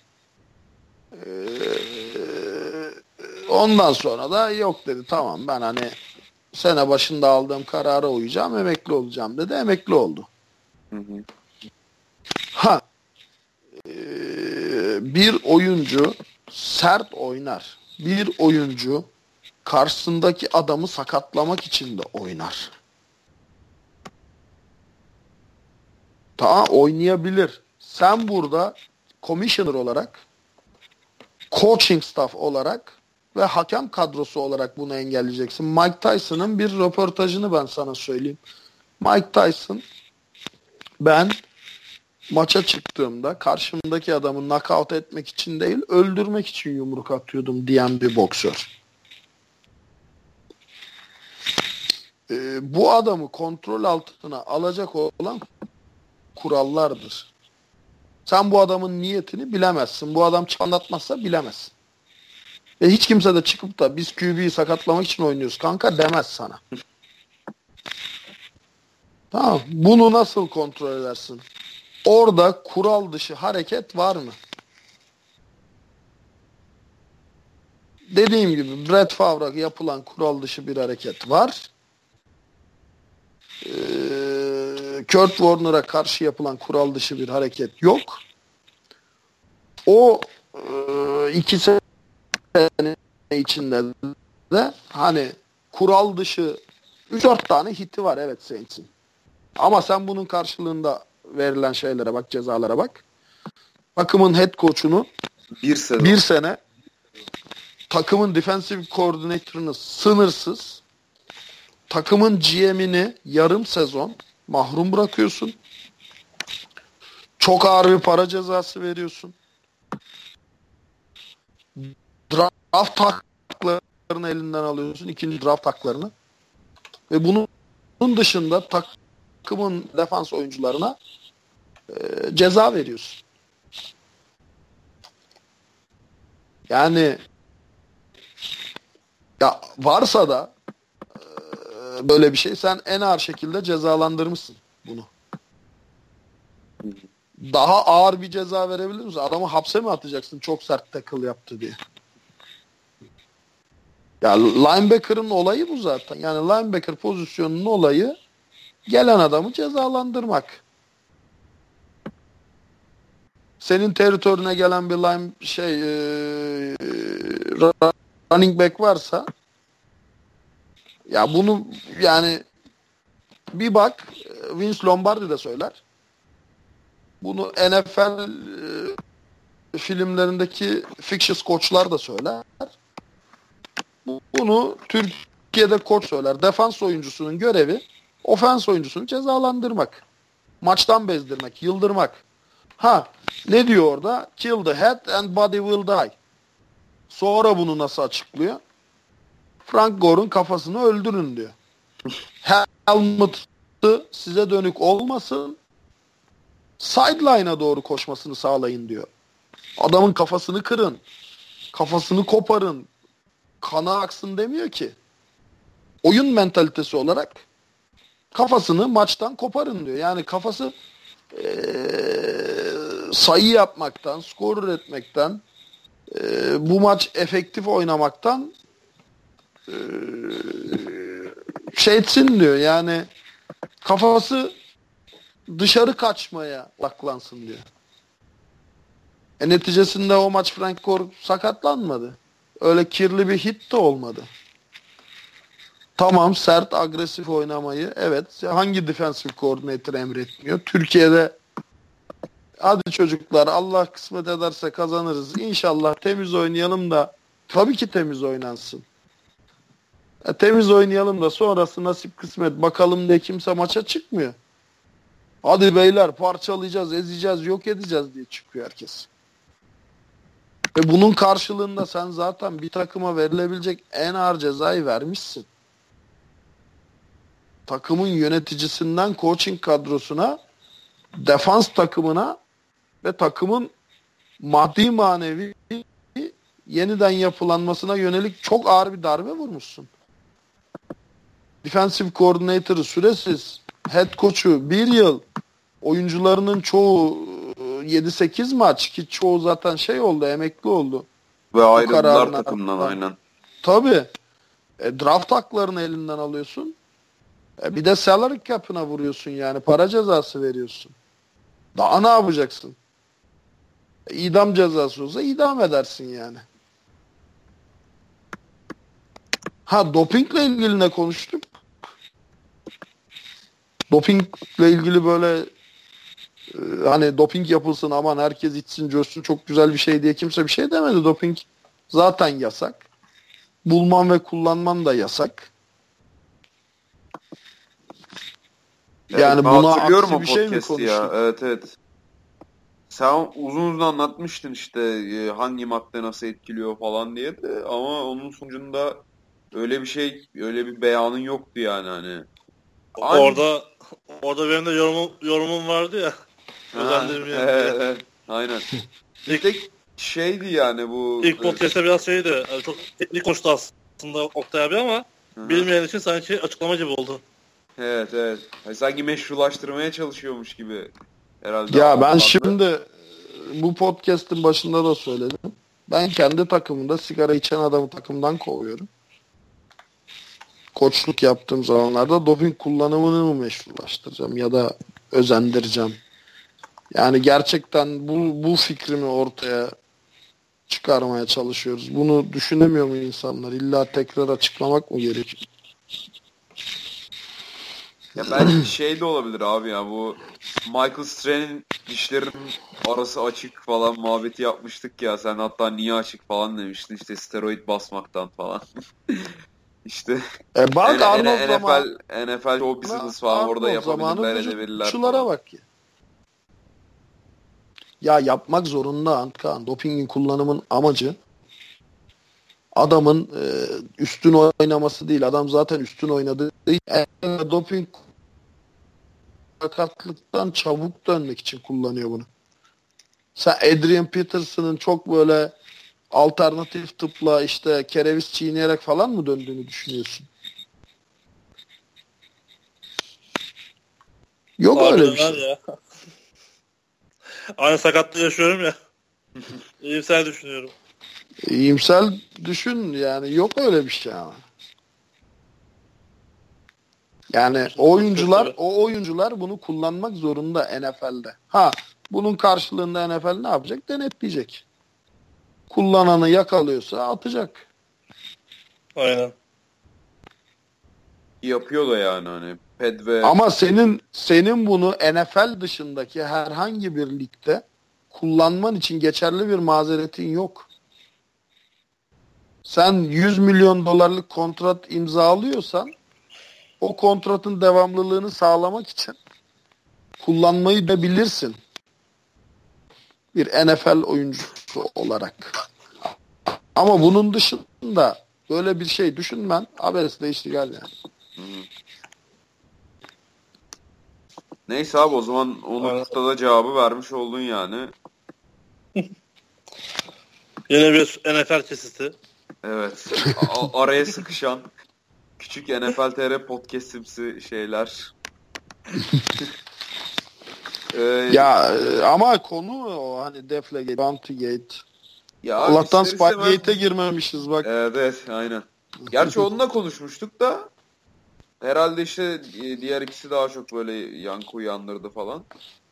Ondan sonra da yok dedi. Tamam ben hani sene başında aldığım karara uyacağım, emekli olacağım dedi. Emekli oldu. Hı hı. Ha bir oyuncu sert oynar. Bir oyuncu karşısındaki adamı sakatlamak için de oynar. Tamam oynayabilir. Sen burada commissioner olarak, coaching staff olarak ve hakem kadrosu olarak bunu engelleyeceksin. Mike Tyson'ın bir röportajını ben sana söyleyeyim. Mike Tyson ben maça çıktığımda karşımdaki adamı knockout etmek için değil öldürmek için yumruk atıyordum diyen bir boksör. Bu adamı kontrol altına alacak olan kurallardır. Sen bu adamın niyetini bilemezsin. Bu adam anlatmazsa bilemezsin. Ve hiç kimse de çıkıp da biz QB'yi sakatlamak için oynuyoruz kanka demez sana. Tamam. Bunu nasıl kontrol edersin? Orada kural dışı hareket var mı? Dediğim gibi Brett Favre'a yapılan kural dışı bir hareket var. Kurt Warner'a karşı yapılan kural dışı bir hareket yok. O iki sene içinde de hani kural dışı 3-4 tane hiti var evet Saints'in. Ama sen bunun karşılığında verilen şeylere bak, cezalara bak. Takımın head coach'unu bir sene takımın defensive coordinator'ını sınırsız, takımın GM'ini yarım sezon mahrum bırakıyorsun. Çok ağır bir para cezası veriyorsun. Draft haklarını elinden alıyorsun. İkinci draft haklarını. Ve bunun dışında takımın defans oyuncularına ceza veriyorsun. Yani ya varsa da böyle bir şey sen en ağır şekilde cezalandırmışsın bunu. Daha ağır bir ceza verebilir misin? Adamı hapse mi atacaksın çok sert tackle yaptı diye? Ya linebacker'ın olayı bu zaten. Yani linebacker pozisyonunun olayı gelen adamı cezalandırmak. Senin teritörüne gelen bir running back varsa ya bunu yani bir bak Vince Lombardi de söyler. Bunu NFL filmlerindeki fictitious koçlar da söyler. Bunu Türkiye'de koç söyler. Defans oyuncusunun görevi ofens oyuncusunu cezalandırmak. Maçtan bezdirmek, yıldırmak. Ha ne diyor orada? Kill the head and body will die. Sonra bunu nasıl açıklıyor? Frank Gore'un kafasını öldürün diyor. Helmet'ı size dönük olmasın. Sideline'a doğru koşmasını sağlayın diyor. Adamın kafasını kırın. Kafasını koparın. Kana aksın demiyor ki. Oyun mentalitesi olarak kafasını maçtan koparın diyor. Yani kafası sayı yapmaktan, skor üretmekten, bu maç efektif oynamaktan şey etsin diyor. Yani kafası dışarı kaçmaya odaklansın diyor. Neticesinde o maç Frank Gore sakatlanmadı. Öyle kirli bir hit de olmadı. Tamam sert agresif oynamayı evet hangi defensive coordinator emretmiyor? Türkiye'de Hadi çocuklar, Allah kısmet ederse kazanırız. İnşallah temiz oynayalım da, tabii ki temiz oynansın. Temiz oynayalım da sonrası nasip kısmet bakalım diye kimse maça çıkmıyor. Hadi beyler parçalayacağız, ezeceğiz, yok edeceğiz diye çıkıyor herkes. Ve bunun karşılığında sen zaten bir takıma verilebilecek en ağır cezayı vermişsin. Takımın yöneticisinden coaching kadrosuna, defans takımına ve takımın maddi manevi yeniden yapılanmasına yönelik çok ağır bir darbe vurmuşsun. Defensive coordinator'ı süresiz, head coach'u 1 yıl, oyuncularının çoğu 7-8 maç ki çoğu zaten şey oldu, emekli oldu. Ve ayrıldılar takımdan aynen. Tabii. Draft haklarını elinden alıyorsun. Bir de salary cap'ına vuruyorsun yani. Para cezası veriyorsun. Daha ne yapacaksın? İdam cezası olsa idam edersin yani. Ha, dopingle ilgili ne konuştuk? Dopingle ilgili böyle hani doping yapılsın, aman herkes içsin coşsun, çok güzel bir şey diye kimse bir şey demedi. Doping zaten yasak. Bulman ve kullanman da yasak. Yani buna aksi bir şey mi konuştuk? Ya. Evet. Sen uzun anlatmıştın işte hangi madde nasıl etkiliyor falan diye de, ama onun sonucunda öyle bir şey, öyle bir beyanın yoktu yani hani. Orada benim de yorumum vardı ya. Evet, aynen. Bir tek şeydi yani bu. İlk podcast'te biraz şeydi. Yani çok teknik konuştu aslında Oktay abi ama bilmeyen için sanki açıklama gibi oldu. Evet. Yani sanki meşrulaştırmaya çalışıyormuş gibi herhalde. Ya ben şimdi bu podcast'ın başında da söyledim. Ben kendi takımımda sigara içen adamı takımdan kovuyorum. Koçluk yaptığım zamanlarda doping kullanımını mı meşrulaştıracağım ya da özendireceğim? Yani gerçekten bu fikrimi ortaya çıkarmaya çalışıyoruz. Bunu düşünemiyor mu insanlar? İlla tekrar açıklamak mı gerekiyor? Ya belki şey de olabilir abi ya, bu Michael Strahan'in dişlerinin arası açık falan muhabbeti yapmıştık ya, sen hatta niye açık falan demiştin, işte steroid basmaktan falan. İşte Bak NFL o business falan orada yapabilirler, edebilirler falan. Bak ya. Ya yapmak zorunda Antkan. Dopingin kullanımın amacı adamın üstün oynaması değil. Adam zaten üstün oynadığı doping sakatlıktan çabuk dönmek için kullanıyor bunu. Sen Adrian Peterson'ın çok böyle alternatif tıpla işte kereviz çiğneyerek falan mı döndüğünü düşünüyorsun? Yok abi öyle bir şey. Ya. Aynı sakatlığı yaşıyorum ya. İyimser düşünüyorum. İyimsel düşün yani, yok öyle bir şey ama. Yani o oyuncular bunu kullanmak zorunda NFL'de. Ha, bunun karşılığında NFL ne yapacak? Denetleyecek. Kullananı yakalıyorsa atacak. Aynen. Yapıyor da yani hani ped ve... Ama senin bunu NFL dışındaki herhangi bir ligde kullanman için geçerli bir mazeretin yok. Sen 100 milyon dolarlık kontrat imzalıyorsan o kontratın devamlılığını sağlamak için kullanmayı da bilirsin. Bir NFL oyuncusu olarak. Ama bunun dışında böyle bir şey düşünmen abesle iştigal yani. Neyse abi, o zaman o noktada cevabı vermiş oldun yani. Yine bir NFL kesiti. Evet. Araya sıkışan küçük NFL TR podcast'imsi şeyler. Ya ama konu o hani Deflegate, Bountygate. Ya Allah'tan Spygate'e girmemişiz bak. Evet aynen. Gerçi onunla konuşmuştuk da herhalde işte diğer ikisi daha çok böyle yankı uyandırdı falan.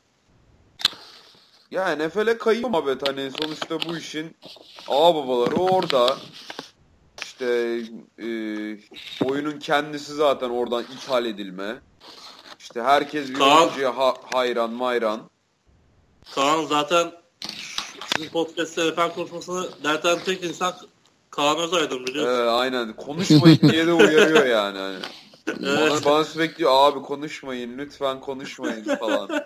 Ya NFL'e kayıyor muhabbet, hani sonuçta bu işin ağababaları orada. İşte oyunun kendisi zaten oradan ithal edilme. İşte herkes bir oyuncuya hayran mayran. Kaan zaten sizin podcast'te efendim konuşmasını derten tek insan Kaan Özay'dım biliyorsun. Aynen. Konuşmayın diye de uyarıyor yani. Hani. Evet. Bana sürekli abi konuşmayın, lütfen konuşmayın falan.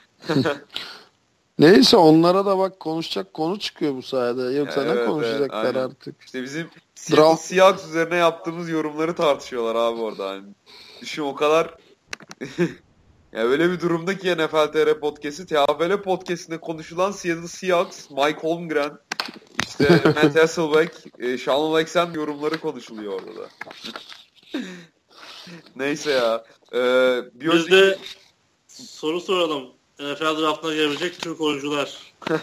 Neyse onlara da bak konuşacak konu çıkıyor bu sayede. Yoksa ne konuşacaklar aynen. artık. İşte bizim Seahawks üzerine yaptığımız yorumları tartışıyorlar abi orada. Hani. Düşün o kadar ya öyle bir durumda ki NFL TR Podcast'i TFL Podcast'inde konuşulan Seattle Seahawks, Mike Holmgren, işte Matt Hasselbeck, Sean Alexander yorumları konuşuluyor orada da. Neyse ya. Biz de soru soralım. NFL draftına gelecek Türk oyuncular.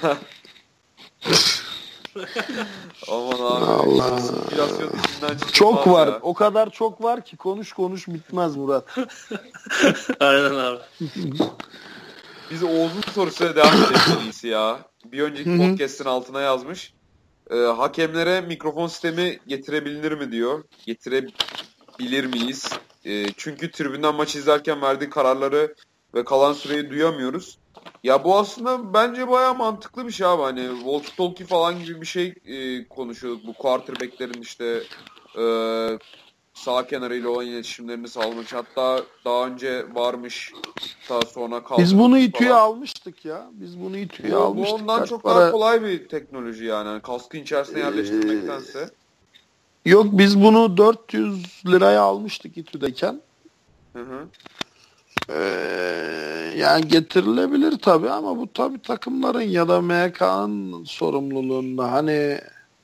Aman abi. Allah. Çok var. Ya. O kadar çok var ki konuş bitmez Murat. Aynen abi. Biz Oğuz'un sorusuna devam edelim iyisi ya. Bir önceki podcast'in altına yazmış. Hakemlere mikrofon sistemi getirebilir mi diyor. Getirebilir miyiz? Çünkü tribünden maç izlerken verdiği kararları ve kalan süreyi duyamıyoruz. Ya bu aslında bence bayağı mantıklı bir şey abi. Hani walkie talkie falan gibi bir şey konuşuyorduk. Bu quarterback'lerin işte sağ kenarıyla olan iletişimlerini sağlamak için. Hatta daha önce varmış, daha sonra kaldı. Biz bunu İTÜ'ye almıştık ya. Biz bunu İTÜ'ye almıştık. Bu ondan çok daha kolay bir teknoloji yani. Yani kaskın içerisine yerleştirmektense. Yok biz bunu 400 liraya almıştık İTÜ'deyken. Hı. Yani getirilebilir tabii ama bu tabii takımların ya da MK'nın sorumluluğunda hani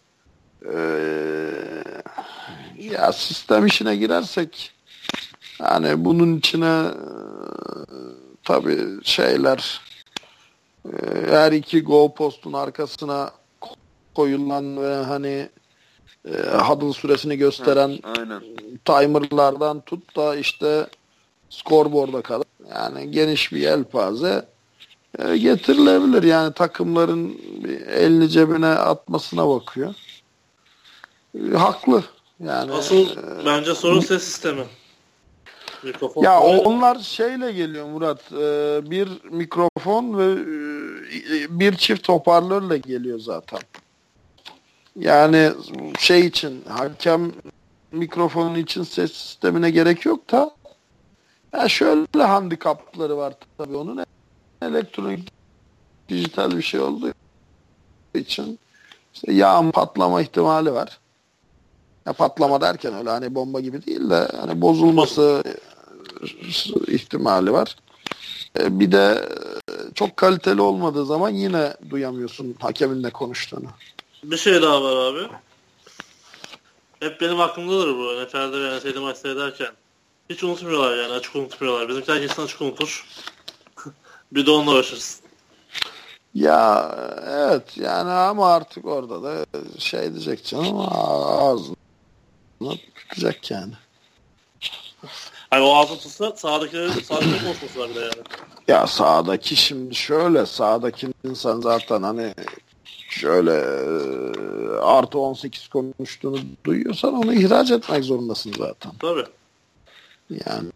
ya sistem işine girersek hani bunun içine tabii şeyler her iki goal postun arkasına koyulan ve hani huddle süresini gösteren aynen. Timerlardan tut da işte scoreboard'a kadar yani geniş bir yelpaze getirilebilir. Yani takımların elini cebine atmasına bakıyor. Haklı. Yani asıl bence sorun ses sistemi. Mikrofon ya onlar şeyle geliyor Murat. Bir mikrofon ve bir çift hoparlörle geliyor zaten. Yani şey için hakem mikrofonun için ses sistemine gerek yok da ya şöyle handikapları var tabii onun. Elektronik dijital bir şey olduğu için işte yağın patlama ihtimali var. Ya patlama derken öyle hani bomba gibi değil de hani bozulması ihtimali var. Bir de çok kaliteli olmadığı zaman yine duyamıyorsun hakemin ne konuştuğunu. Bir şey daha var abi. Hep benim aklımdadır bu NFL'de ve NFL'de maç seyrederken. Hiç unutmuyorlar yani açık unutmuyorlar. Bizimkiler kesin açık unutur. Bir de onunla uğraşırız. Ya evet yani ama artık orada da şey diyecek canım ağzını tutacak yani. Hani o ağzını tutsa sağdakilerin konuşması var bir de yani. Ya sağdaki şimdi şöyle sağdaki insan zaten hani şöyle artı 18 konuştuğunu duyuyorsan onu ihraç etmek zorundasın zaten. Tabii. Yani.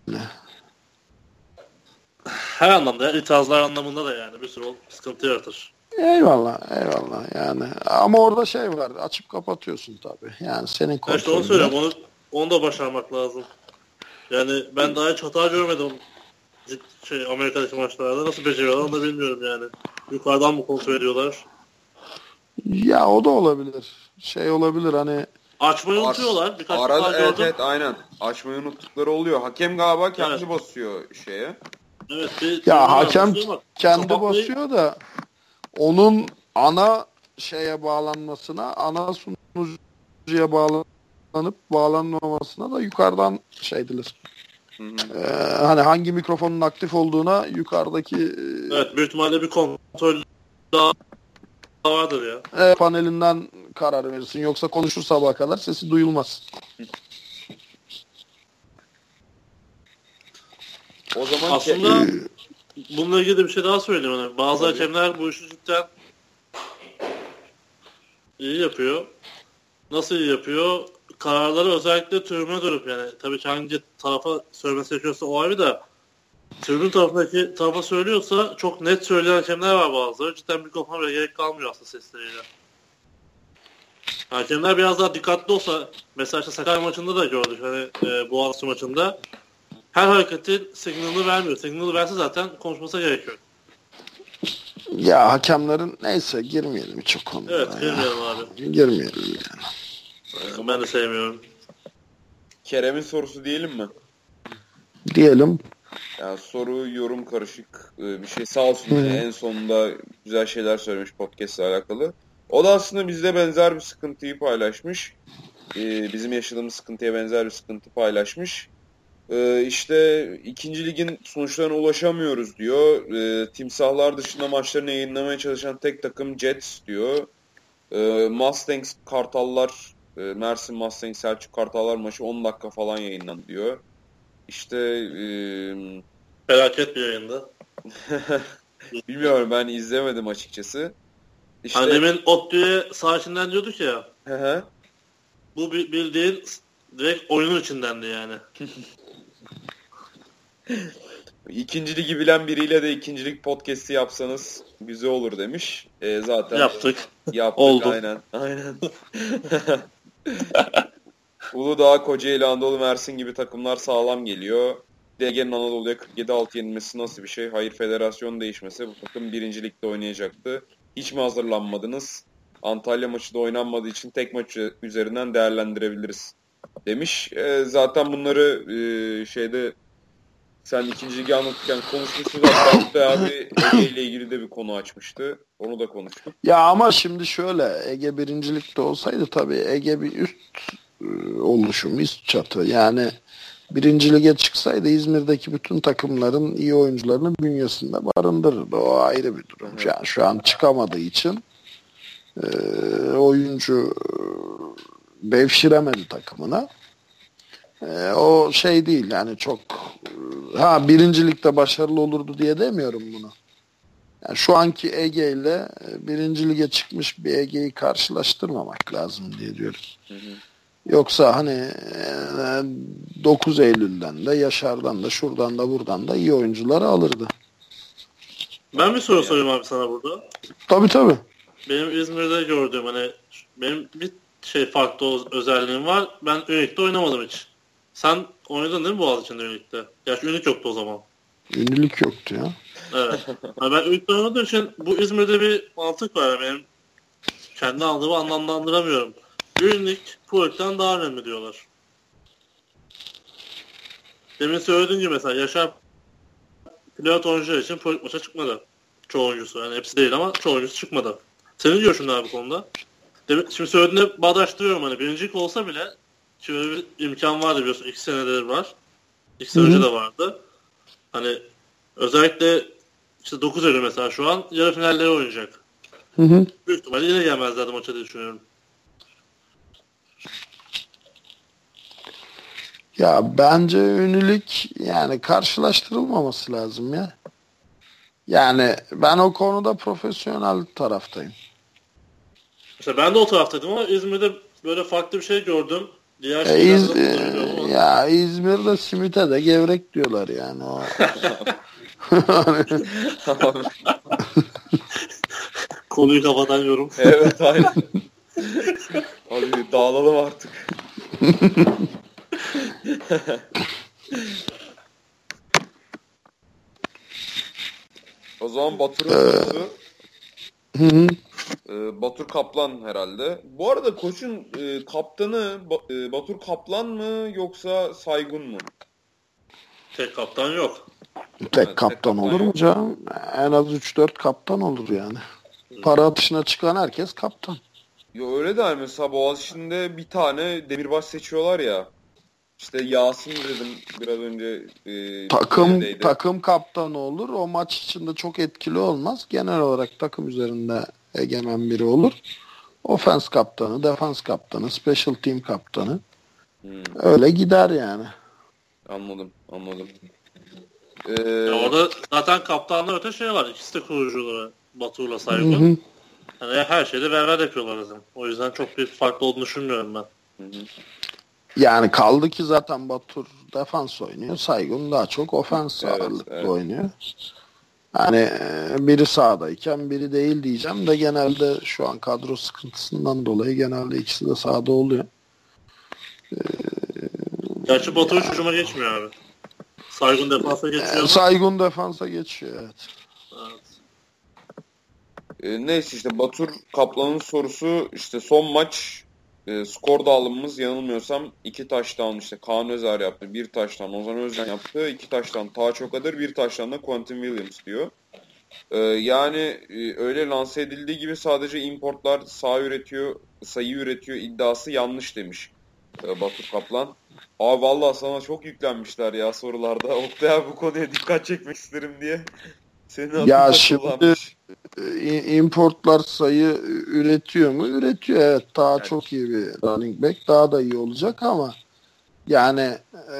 Her anlamda itirazlar anlamında da yani bir sürü sıkıntı yaratır. Eyvallah yani. Ama orada şey var açıp kapatıyorsun tabii. Yani senin kontrolünde. İşte onu söylüyorum onu da başarmak lazım. Yani ben daha hiç hata görmedim Amerika'daki maçlarda. Nasıl beceriyorlar onu da bilmiyorum yani. Yukarıdan mı kontrol ediyorlar? Ya o da olabilir. Şey olabilir hani. Açmayı unutuyorlar. Birkaç defa gördüm. Evet aynen. Açmayı unuttukları oluyor. Hakem galiba kendi basıyor şeye. Evet. Ya hakem kendi basıyor da onun ana şeye bağlanmasına, ana sunucuya bağlanıp bağlanmamasına da yukarıdan şey edilir. Hani hangi mikrofonun aktif olduğuna yukarıdaki evet büyük ihtimalle bir kontrol daha vardır ya. Panelinden karar verirsin. Yoksa konuşur sabaha kadar sesi duyulmaz. O zaman aslında bununla ilgili bir şey daha söyleyeyim. Yani bazı hakemler bu işi cidden iyi yapıyor. Nasıl iyi yapıyor? Kararları özellikle tribüne dönüp yani tabii ki hangi tarafa söylemesi gerekiyorsa o ayrı da tribün tarafa söylüyorsa çok net söyleyen hakemler var bazıları. Cidden mikrofona bile gerek kalmıyor aslında sesleriyle. Hakemler biraz daha dikkatli olsa, mesela işte Sakarya maçında da gördük, hani Boğaziçi maçında her hareketin signalını vermiyor. Signalını verse zaten konuşması gerekiyor. Ya hakemlerin neyse girmeyelim çok konuda. Evet girmeyelim abi. Girmeyelim yani. Ben de sevmiyorum. Kerem'in sorusu diyelim mi? Diyelim. Yani soru, yorum karışık bir şey. Sağ olsun en sonunda güzel şeyler söylemiş podcast'la alakalı. O da aslında bizde benzer bir sıkıntıyı paylaşmış. Bizim yaşadığımız sıkıntıya benzer bir sıkıntı paylaşmış. İşte 2. ligin sonuçlarına ulaşamıyoruz diyor. Timsahlar dışında maçlarını yayınlamaya çalışan tek takım Jets diyor. Mustangs Kartallar, Mersin Mustangs Selçuk Kartallar maçı 10 dakika falan yayınlandı diyor. İşte felaket bir yayında. Bilmiyorum, ben izlemedim açıkçası. İşte... Annemin ODTÜ'ye sağ içinden diyorduk ya. Hı. Bu bildiğin direkt oyunun içindendi yani. 2. ligi bilen biriyle de 2. lig podcast'i yapsanız güzel olur demiş. Zaten yaptık. Oldu. Aynen. Uludağ, Kocaeli, Anadolu, Mersin gibi takımlar sağlam geliyor. DG'nin Anadolu'ya 47-6 yenilmesi nasıl bir şey? Hayır, federasyon değişmesi. Bu takım 1. ligde oynayacaktı. Hiç mi hazırlanmadınız? Antalya maçı da oynanmadığı için tek maç üzerinden değerlendirebiliriz demiş. Zaten bunları sen 2. ligi anlatırken konuşmuştuk. Hatta abi Ege ile ilgili de bir konu açmıştı. Onu da konuştuk. Ya ama şimdi şöyle, Ege 1. ligde olsaydı tabii Ege bir üst oluşum, üst çatı. Yani 1. lige çıksaydı İzmir'deki bütün takımların iyi oyuncularını bünyesinde barındırırdı. O ayrı bir durum. Evet. Yani şu an çıkamadığı için oyuncu devşiremedi takımına. O şey değil yani çok 1. ligde başarılı olurdu diye demiyorum bunu. Yani şu anki Ege ile 1. lige çıkmış bir Ege'yi karşılaştırmamak lazım diye diyoruz. Hı. Yoksa hani 9 Eylül'den de Yaşar'dan da şuradan da buradan da iyi oyuncuları alırdı. Ben bir soru sorayım abi sana burada. Tabii. Benim İzmir'de gördüğüm hani benim bir farklı özelliğim var. Ben Ünik'te oynamadım hiç. Sen oynadın değil mi Boğaziçi'nde Ünik'te? Gerçi Ünik yoktu o zaman. Ünlülük yoktu ya. Evet. Yani ben Ünik'te oynadığım için bu İzmir'de bir mantık var. Benim kendi aldığımı anlamlandıramıyorum. Ünik Purek'ten daha önemli diyorlar. Demin söylediğin gibi mesela Yaşar pilot oyuncular için Purek maça çıkmadı. Çoğu oyuncusu. Yani hepsi değil ama çoğu oyuncusu çıkmadı. Senin görüşün ne abi bu konuda? Şimdi söylediğinde bağdaştırıyorum hani. 1. lig olsa bile şöyle bir imkan vardı biliyorsun. 2 senedir var. 2 sene önce de vardı. Hani özellikle işte 9 Eylül mesela şu an yarı finalleri oynayacak. Hı. Büyük ihtimalle yine gelmezlerdi maça diye düşünüyorum. Ya bence ünlülük yani karşılaştırılmaması lazım ya. Yani ben o konuda profesyonel taraftayım. Mesela ben de o taraftaydım ama İzmir'de böyle farklı bir şey gördüm. Diğer ya İzmir'de simite de gevrek diyorlar yani. O. Konuyu kapatan yorum. Evet aynen. Abi dağılalım artık. O zaman Batur'un sorusu. Batur Kaplan herhalde. Bu arada koçun kaptanı Batur Kaplan mı yoksa Saygun mu? Tek kaptan yok. Tek kaptan olur mu canım? En az 3-4 kaptan olur yani. Para atışına çıkan herkes kaptan. Yo öyle de mesela Boğaziçi'nde bir tane demirbaş seçiyorlar ya. İşte Yasin dedim biraz önce. Takım kaptanı olur. O maç içinde çok etkili olmaz. Genel olarak takım üzerinde egemen biri olur. Ofens kaptanı, defans kaptanı, special team kaptanı. Öyle gider yani. Anladım. Orada zaten kaptanla öte şey var. İkisi de kurucuları. Batur'la Saygun. Yani her şeyde beraber yapıyorlar zaten. O yüzden çok bir farklı olduğunu düşünmüyorum ben. Yani kaldı ki zaten Batur defans oynuyor. Saygun daha çok ofans ağırlıklı oynuyor. Hani biri sahadayken biri değil diyeceğim de genelde şu an kadro sıkıntısından dolayı genelde ikisi de sahada oluyor. Gerçi Batur hiç hücuma geçmiyor abi. Saygun defansa geçiyor. Saygun defansa geçiyor, evet. Neyse işte Batur Kaplan'ın sorusu işte son maç skor dağılımımız yanılmıyorsam 2 taştan işte Kaan Özer yaptı. 1 taştan Ozan Özcan yaptı. 2 taştan Taha Çokadır. 1 taştan da Quentin Williams diyor. Yani öyle lanse edildiği gibi sadece importlar sayı üretiyor iddiası yanlış demiş Batur Kaplan. Aa vallahi sana çok yüklenmişler ya sorularda. Oktay abi bu konuya dikkat çekmek isterim diye. Senin ya şimdi importlar sayı üretiyor mu? Üretiyor, evet. Daha yani çok iyi bir running back. Daha da iyi olacak ama yani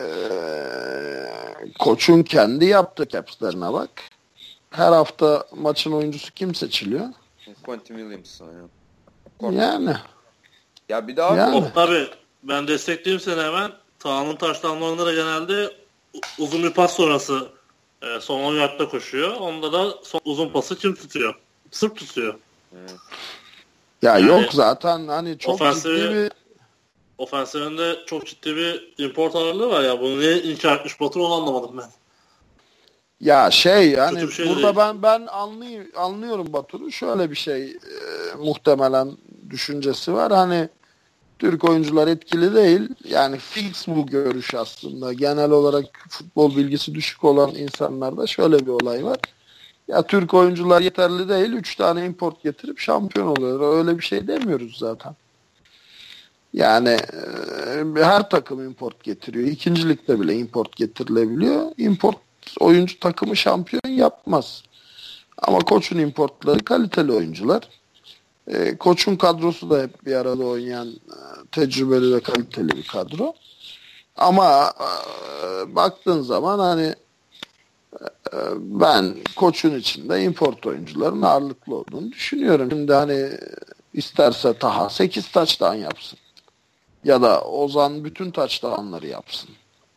koçun kendi yaptığı caps'lerine bak. Her hafta maçın oyuncusu kim seçiliyor? Quentin Williams. Yani. Ya bir daha yani. Tabii ben destekleyeyim seni hemen. Taha'nın taşlanmalarında da genelde uzun bir pas sonrası son 10 yardta koşuyor. Onda da son uzun pası kim tutuyor? Sırp tutuyor. Ya yani, yok zaten hani çok ciddi bir ofensifinde çok ciddi bir import ağırlığı var ya. Bunu niye inkar etmiş Batur onu anlamadım ben. Ya yani şey burada değil. ben anlıyorum Batur'u. Şöyle bir şey muhtemelen düşüncesi var. Hani Türk oyuncular etkili değil. Yani fix bu görüş aslında. Genel olarak futbol bilgisi düşük olan insanlarda şöyle bir olay var. Ya Türk oyuncular yeterli değil. 3 tane import getirip şampiyon oluyor. Öyle bir şey demiyoruz zaten. Yani her takım import getiriyor. İkincilikte bile import getirilebiliyor. Import oyuncu takımı şampiyon yapmaz. Ama koçun importları kaliteli oyuncular. Koçun kadrosu da hep bir arada oynayan tecrübeli ve kaliteli bir kadro. Ama baktığın zaman hani ben koçun içinde import oyuncuların ağırlıklı olduğunu düşünüyorum. Şimdi hani isterse Taha 8 touchdown yapsın. Ya da Ozan bütün touchdown'ları yapsın.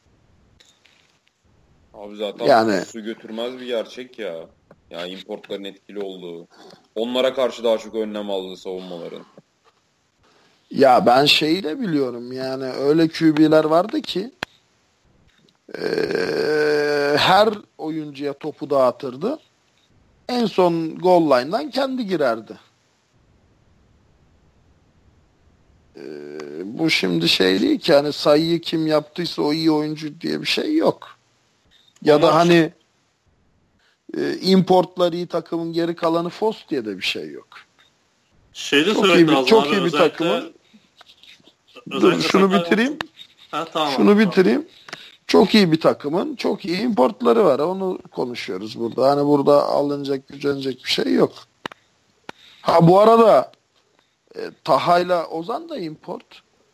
Abi zaten yani, su götürmez bir gerçek ya. Yani importların etkili olduğu. Onlara karşı daha çok önlem aldığı savunmaların. Ya ben şeyi de biliyorum yani öyle QB'ler vardı ki her oyuncuya topu dağıtırdı. En son goal line'dan kendi girerdi. Bu şimdi şey değil ki hani sayıyı kim yaptıysa o iyi oyuncu diye bir şey yok. Ya da hani importları iyi takımın geri kalanı fos diye de bir şey yok. Çok iyi bir takımın. Dur şunu bitireyim. Tamam, şunu bitireyim. Çok iyi bir takımın çok iyi importları var. Onu konuşuyoruz burada. Hani burada alınacak, gücenecek bir şey yok. Ha bu arada Taha'yla Ozan da import.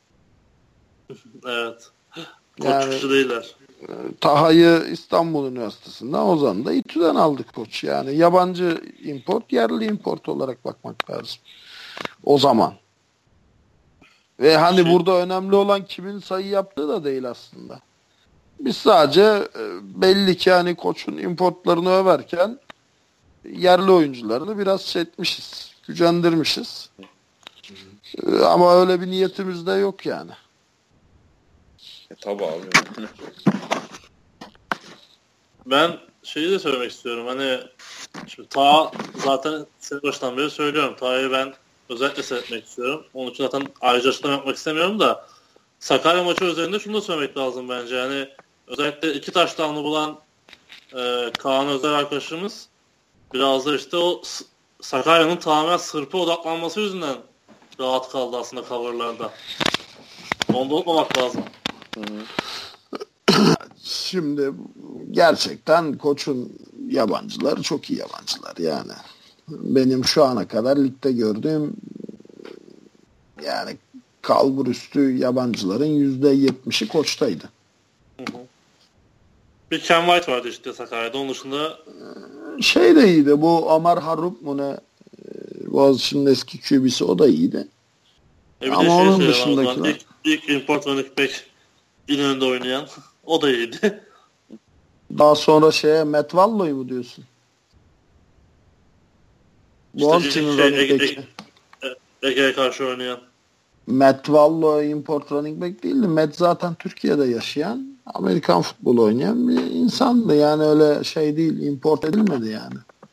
Evet. Koççu değiller. Taha'yı İstanbul Üniversitesi'nden, Ozan'ı da İTÜ'den aldık koç. Yani yabancı import, yerli import olarak bakmak lazım. O zaman. Ve hani burada önemli olan kimin sayı yaptığı da değil aslında. Biz sadece belli ki hani koçun importlarını överken yerli oyuncularını biraz şey etmişiz, gücendirmişiz. Ama öyle bir niyetimiz de yok yani. Tabii abi. Ben şeyi de söylemek istiyorum. Hani şimdi Taha zaten senin baştan beri söylüyorum. Taha'yı ben özellikle seyretmek istiyorum. Onun için zaten ayrıca açıklama yapmak istemiyorum da Sakarya maçı üzerinde şunu da söylemek lazım bence. Yani özellikle 2 taştanlı bulan Kaan Özer arkadaşımız biraz da işte o Sakarya'nın tamamen Sırp'a odaklanması yüzünden rahat kaldı aslında coverlarda. Onu da unutmamak lazım. Şimdi gerçekten koçun yabancıları çok iyi yabancılar yani. Benim şu ana kadar ligde gördüğüm yani kalbur üstü yabancıların %70'i koçtaydı. Bir Ken White vardı işte Sakarya'da. Onun dışında şey de iyiydi. Bu Amar Harup mu ne? Boğaziçi'nin eski QB'si o da iyiydi. Bir ama de onun dışındakiler. İlk import running back İnönü'nde oynayan. O da iyiydi. Daha sonra Matt Vallo'yu mu diyorsun? Boğaziçi'nin running back'i. Ege'ye karşı oynayan. Matt Vallo import running back değildi. Matt zaten Türkiye'de yaşayan, Amerikan futbolu oynayan bir insandı. Yani öyle şey değil, import edilmedi yani.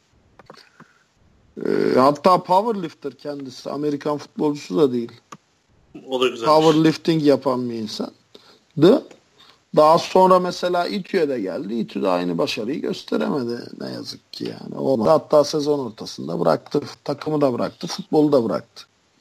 Hatta powerlifter kendisi. Amerikan futbolcusu da değil. O da güzel. Powerlifting yapan bir insandı. Daha sonra mesela İTÜ'ye de geldi. İTÜ'de aynı başarıyı gösteremedi ne yazık ki yani. Olmadı. Hatta sezon ortasında bıraktı. Takımı da bıraktı. Futbolu da bıraktı.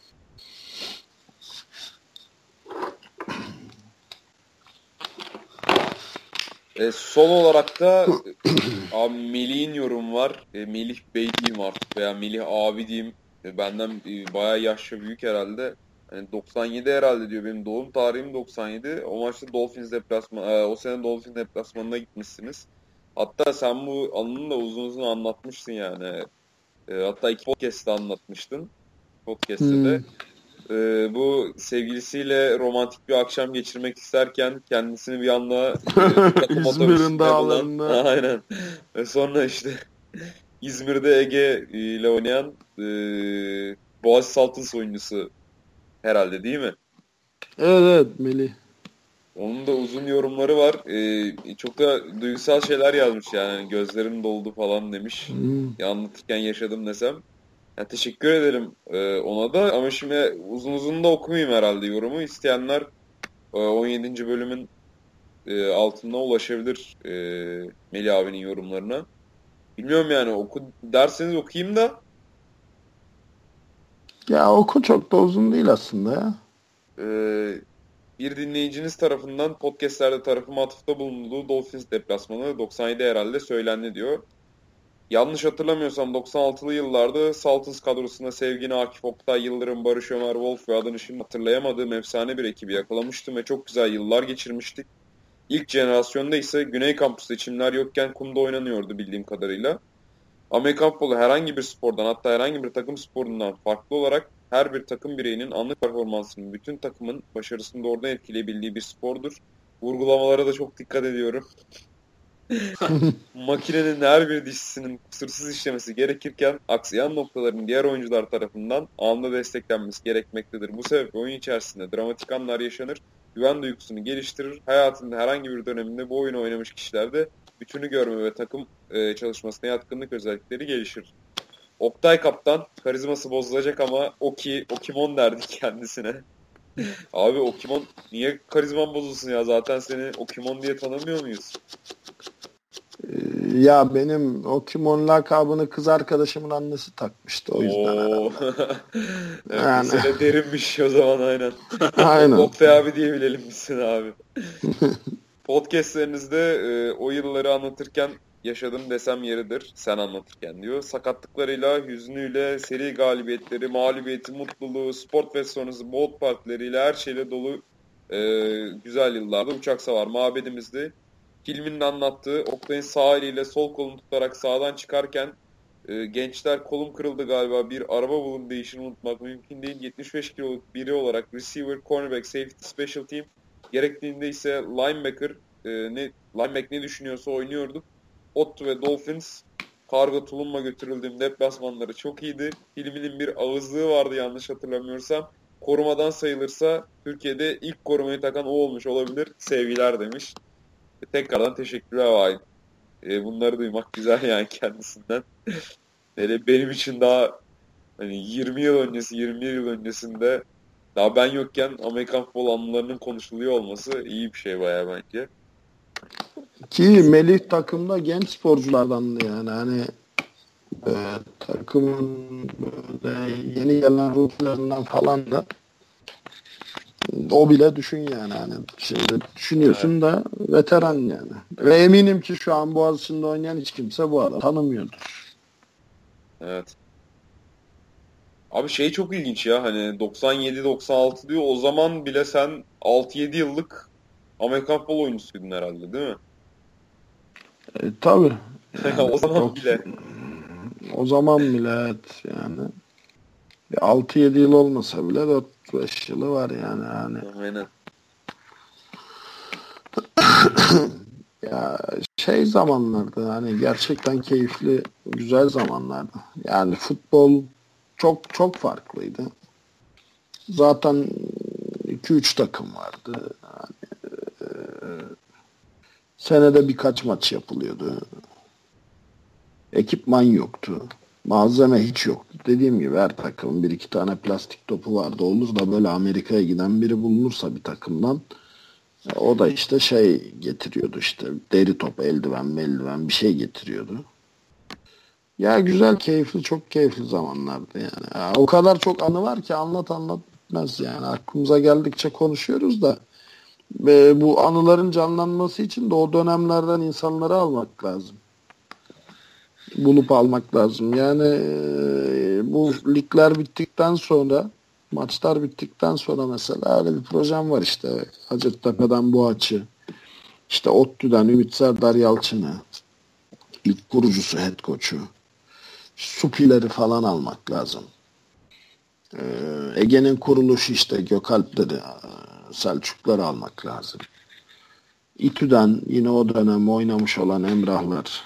Son olarak da abi Melih'in yorum var. Melih Bey diyeyim artık veya Melih abi diyeyim. Benden bayağı yaşça büyük herhalde. Yani 97 herhalde diyor. Benim doğum tarihim 97. O maçta Dolphins o sene Dolphins deplasmanına gitmişsiniz. Hatta sen bu anını da uzun uzun anlatmıştın yani. Hatta 2 podcast'te anlatmıştın. Podcast'te de. Bu sevgilisiyle romantik bir akşam geçirmek isterken kendisini bir anda İzmir'in dağlarında. Aynen. Ve sonra işte İzmir'de Ege ile oynayan Boğaziçi Saltins oyuncusu herhalde değil mi? Evet Melih. Onun da uzun yorumları var. Çok da duygusal şeyler yazmış yani. Gözlerim doldu falan demiş. Ya anlatırken yaşadım desem. Ya teşekkür ederim ona da ama şimdi uzun uzun da okumayayım herhalde yorumu. İsteyenler 17. bölümün altına ulaşabilir Melih abinin yorumlarına. Bilmiyorum yani oku derseniz okuyayım da. Ya oku çok da uzun değil aslında ya. Bir dinleyiciniz tarafından podcastlerde tarafıma atıfta bulunduğu Dolphins deplasmanı 97 herhalde söylendi diyor. Yanlış hatırlamıyorsam 96'lı yıllarda Saltins kadrosunda Sevgin Akif Oktay, Yıldırım, Barış Ömer Wolf ve adını şimdi hatırlayamadığım efsane bir ekibi yakalamıştım ve çok güzel yıllar geçirmiştik. İlk jenerasyonda ise Güney Kampüs'te çimler yokken kumda oynanıyordu bildiğim kadarıyla. Amerikan futbolu herhangi bir spordan hatta herhangi bir takım sporundan farklı olarak her bir takım bireyinin anlık performansının bütün takımın başarısını doğrudan etkileyebildiği bir spordur. Vurgulamalara da çok dikkat ediyorum. Makinenin her bir dişisinin kusursuz işlemesi gerekirken aksayan noktaların diğer oyuncular tarafından anında desteklenmesi gerekmektedir. Bu sebeple oyun içerisinde dramatik anlar yaşanır, güven duygusunu geliştirir. Hayatında herhangi bir döneminde bu oyunu oynamış kişilerde bütünü görme ve takım çalışmasına yatkınlık özellikleri gelişir. Oktay Kaptan, karizması bozulacak ama Okimon derdik kendisine. Abi Okimon niye karizman bozulsun ya? Zaten seni Okimon diye tanımıyor muyuz? Ya benim Okimon lakabını kız arkadaşımın annesi takmıştı o yüzden Evet, yani. Mesele derinmiş o zaman aynen. Aynen. Oktay abi diyebilelim misin abi? Podcastlerinizde o yılları anlatırken yaşadım desem yeridir. Sen anlatırken diyor. Sakatlıklarıyla, hüznüyle, seri galibiyetleri, mağlubiyeti, mutluluğu, sport ve sonrası boat partileriyle her şeyle dolu güzel yıllarda uçak savar mabedimizde. Filminin anlattığı Oktay'ın sağ eliyle sol kolunu tutarak sağdan çıkarken gençler kolum kırıldı galiba bir araba bulun değişini unutmak mümkün değil. 75 kiloluk biri olarak receiver, cornerback, safety, special team gerektiğinde ise linebacker ne düşünüyorsa oynuyorduk. Otto ve Dolphins kargo tulumla götürüldüğüm deplasmanları çok iyiydi. Filminin bir ağızlığı vardı yanlış hatırlamıyorsam. Korumadan sayılırsa Türkiye'de ilk korumayı takan o olmuş olabilir. Sevgiler demiş. Tekrardan teşekkürler Vahit. Bunları duymak güzel yani kendisinden. Benim için daha hani 20 yıl öncesi, 21 yıl öncesinde daha ben yokken Amerikan futbol anılarının konuşuluyor olması iyi bir şey bayağı bence. Ki Melih takımda genç sporculardandı yani hani takımın böyle yeni gelen ruhlarından falan da o bile düşün yani hani şimdi düşünüyorsun evet. Da veteran yani. Ve eminim ki şu an Boğaziçi'nde oynayan hiç kimse bu adamı tanımıyordur. Evet. Abi çok ilginç ya hani 97-96 diyor o zaman bile sen 6-7 yıllık Amerikan futbol oyuncusuydun herhalde değil mi? Tabii. Yani, o zaman bile. O zaman bile evet yani. 6-7 yıl olmasa bile 35 yılı var yani. Aynen. Ya zamanlarda hani gerçekten keyifli, güzel zamanlardı. Yani futbol çok çok farklıydı. Zaten 2-3 takım vardı. Senede birkaç maç yapılıyordu. Ekipman yoktu. Malzeme hiç yoktu. Dediğim gibi her takımın 1-2 tane plastik topu vardı. Olur da böyle Amerika'ya giden biri bulunursa bir takımdan o da işte getiriyordu işte deri top, eldiven bir şey getiriyordu. Ya güzel, keyifli, çok keyifli zamanlardı yani. Ya, o kadar çok anı var ki anlat bitmez yani. Aklımıza geldikçe konuşuyoruz da bu anıların canlanması için de o dönemlerden insanları almak lazım. Bulup almak lazım. Yani bu ligler bittikten sonra, maçlar bittikten sonra mesela öyle bir projem var işte. Hacettepe'den Boğaç'ı, işte ODTÜ'den Ümit Serdar Yalçın'ı, ilk kurucusu, head coach'u, Supileri falan almak lazım. Ege'nin kuruluşu işte Gökalp'leri, Selçukları almak lazım. İTÜ'den yine o dönem oynamış olan Emrahlar,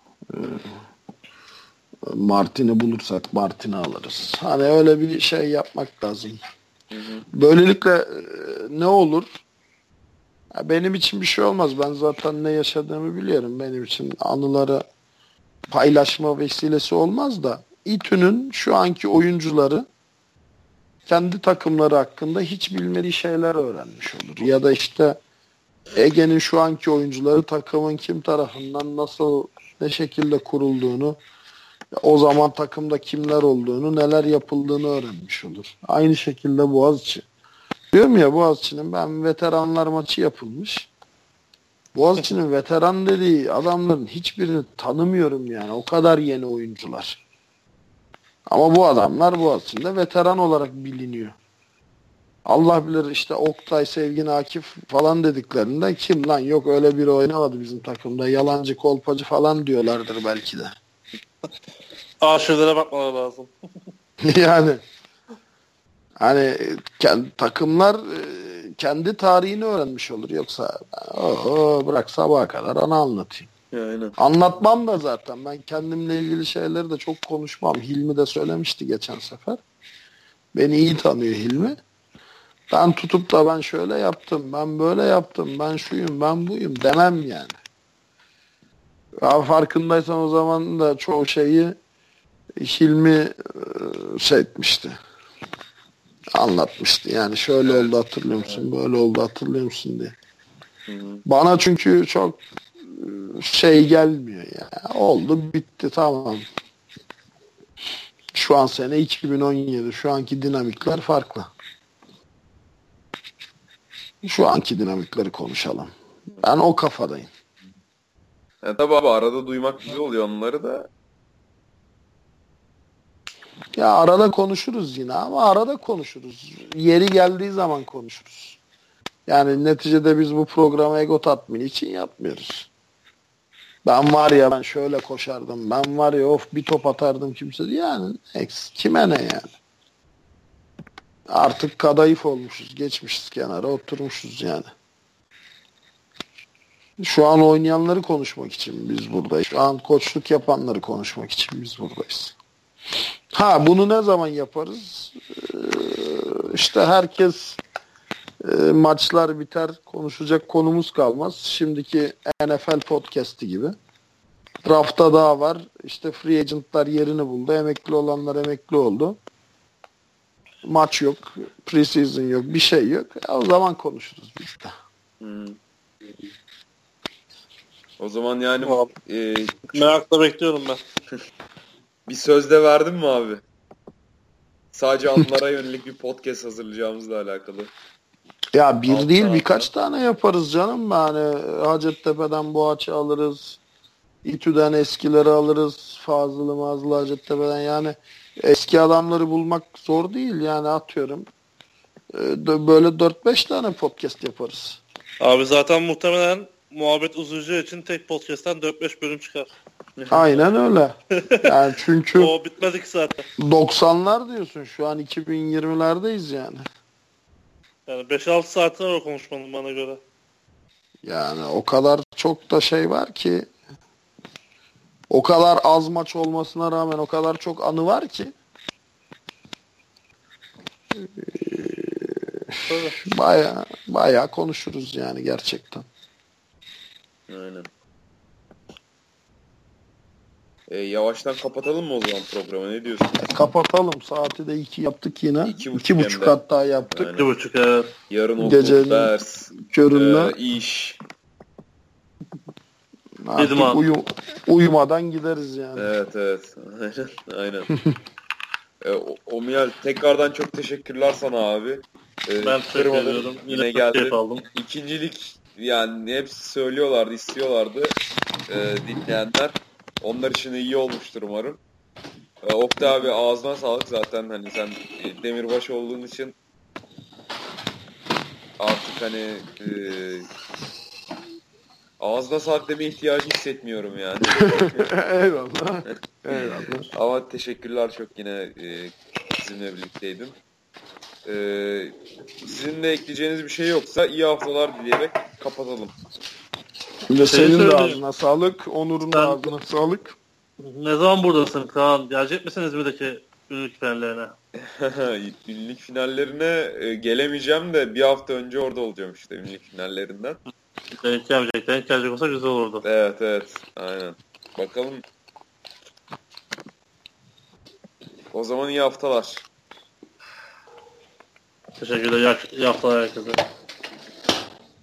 Martin'i bulursak Martin'i alırız. Hani öyle bir şey yapmak lazım. Böylelikle ne olur? Benim için bir şey olmaz. Ben zaten ne yaşadığımı biliyorum. Benim için anıları paylaşma vesilesi olmaz da İTÜ'nün şu anki oyuncuları kendi takımları hakkında hiç bilmediği şeyler öğrenmiş olur. Ya da işte Ege'nin şu anki oyuncuları takımın kim tarafından nasıl, ne şekilde kurulduğunu, o zaman takımda kimler olduğunu, neler yapıldığını öğrenmiş olur. Aynı şekilde Boğaziçi. Diyorum ya, Boğaziçi'nin ben veteranlar maçı yapılmış. Boğaziçi'nin veteran dediği adamların hiçbirini tanımıyorum yani. O kadar yeni oyuncular. Ama bu adamlar Boğaziçi'nde veteran olarak biliniyor. Allah bilir işte Oktay, Sevgin, Akif falan dediklerinde kim lan, yok öyle biri oynamadı bizim takımda, yalancı, kolpacı falan diyorlardır belki de. Arşivlere bakmaları lazım. Yani hani takımlar kendi tarihini öğrenmiş olur. Yoksa bırak sabaha kadar ana anlatayım. Aynen. Anlatmam da zaten. Ben kendimle ilgili şeyleri de çok konuşmam. Hilmi de söylemişti geçen sefer. Beni iyi tanıyor Hilmi. Ben tutup da ben şöyle yaptım, ben böyle yaptım, ben şuyum, ben buyum demem yani. Ya farkındaysan o zaman da çoğu şeyi Hilmi etmişti. Anlatmıştı. Yani şöyle oldu hatırlıyor musun, böyle oldu hatırlıyor musun diye. Bana çünkü çok gelmiyor ya. Oldu bitti tamam. Şu an sene 2017. Şu anki dinamikler farklı. Şu anki dinamikleri konuşalım. Ben o kafadayım. Tabii abi, arada duymak güzel oluyor onları da. Ya arada konuşuruz yine ama arada konuşuruz. Yeri geldiği zaman konuşuruz. Yani neticede biz bu programı ego tatmini için yapmıyoruz. Ben şöyle koşardım. Ben var ya bir top atardım kimse. Yani kime ne yani? Artık kadayıf olmuşuz. Geçmişiz kenara, oturmuşuz yani. Şu an oynayanları konuşmak için biz buradayız. Şu an koçluk yapanları konuşmak için biz buradayız. Bunu ne zaman yaparız? İşte herkes maçlar biter, konuşacak konumuz kalmaz. Şimdiki NFL podcast'i gibi. Draft'ta daha var. İşte free agent'lar yerini buldu. Emekli olanlar emekli oldu. Maç yok. Preseason yok. Bir şey yok. O zaman konuşuruz biz de. O zaman yani merakla bekliyorum ben. bir sözde verdin mi abi? Sadece anlara yönelik bir podcast hazırlayacağımızla alakalı. Ya bir değil birkaç tane yaparız canım. Yani Hacettepe'den Boğaç'ı alırız. İTÜ'den eskileri alırız. Fazlı Mazlı Hacettepe'den, yani eski adamları bulmak zor değil yani, atıyorum. Böyle 4-5 tane podcast yaparız. Abi zaten muhtemelen muhabbet uzayacağı için tek podcast'ten 4-5 bölüm çıkar. Aynen öyle. Yani çünkü o bitmedi ki zaten. 90'lar diyorsun, şu an 2020'lerdeyiz yani. Yani 5-6 saati var o konuşmanın bana göre. Yani o kadar çok da şey var ki, o kadar az maç olmasına rağmen o kadar çok anı var ki baya konuşuruz yani gerçekten. Aynen. Yavaştan kapatalım mı o zaman programı? Ne diyorsun? Kapatalım. Saati de 2 yaptık yine. 2,5 hatta yaptık. Aynen. 2,5 evet. Yarın okul, Gecenin ders, köründe iş. artık uyumadan gideriz yani. Evet. Aynen. Omiyal tekrardan çok teşekkürler sana abi. Ben teşekkür ediyorum. Yine çok keyif geldi. aldım. İkincilik yani hepsi söylüyorlardı, istiyorlardı dinleyenler. Onlar için de iyi olmuştur umarım. Oktay abi ağzına sağlık zaten hani sen demirbaş olduğun için artık hani ağzına sağlık demeye ihtiyacı hissetmiyorum yani. Eyvallah. Ama teşekkürler çok yine bizimle birlikteydin. Sizin de ekleyeceğiniz bir şey yoksa iyi haftalar dileyerek kapatalım. Ve senin de ağzına sağlık, Onur'un da ağzına sağlık. Ne zaman buradasın Kaan? Gelecek misin İzmir'deki ünlük finallerine? Ünlük finallerine gelemeyeceğim de bir hafta önce orada olacağım işte ünlük finallerinden. Denk gelecek olsa güzel olurdu. Evet. Aynen. Bakalım. O zaman iyi haftalar. Teşekkürler. İyi haftalar herkese.